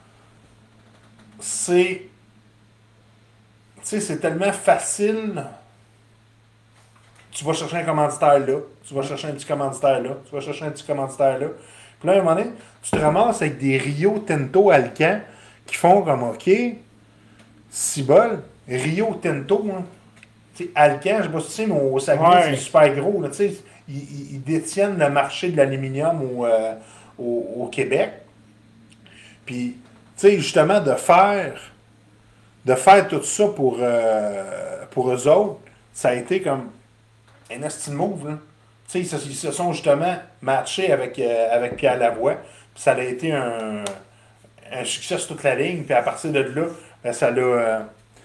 c'est. Tu sais, c'est tellement facile. Tu vas chercher un commanditaire là, tu vas chercher un petit commanditaire là, tu vas chercher un petit commanditaire là. Puis là, à un moment donné, tu te ramasses avec des Rio Tinto Alcan qui font comme OK, cibole, Rio Tinto, hein. Tu sais, Alcan, je sais pas si tu sais, mais au Saguenay, Ouais. c'est super gros. Là, tu sais, ils, ils- ils détiennent le marché de l'aluminium au, euh, au, au Québec. Puis, tu sais, justement, de faire, de faire tout ça pour, euh, pour eux autres, ça a été comme un estime move. Là. Tu sais, ils, se- ils se sont justement matchés avec, euh, avec Pierre Lavoie. Puis ça a été un, un succès sur toute la ligne. Puis à partir de là, ben, ça l'a. euh,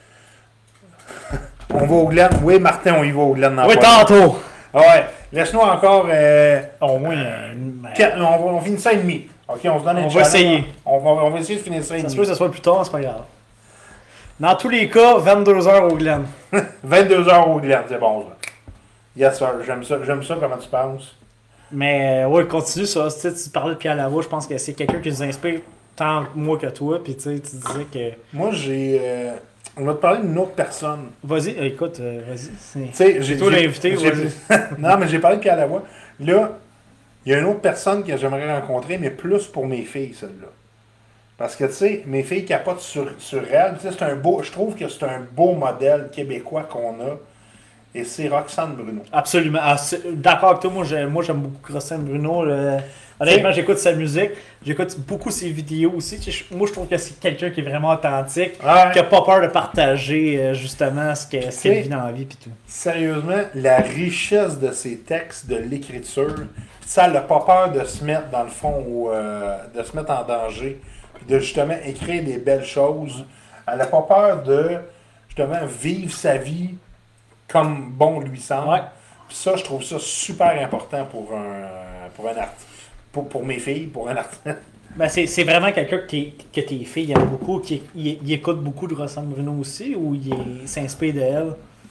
On va au Glen. Oui, Martin, on y va au Glen dans Oui, pas longtemps. tantôt. Ah ouais. Laisse-nous encore. euh, Au moins, euh, ben, quatre- on, va, on finit ça et demi. OK, on se donne un On va challenge. essayer. On va, on va essayer de finir ça et ça se demi. peut que ce soit plus tard, c'est pas grave. Dans tous les cas, vingt-deux heures au Glen. vingt-deux heures au Glen, c'est bon ça. Yes, sir. J'aime ça. J'aime ça, comment tu penses? Mais euh, ouais, continue ça. Tu sais, tu parlais de Pierre Lavoie, je pense que c'est quelqu'un qui nous inspire tant moi que toi. Puis tu sais, tu disais que. Moi, j'ai. euh, on va te parler d'une autre personne. Vas-y, euh, écoute, euh, vas-y. c'est- Tu sais, j'ai. toi j'ai- l'invité, j'ai- vas-y. Non, mais j'ai parlé de Pierre Lavoie. Là, il y a une autre personne que j'aimerais rencontrer, mais plus pour mes filles, celle-là. Parce que, tu sais, mes filles capotent sur, sur elle. Tu sais, c'est un beau. Je trouve que c'est un beau modèle québécois qu'on a. Et c'est Roxane Bruno. Absolument. Ah, c'est- D'accord avec toi, moi j'ai- moi, j'aime beaucoup Roxane Bruno. le- Honnêtement, j'écoute sa musique, j'écoute beaucoup ses vidéos aussi. Tu sais, je- Moi, je trouve que c'est quelqu'un qui est vraiment authentique, Ouais. qui n'a pas peur de partager euh, justement ce que- ce qu'elle C'est- vit dans la vie. Puis tout. Sérieusement, la richesse de ses textes, de l'écriture, ça n'a pas peur de se mettre dans le fond, au, euh, de se mettre en danger, puis de justement écrire des belles choses. Elle n'a pas peur de justement vivre sa vie comme bon lui semble. Ouais. Puis ça, je trouve ça super important pour un, pour un artiste. Pour, pour mes filles, pour un artiste. Ben, c'est c'est vraiment quelqu'un que, que tes filles aiment beaucoup, qui il, il écoute beaucoup de Roxane Bruno aussi, ou il, est- il s'inspire d'elle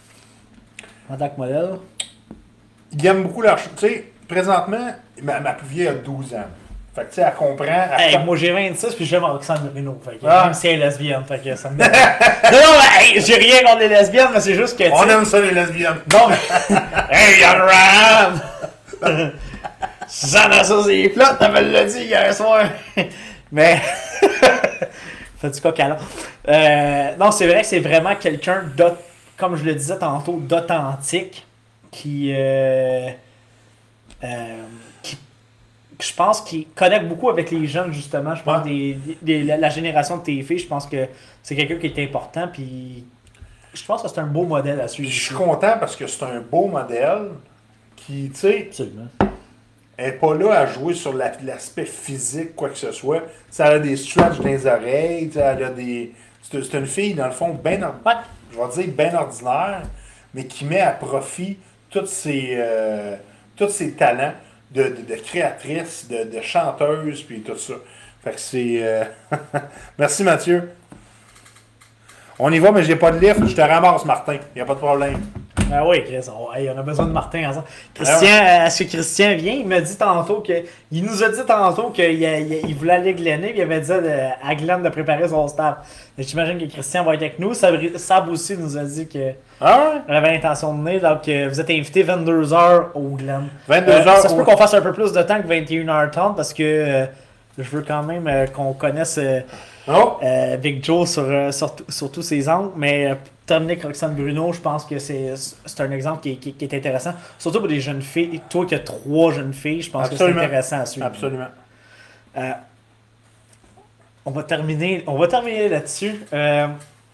en tant que modèle. Ils aiment beaucoup leur... ch- Tu sais, présentement, ma, ma plus vieille a douze ans. Fait que tu sais, elle comprend... elle Hey, com- moi j'ai vingt-six puis j'aime Roxane Bruno. Fait que, Ah. même si elle est lesbienne, fait que ça me dérange. Non, non, mais hey, j'ai rien contre les lesbiennes, mais c'est juste que. tu On sais- aime ça, les lesbiennes. Non, mais. Hey, Young Ram! Suzanne a ça, c'est flotte, elle me l'a dit hier soir. Mais. Fais du coq à l'âne. Euh, Non, c'est vrai que c'est vraiment quelqu'un, d'aut- comme je le disais tantôt, d'authentique qui. euh, euh, qui je pense qu'il connecte beaucoup avec les jeunes, justement. Je pense Ouais. des, des- des- la, la génération de tes filles, je pense que c'est quelqu'un qui est important. Puis je pense que c'est un beau modèle à suivre. Je suis content parce que c'est un beau modèle qui, tu sais, Absolument. n'est pas là à jouer sur la- l'aspect physique, quoi que ce soit. Ça a des stretches dans les oreilles, tu sais, elle a des... C'est c'est une fille, dans le fond, bien... Ouais. Je vais dire bien ordinaire, mais qui met à profit tous ses, euh, tous ses talents de, de, de créatrice, de, de chanteuse, puis tout ça. Fait que c'est... euh, Merci Mathieu. On y va, mais j'ai pas de lift. Je te ramasse, Martin. Il n'y a pas de problème. Ah oui, Chris, on, hey, on a besoin de Martin ensemble. Christian, euh, est-ce que Christian vient? Il m'a dit tantôt que. Il nous a dit tantôt qu'il il, il voulait aller glaner, puis il avait dit à, à Glenn de préparer son staff. Mais j'imagine que Christian va être avec nous. Sab, Sab aussi nous a dit qu'il Ah ouais? avait l'intention de venir. Donc euh, vous êtes invité vingt-deux heures au Glen. vingt-deux Euh, heures ça se peut au- qu'on fasse un peu plus de temps que vingt et une heures trente parce que euh, Je veux quand même euh, qu'on connaisse euh, Oh! euh, Big Joe sur, euh, sur, sur tous ses angles, mais euh, pour terminer avec Roxane Bruno, je pense que c'est c'est un exemple qui, est- qui, qui est intéressant. Surtout pour des jeunes filles. Toi qui as trois jeunes filles, je pense Absolument. que c'est intéressant à suivre. Absolument. Euh, on va terminer, on va terminer là-dessus. Euh,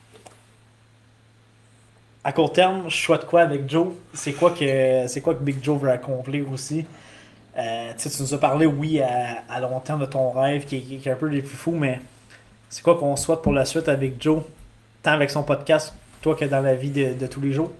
à court terme, je souhaite quoi avec Joe? C'est quoi que c'est quoi que Big Joe veut accomplir aussi? Euh, tu sais, tu nous as parlé, oui, à, à long terme de ton rêve qui, est- qui est un peu les plus fous, mais c'est quoi qu'on souhaite pour la suite avec Joe? Tant avec son podcast, toi que dans la vie de, de tous les jours.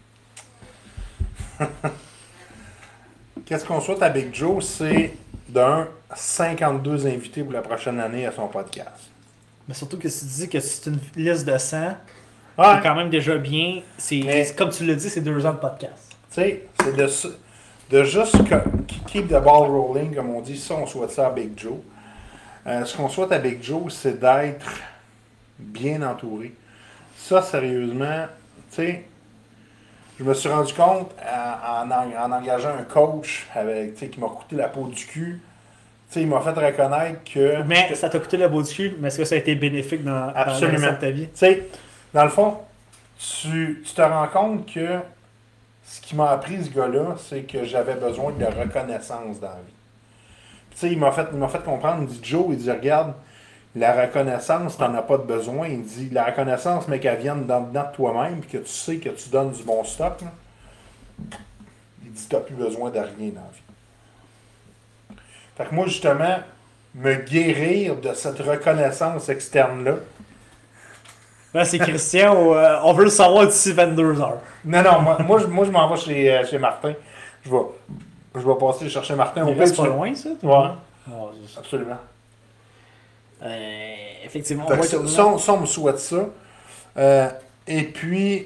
Qu'est-ce qu'on souhaite à Big Joe? C'est d'un cinquante-deux invités pour la prochaine année à son podcast. Mais surtout que si tu dis que c'est une liste de cent, Ouais. c'est quand même déjà bien. C'est Mais- c'est- comme tu l'as dit, c'est deux ans de podcast. Tu sais, c'est de, s- de juste que- keep the ball rolling, comme on dit. Ça, on souhaite ça à Big Joe. Euh, ce qu'on souhaite à Big Joe, c'est d'être bien entouré. Ça, sérieusement, tu sais, je me suis rendu compte en, en, en- en engageant un coach avec, tu sais, qui m'a coûté la peau du cul. Tu sais, il m'a fait reconnaître que... Mais ça t'a coûté le beau du cul, mais est-ce que ça a été bénéfique dans, dans Absolument. le reste de ta vie? Tu sais, dans le fond, tu, tu te rends compte que ce qui m'a appris ce gars-là, c'est que j'avais besoin de reconnaissance dans la vie. Tu sais, il m'a fait, il m'a fait comprendre, il dit Joe, il dit regarde, la reconnaissance, t'en as pas de besoin. Il dit la reconnaissance, mais qu'elle vienne dans, dedans de toi-même, puis que tu sais que tu donnes du bon stock. Là. Il dit t'as plus besoin de rien dans la vie. Fait que moi, justement, me guérir de cette reconnaissance externe-là. Là, c'est Christian, on, euh, on veut le savoir d'ici vingt-deux heures. Non, non, moi, moi, je, moi, je m'en vais chez, euh, chez Martin. Je vais, je vais passer chercher Martin. Il Au reste pire, pas tu- loin, ça? Ouais, Ah, c'est ça. absolument. Euh, effectivement, on Fait va que être ça, au- ça, ça, on me souhaite ça. Euh, et puis,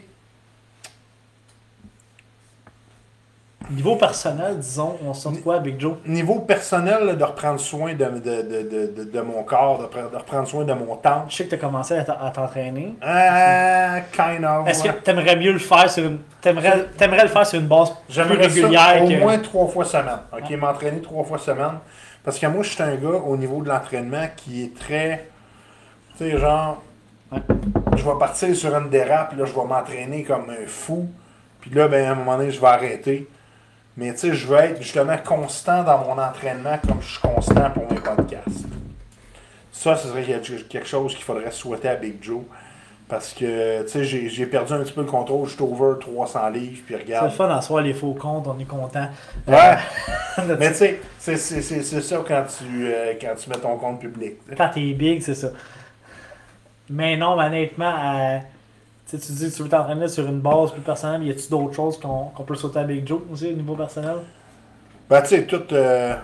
Niveau personnel, disons, on sort de quoi, Big Joe? niveau personnel, là, de reprendre soin de, de, de, de, de, de mon corps, de, pre- de reprendre soin de mon temps. Je sais que tu as commencé à t- à t'entraîner. Euh, kind of. Est-ce que ouais. tu aimerais mieux le faire sur une. T'aimerais, t'aimerais le faire sur une base plus J'aimerais régulière ça au que. moins trois fois semaine. OK, m'entraîner trois fois semaine. Parce que moi, je suis un gars au niveau de l'entraînement qui est très. Tu sais, genre. Ouais. Je vais partir sur une dérape, puis là, je vais m'entraîner comme un fou. Puis là, ben, à un moment donné, je vais arrêter. Mais tu sais, je veux être justement constant dans mon entraînement comme je suis constant pour mes podcasts. Ça, ce serait quelque chose qu'il faudrait souhaiter à Big Joe. Parce que, tu sais, j'ai j'ai perdu un petit peu le contrôle. Je suis over trois cents livres, puis C'est le regarde. fun d'en soi les faux comptes, on est content. Ouais. Euh, Mais tu sais, c'est- c'est c'est- c'est ça quand tu, euh, quand tu mets ton compte public. Quand t'es big, c'est ça. Mais non, mais honnêtement, euh, tu sais, tu dis que tu veux t'entraîner sur une base plus personnelle, y a-tu d'autres choses qu'on qu'on peut sauter à Big Joe aussi au niveau personnel? Ben, tu sais, tout. euh,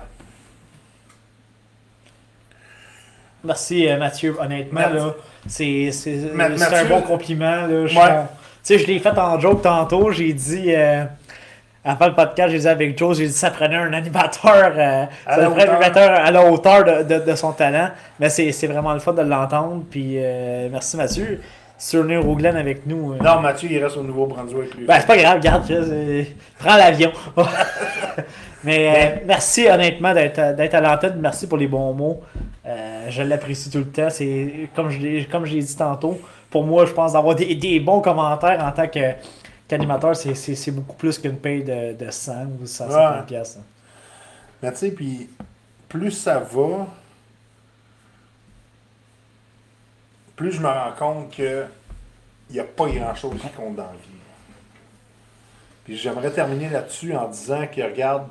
Merci euh, Mathieu, honnêtement, Math- là, c'est c'est- Ma- c'est un Mathieu- bon compliment. Là, je, Ouais. tu sais, je l'ai fait en joke tantôt, j'ai dit, euh, avant le podcast, j'ai dit avec Joe, j'ai dit ça prenait un animateur, euh, À ça la prenait un hauteur. animateur à la hauteur de, de- de son talent, mais c'est c'est vraiment le fun de l'entendre, puis euh, merci Mathieu, sur venir au Glen avec nous. euh. Non, Mathieu, il reste au Nouveau-Brunswick. lui. Ben, c'est pas grave, regarde, Chris, euh, prends l'avion. Mais euh, merci honnêtement d'être d'être à l'antenne, merci pour les bons mots. Euh, je l'apprécie tout le temps. C'est comme je l'ai comme je l'ai dit tantôt, pour moi, je pense d'avoir des, des bons commentaires en tant que qu'animateur, c'est, c'est, c'est beaucoup plus qu'une paye de, de cent ou cent cinquante Ouais. pièces. Mais tu sais, puis plus ça va, plus je me rends compte que il n'y a pas grand-chose qui compte dans la vie. Puis j'aimerais terminer là-dessus en disant que, regarde,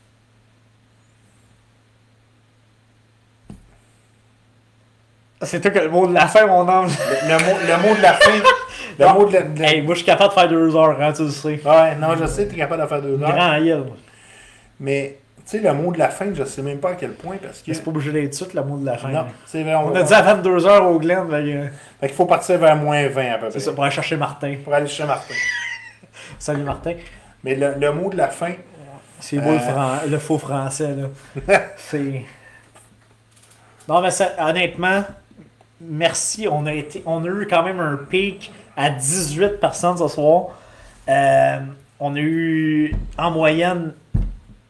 C'est toi que le mot de la fin, mon ange. le, le mot, le mot de la fin, le Non. mot de la... de la- Hey, moi, je suis capable de faire deux heures, hein, tu le sais. Ouais, non, je sais, tu es capable de faire deux heures. Grand île. Mais, tu sais, le mot de la fin, je sais même pas à quel point, parce que... Mais c'est pas obligé d'être tout de suite le mot de la fin. Non, c'est vrai, On a dit à vingt-deux heures au Glen. Fait que, Fait qu'il faut partir vers moins vingt à peu près. c'est ça, pour aller chercher Martin. Pour aller chez Martin. Salut Martin. Mais le, le mot de la fin, C'est beau le, Euh. fran- le faux français, là. C'est. Non, mais ça, honnêtement, merci. On a, été, on a eu quand même un pic à dix-huit personnes ce soir. Euh, on a eu en moyenne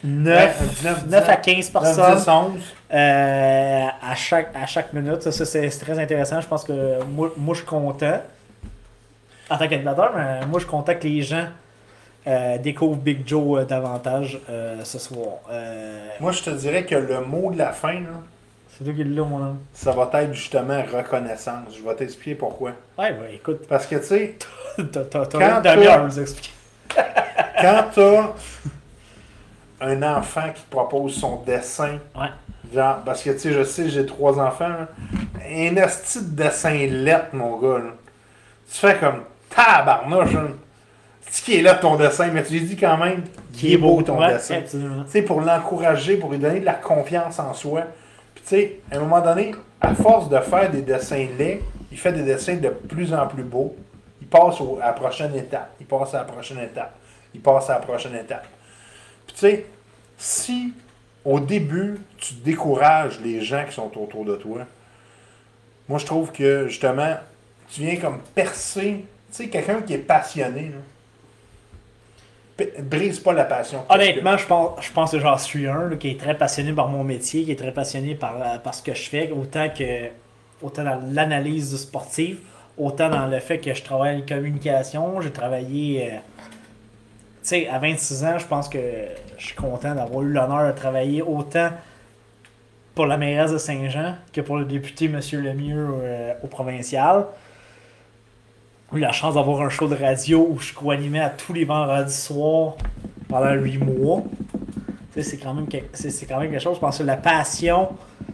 neuf à quinze personnes neuf, dix, onze. Euh, à, chaque, à chaque minute. Ça, ça c'est, c'est très intéressant. Je pense que moi, moi je suis content en tant qu'animateur, mais moi je suis content que les gens euh, découvrent Big Joe euh, davantage euh, ce soir. Euh, Moi, je te dirais que le mot de la fin, là, c'est toi qui l'as, mon homme. ça va être justement reconnaissance. Je vais t'expliquer pourquoi. Ouais, ouais, écoute, Parce que, tu sais, t'as, t'as, t'as Quand une demi-heure t'as- à nous expliquer. quand t'as un enfant qui te propose son dessin, Ouais. genre, parce que, tu sais, je sais, j'ai trois enfants, là, un esti de dessin lettre, mon gars, là. Tu fais comme tabarnouche, là. C'est qui est là ton dessin, mais tu lui dis quand même qu'il est beau ton Ouais, dessin. absolument. Tu sais, pour l'encourager, pour lui donner de la confiance en soi. Puis tu sais, à un moment donné, à force de faire des dessins laids, il fait des dessins de plus en plus beaux. Il passe au- à la prochaine étape. Il passe à la prochaine étape. Il passe à la prochaine étape. Puis tu sais, si au début, tu décourages les gens qui sont autour de toi, moi je trouve que justement, tu viens comme percer. Tu sais, quelqu'un qui est passionné, là, p- brise pas la passion. Honnêtement, je pense, je pense que j'en suis un là, qui est très passionné par mon métier, qui est très passionné par, euh, par ce que je fais, autant que autant dans l'analyse du sportif, autant dans le fait que je travaille en communication. J'ai travaillé, euh, tu sais, à vingt-six ans, je pense que je suis content d'avoir eu l'honneur de travailler autant pour la mairesse de Saint-Jean que pour le député M. Lemieux euh, au provincial. J'ai eu la chance d'avoir un show de radio où je co-animais à tous les vendredis soirs pendant huit mois. Tu sais, c'est quand même quelque, c'est, c'est quand même quelque chose. Je pense que la passion.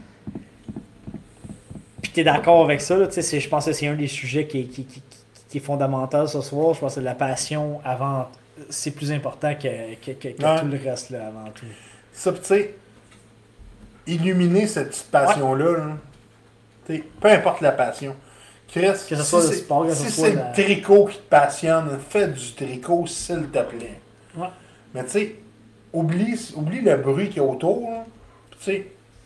Puis t'es d'accord avec ça, là, tu sais, c'est- je pense que c'est un des sujets qui, est- qui, qui, qui est fondamental ce soir. Je pense que la passion avant. C'est plus important que, que, que, que Ouais. tout le reste là, avant tout. Ça, tu sais, illuminer cette petite passion-là, là, tu sais, peu importe la passion. Chris, Que ce soit si le c'est- sport, que ce si soit c'est la- le tricot qui te passionne, fais du tricot, s'il te plaît. Ouais. Mais tu sais, oublie, oublie le bruit qu'il y a autour. là. Tu sais,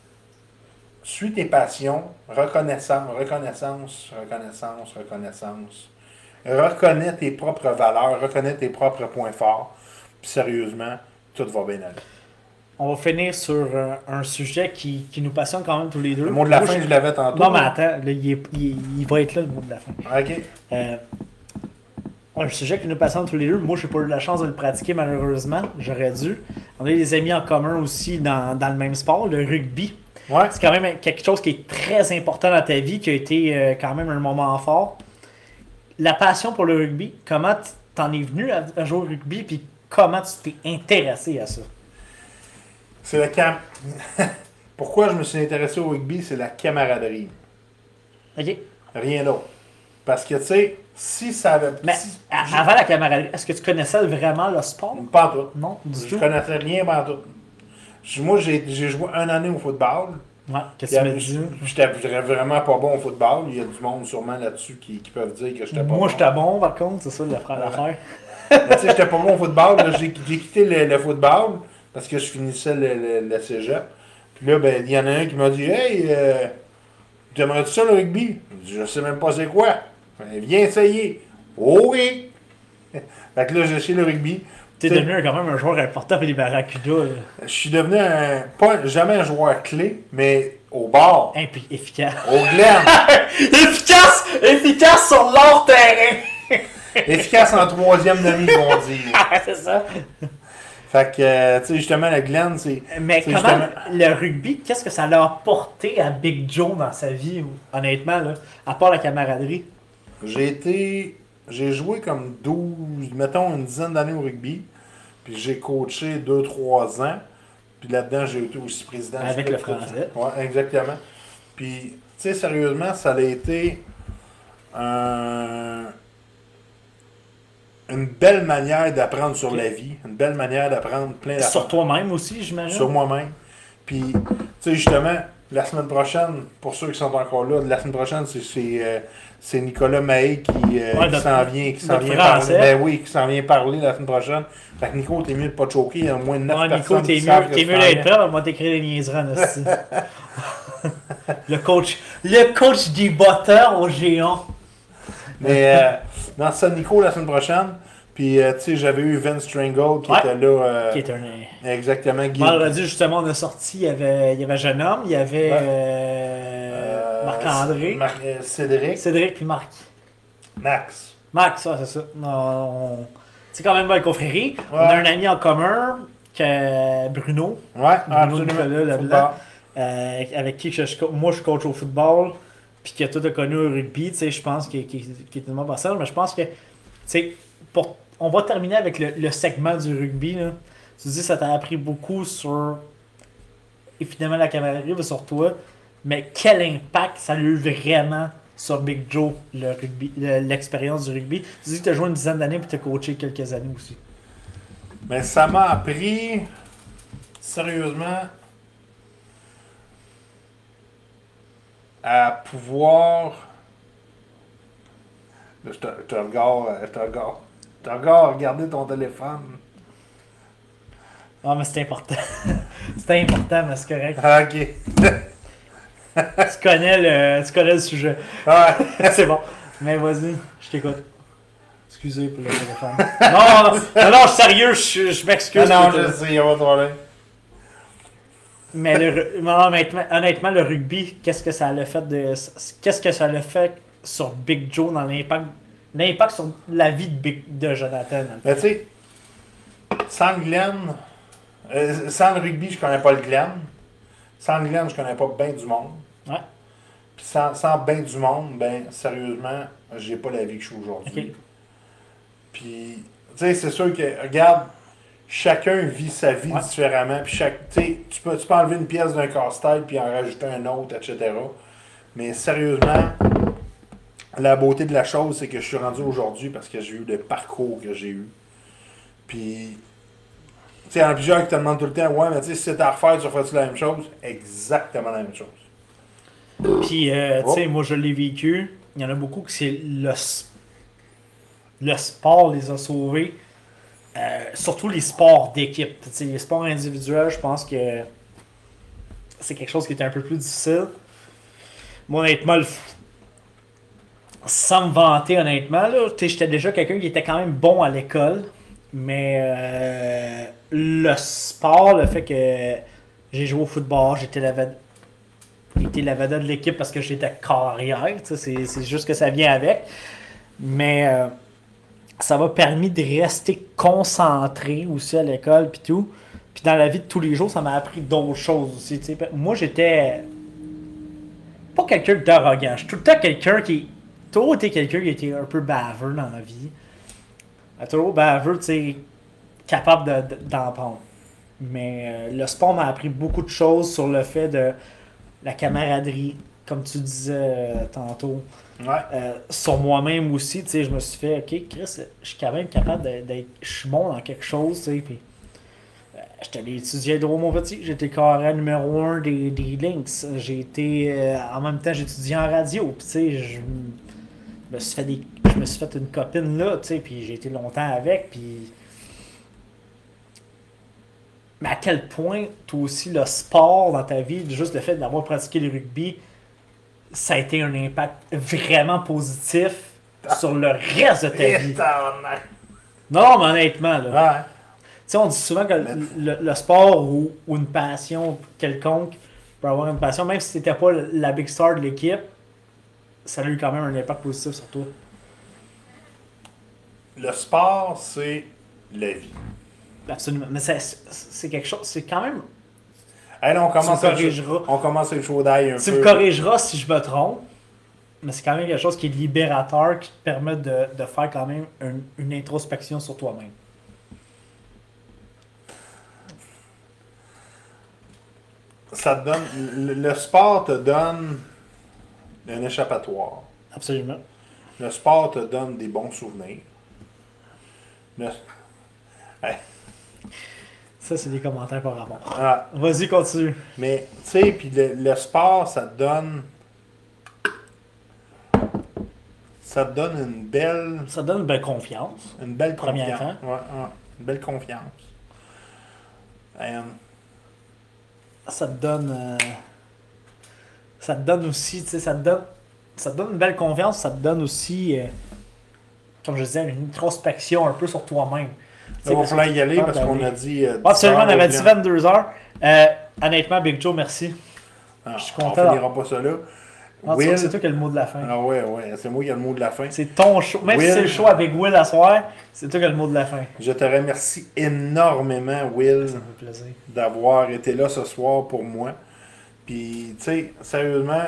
suis tes passions, reconnaissance, reconnaissance, reconnaissance, reconnaissance. Reconnais tes propres valeurs, reconnais tes propres points forts. Puis sérieusement, tout va bien aller. On va finir sur euh, un sujet qui, qui nous passionne quand même tous les deux. Le mot de la Moi, fin, je- je l'avais tantôt. Non, mais attends, là, il, est- il- il va être là le mot de la fin. OK. Euh, un sujet qui nous passionne tous les deux. Moi, je n'ai pas eu la chance de le pratiquer malheureusement. J'aurais dû. On a des amis en commun aussi dans, dans le même sport, le rugby. Ouais. C'est quand même quelque chose qui est très important dans ta vie, qui a été euh, quand même un moment fort. La passion pour le rugby, comment tu t'en es venu à, à jouer au rugby, puis comment tu t'es intéressé à ça? C'est le cam. Pourquoi je me suis intéressé au rugby, c'est la camaraderie. OK? Rien d'autre. Parce que, tu sais, si ça avait. Mais si- à- je- avant la camaraderie, est-ce que tu connaissais vraiment le sport? Pas en tout. Non, du Je tout. connaissais rien pas en tout. Je- Moi, j'ai j'ai joué une année au football. Ouais, qu'est-ce que tu me Puis, dis? J'étais vraiment pas bon au football. Il y a du monde sûrement là-dessus qui, qui peuvent dire que j'étais pas bon. Moi, j'étais bon, par contre, c'est ça l'affaire. l'affaire. Mais tu sais, j'étais pas bon au football. là. J'ai j'ai quitté le, le football parce que je finissais le, le, le cégep. Puis là, ben, il y en a un qui m'a dit Hey, euh, t'aimerais-tu ça le rugby? Je dis, je sais même pas c'est quoi. Ben, viens essayer. Oh oui! Fait que là, j'ai essayé le rugby. T'es T'sais, devenu quand même un joueur important pour les Barracuda. là. Je suis devenu un, pas jamais un joueur clé, mais au bord, Hein, puis efficace. au glen. efficace! Efficace sur l'hors terrain! Efficace en troisième demi, ils vont dire. Ah, c'est ça. Fait que, euh, tu sais, justement, le glen, c'est. Mais c'est comment justement- le rugby, qu'est-ce que ça l'a apporté à Big Joe dans sa vie, honnêtement, là, à part la camaraderie? J'ai été. J'ai joué comme douze, mettons une dizaine d'années au rugby. Puis j'ai coaché deux trois ans. Puis là-dedans, j'ai été aussi président. du Avec club le français. Ouais, exactement. Puis, tu sais, sérieusement, ça a été un- une belle manière d'apprendre sur Ok. la vie. Une belle manière d'apprendre plein d'affaires. Sur toi-même aussi, j'imagine? Sur moi-même. Puis, tu sais, justement, la semaine prochaine, pour ceux qui sont encore là, la semaine prochaine, c'est, c'est, euh, c'est Nicolas Mahé qui, euh, Ouais, qui notre- s'en vient, qui s'en notre vient Français. parler. Ben oui, qui s'en vient parler la semaine prochaine. Fait que Nico, t'es mieux de pas te choquer, il y a au moins neuf Ouais, Nico, personnes t'es qui savent mieux, que t'es tu mieux t'en d'être viens. prêt, on va t'écrire des niaiseries en esti. Le coach, le coach des botteurs au géant. Mais, euh, dans ça, Nico, la semaine prochaine. Puis, euh, tu sais, j'avais eu Vince Strangle qui Ouais. était là. euh, Qui est un. Exactement. Guy- Vendredi, justement, on a sorti, il y avait, il y avait Jeune Homme, il y avait Ouais. euh, euh, Marc-André, Mar- euh, Cédric. Cédric puis Marc. Max. Marc, ça, c'est ça. On- C'est quand même une belle confrérie. On Ouais. a un ami en commun, que Bruno, Ouais, Bruno absolument. Nicolas, là-dedans, Football. euh, avec qui je, je- moi je coach au football, puis que tout a connu au rugby, tu sais, je pense qu'il qu'il- qu'il est tellement passé, mais je pense que, tu sais, pour, on va terminer avec le, le segment du rugby, là. Tu dis, ça t'a appris beaucoup sur, et finalement, la camaraderie va sur toi, mais quel impact ça a eu vraiment sur Big Joe, le rugby, le- l'expérience du rugby. Tu dis que tu as joué une dizaine d'années, puis tu as coaché quelques années aussi. Mais ça m'a appris, sérieusement, à pouvoir. Là, je te, je te regarde, je te regarde. Je te regarde regarder ton téléphone. Ah, mais c'est important. C'est important, mais c'est correct. Ah, ok. Tu connais le, tu connais le sujet. Ouais. C'est bon. Mais vas-y, je t'écoute. Excusez pour le téléphone. Non, non, non, non, je suis sérieux, je, je m'excuse. Non, non, pour le je sais, il n'y a pas de problème. Mais le, ru- non, honnêtement, honnêtement, le rugby, qu'est-ce que ça a fait de, qu'est-ce que ça a fait sur Big Joe dans l'impact, l'impact sur la vie de, Big, de Jonathan. dans le fond. Mais tu sais, sans le Glen, euh, sans le rugby, je connais pas le Glen. Sans le Glen, je connais pas bien du monde. Ouais. Puis sans, sans bien du monde, ben sérieusement, j'ai pas la vie que je suis aujourd'hui. Ok. Puis, tu sais, c'est sûr que, regarde, chacun vit sa vie Ouais. différemment. Puis, chaque, tu sais, tu peux, tu peux enlever une pièce d'un casse-tête puis en rajouter un autre, et cetera. Mais sérieusement, la beauté de la chose, c'est que je suis rendu aujourd'hui parce que j'ai eu le parcours que j'ai eu. Puis, tu sais, il y en a plusieurs qui te demandent tout le temps, ouais, mais tu sais, si c'était à refaire, tu referais-tu la même chose? Exactement la même chose. Puis, euh, tu sais, Oh. moi, je l'ai vécu. Il y en a beaucoup que c'est le, s- le sport les a sauvés. Euh, surtout les sports d'équipe. Tu sais, les sports individuels, je pense que c'est quelque chose qui était un peu plus difficile. Moi, honnêtement, le f- sans me vanter, honnêtement, là, tu sais, j'étais déjà quelqu'un qui était quand même bon à l'école. Mais euh, le sport, le fait que j'ai joué au football, j'étais la vedette, j'étais la vedette de l'équipe parce que j'étais carrière. Tu sais, C'est c'est juste que ça vient avec. Mais euh, ça m'a permis de rester concentré aussi à l'école puis tout. Puis dans la vie de tous les jours, ça m'a appris d'autres choses aussi. Tu sais. Moi, j'étais pas quelqu'un d'arrogant. Je suis tout le temps quelqu'un qui. Toujours été quelqu'un qui était un peu baveux dans la vie. Euh, Toujours baveux, tu sais, capable de- de- d'en prendre. Mais euh, le sport m'a appris beaucoup de choses sur le fait de la camaraderie, comme tu disais euh, tantôt. Ouais. Euh, sur moi-même aussi, tu sais, je me suis fait, ok, Chris, je suis quand même capable de- d'être, je suis bon dans quelque chose, tu sais, puis euh, j'étais allé étudier à Hydro-Montpetit, j'étais carré numéro un des, des Lynx, j'ai été, euh, en même temps, j'étudiais en radio, puis tu sais, je me suis fait des, je me suis fait une copine là, tu sais, puis j'ai été longtemps avec, puis mais à quel point, toi aussi, le sport dans ta vie, juste le fait d'avoir pratiqué le rugby, ça a été un impact vraiment positif sur le reste de ta vie. Tabarnak. Non, mais honnêtement, là. Ouais. Tu sais, on dit souvent que le, le- le sport ou, ou une passion quelconque peut avoir une passion, même si c'était pas la big star de l'équipe, ça a eu quand même un impact positif sur toi. Le sport, c'est la vie. Absolument. Mais c'est, c'est quelque chose, c'est quand même. Hey, là, on commence, Tu me à corrigeras. on commence à chaud d'ail un Tu peu. me corrigeras si je me trompe, mais c'est quand même quelque chose qui est libérateur, qui te permet de, de faire quand même une, une introspection sur toi-même. Ça te donne, le, le sport te donne un échappatoire. Absolument. Le sport te donne des bons souvenirs. Le- Hey, Ça, c'est des commentaires par rapport. ah, Vas-y, continue. mais, tu sais, puis le, le sport, ça te donne... Ça te donne une belle... Ça te donne une belle confiance. Une belle Premier confiance. enfant. Ouais, ouais, une belle confiance. Euh, Ça te donne. euh, ça te donne aussi, tu sais, ça te donne. Ça te donne une belle confiance, ça te donne aussi. euh, comme je disais, une introspection un peu sur toi-même. Il va falloir y aller parce qu'on a dit. Euh, Absolument, on avait dit vingt-deux heures. Euh, honnêtement, Big Joe, merci. Ah, je suis content. On ne finira pas ça là. Ah, Will... C'est toi qui as le mot de la fin. Ah ouais, ouais, c'est moi qui ai le mot de la fin. C'est ton show. Même Will... si c'est le show avec Will à soir, c'est toi qui as le mot de la fin. Je te remercie énormément, Will, d'avoir été là ce soir pour moi. Puis, tu sais, sérieusement,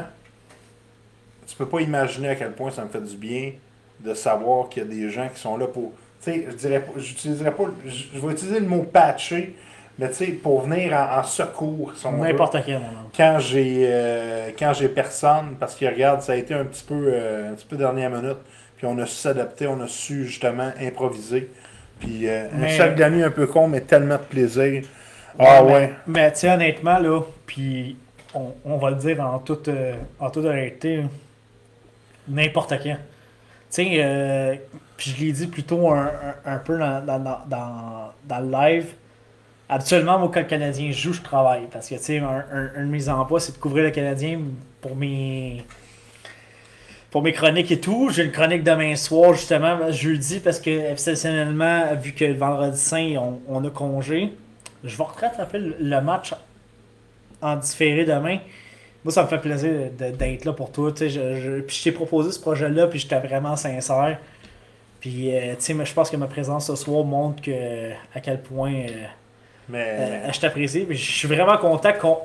tu peux pas imaginer à quel point ça me fait du bien de savoir qu'il y a des gens qui sont là pour... Tu sais, je dirais pas, j'utiliserais pas... Je vais utiliser le mot « patcher », mais tu sais, pour venir en, en secours. N'importe quel moment. Quand j'ai euh, quand j'ai personne, parce que regarde, ça a été un petit peu euh, un petit peu dernière minute, puis on a su s'adapter, on a su justement improviser. Puis euh, mais... un sac de nuit un peu con, mais tellement de plaisir. Ah ouais. ouais. Mais, mais tu sais, honnêtement, là, puis on, on va le dire en toute, euh, en toute honnêteté, n'importe quand. Tu sais, euh, puis je l'ai dit plutôt un, un, un peu dans, dans, dans, dans le live. Habituellement, moi, quand le Canadien joue, je travaille. Parce que, tu sais, un, un, un de mes emplois, c'est de couvrir le Canadien pour mes pour mes chroniques et tout. J'ai une chronique demain soir, justement, jeudi, parce que, exceptionnellement, vu que le vendredi saint, on, on a congé, je vais rattraper le, le match en différé demain. Moi, ça me fait plaisir d'être là pour toi. Tu sais, je, je, puis je t'ai proposé ce projet-là, puis j'étais vraiment sincère. Puis, euh, tu sais, je pense que ma présence ce soir montre que, à quel point... Euh, Mais... Euh, je t'apprécie. Je suis vraiment content qu'on.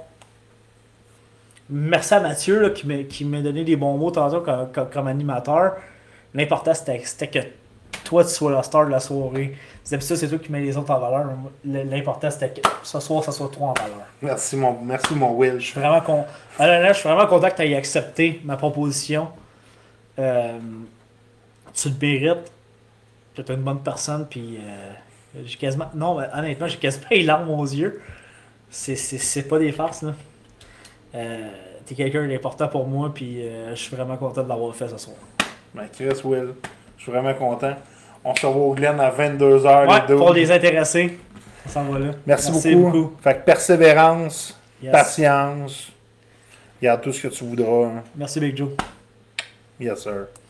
Merci à Mathieu là, qui, m'a, qui m'a donné des bons mots tantôt comme, comme, comme animateur. L'important c'était, c'était que toi tu sois la star de la soirée. C'est ça, c'est toi qui mets les autres en valeur. L'important c'était que ce soir, ça soit toi en valeur. Merci mon, merci mon Will. Je suis vraiment, con... Alors, là, je suis vraiment content que tu aies accepté ma proposition. Euh, tu le mérites. Tu es une bonne personne. Puis. Euh... J'ai quasiment. Non, mais honnêtement, j'ai quasiment les larmes aux yeux. C'est, c'est, c'est pas des farces, là. Euh, t'es quelqu'un d'important pour moi, puis euh, je suis vraiment content de l'avoir fait ce soir. Ben, Chris, Will, je suis vraiment content. On se revoit au Glen à vingt-deux heures. Ouais, les pour les intéressés. On s'en va là. Merci, Merci beaucoup. beaucoup. Fait que persévérance, yes. Patience. Regarde tout ce que tu voudras. Hein. Merci, Big Joe. Yes, sir.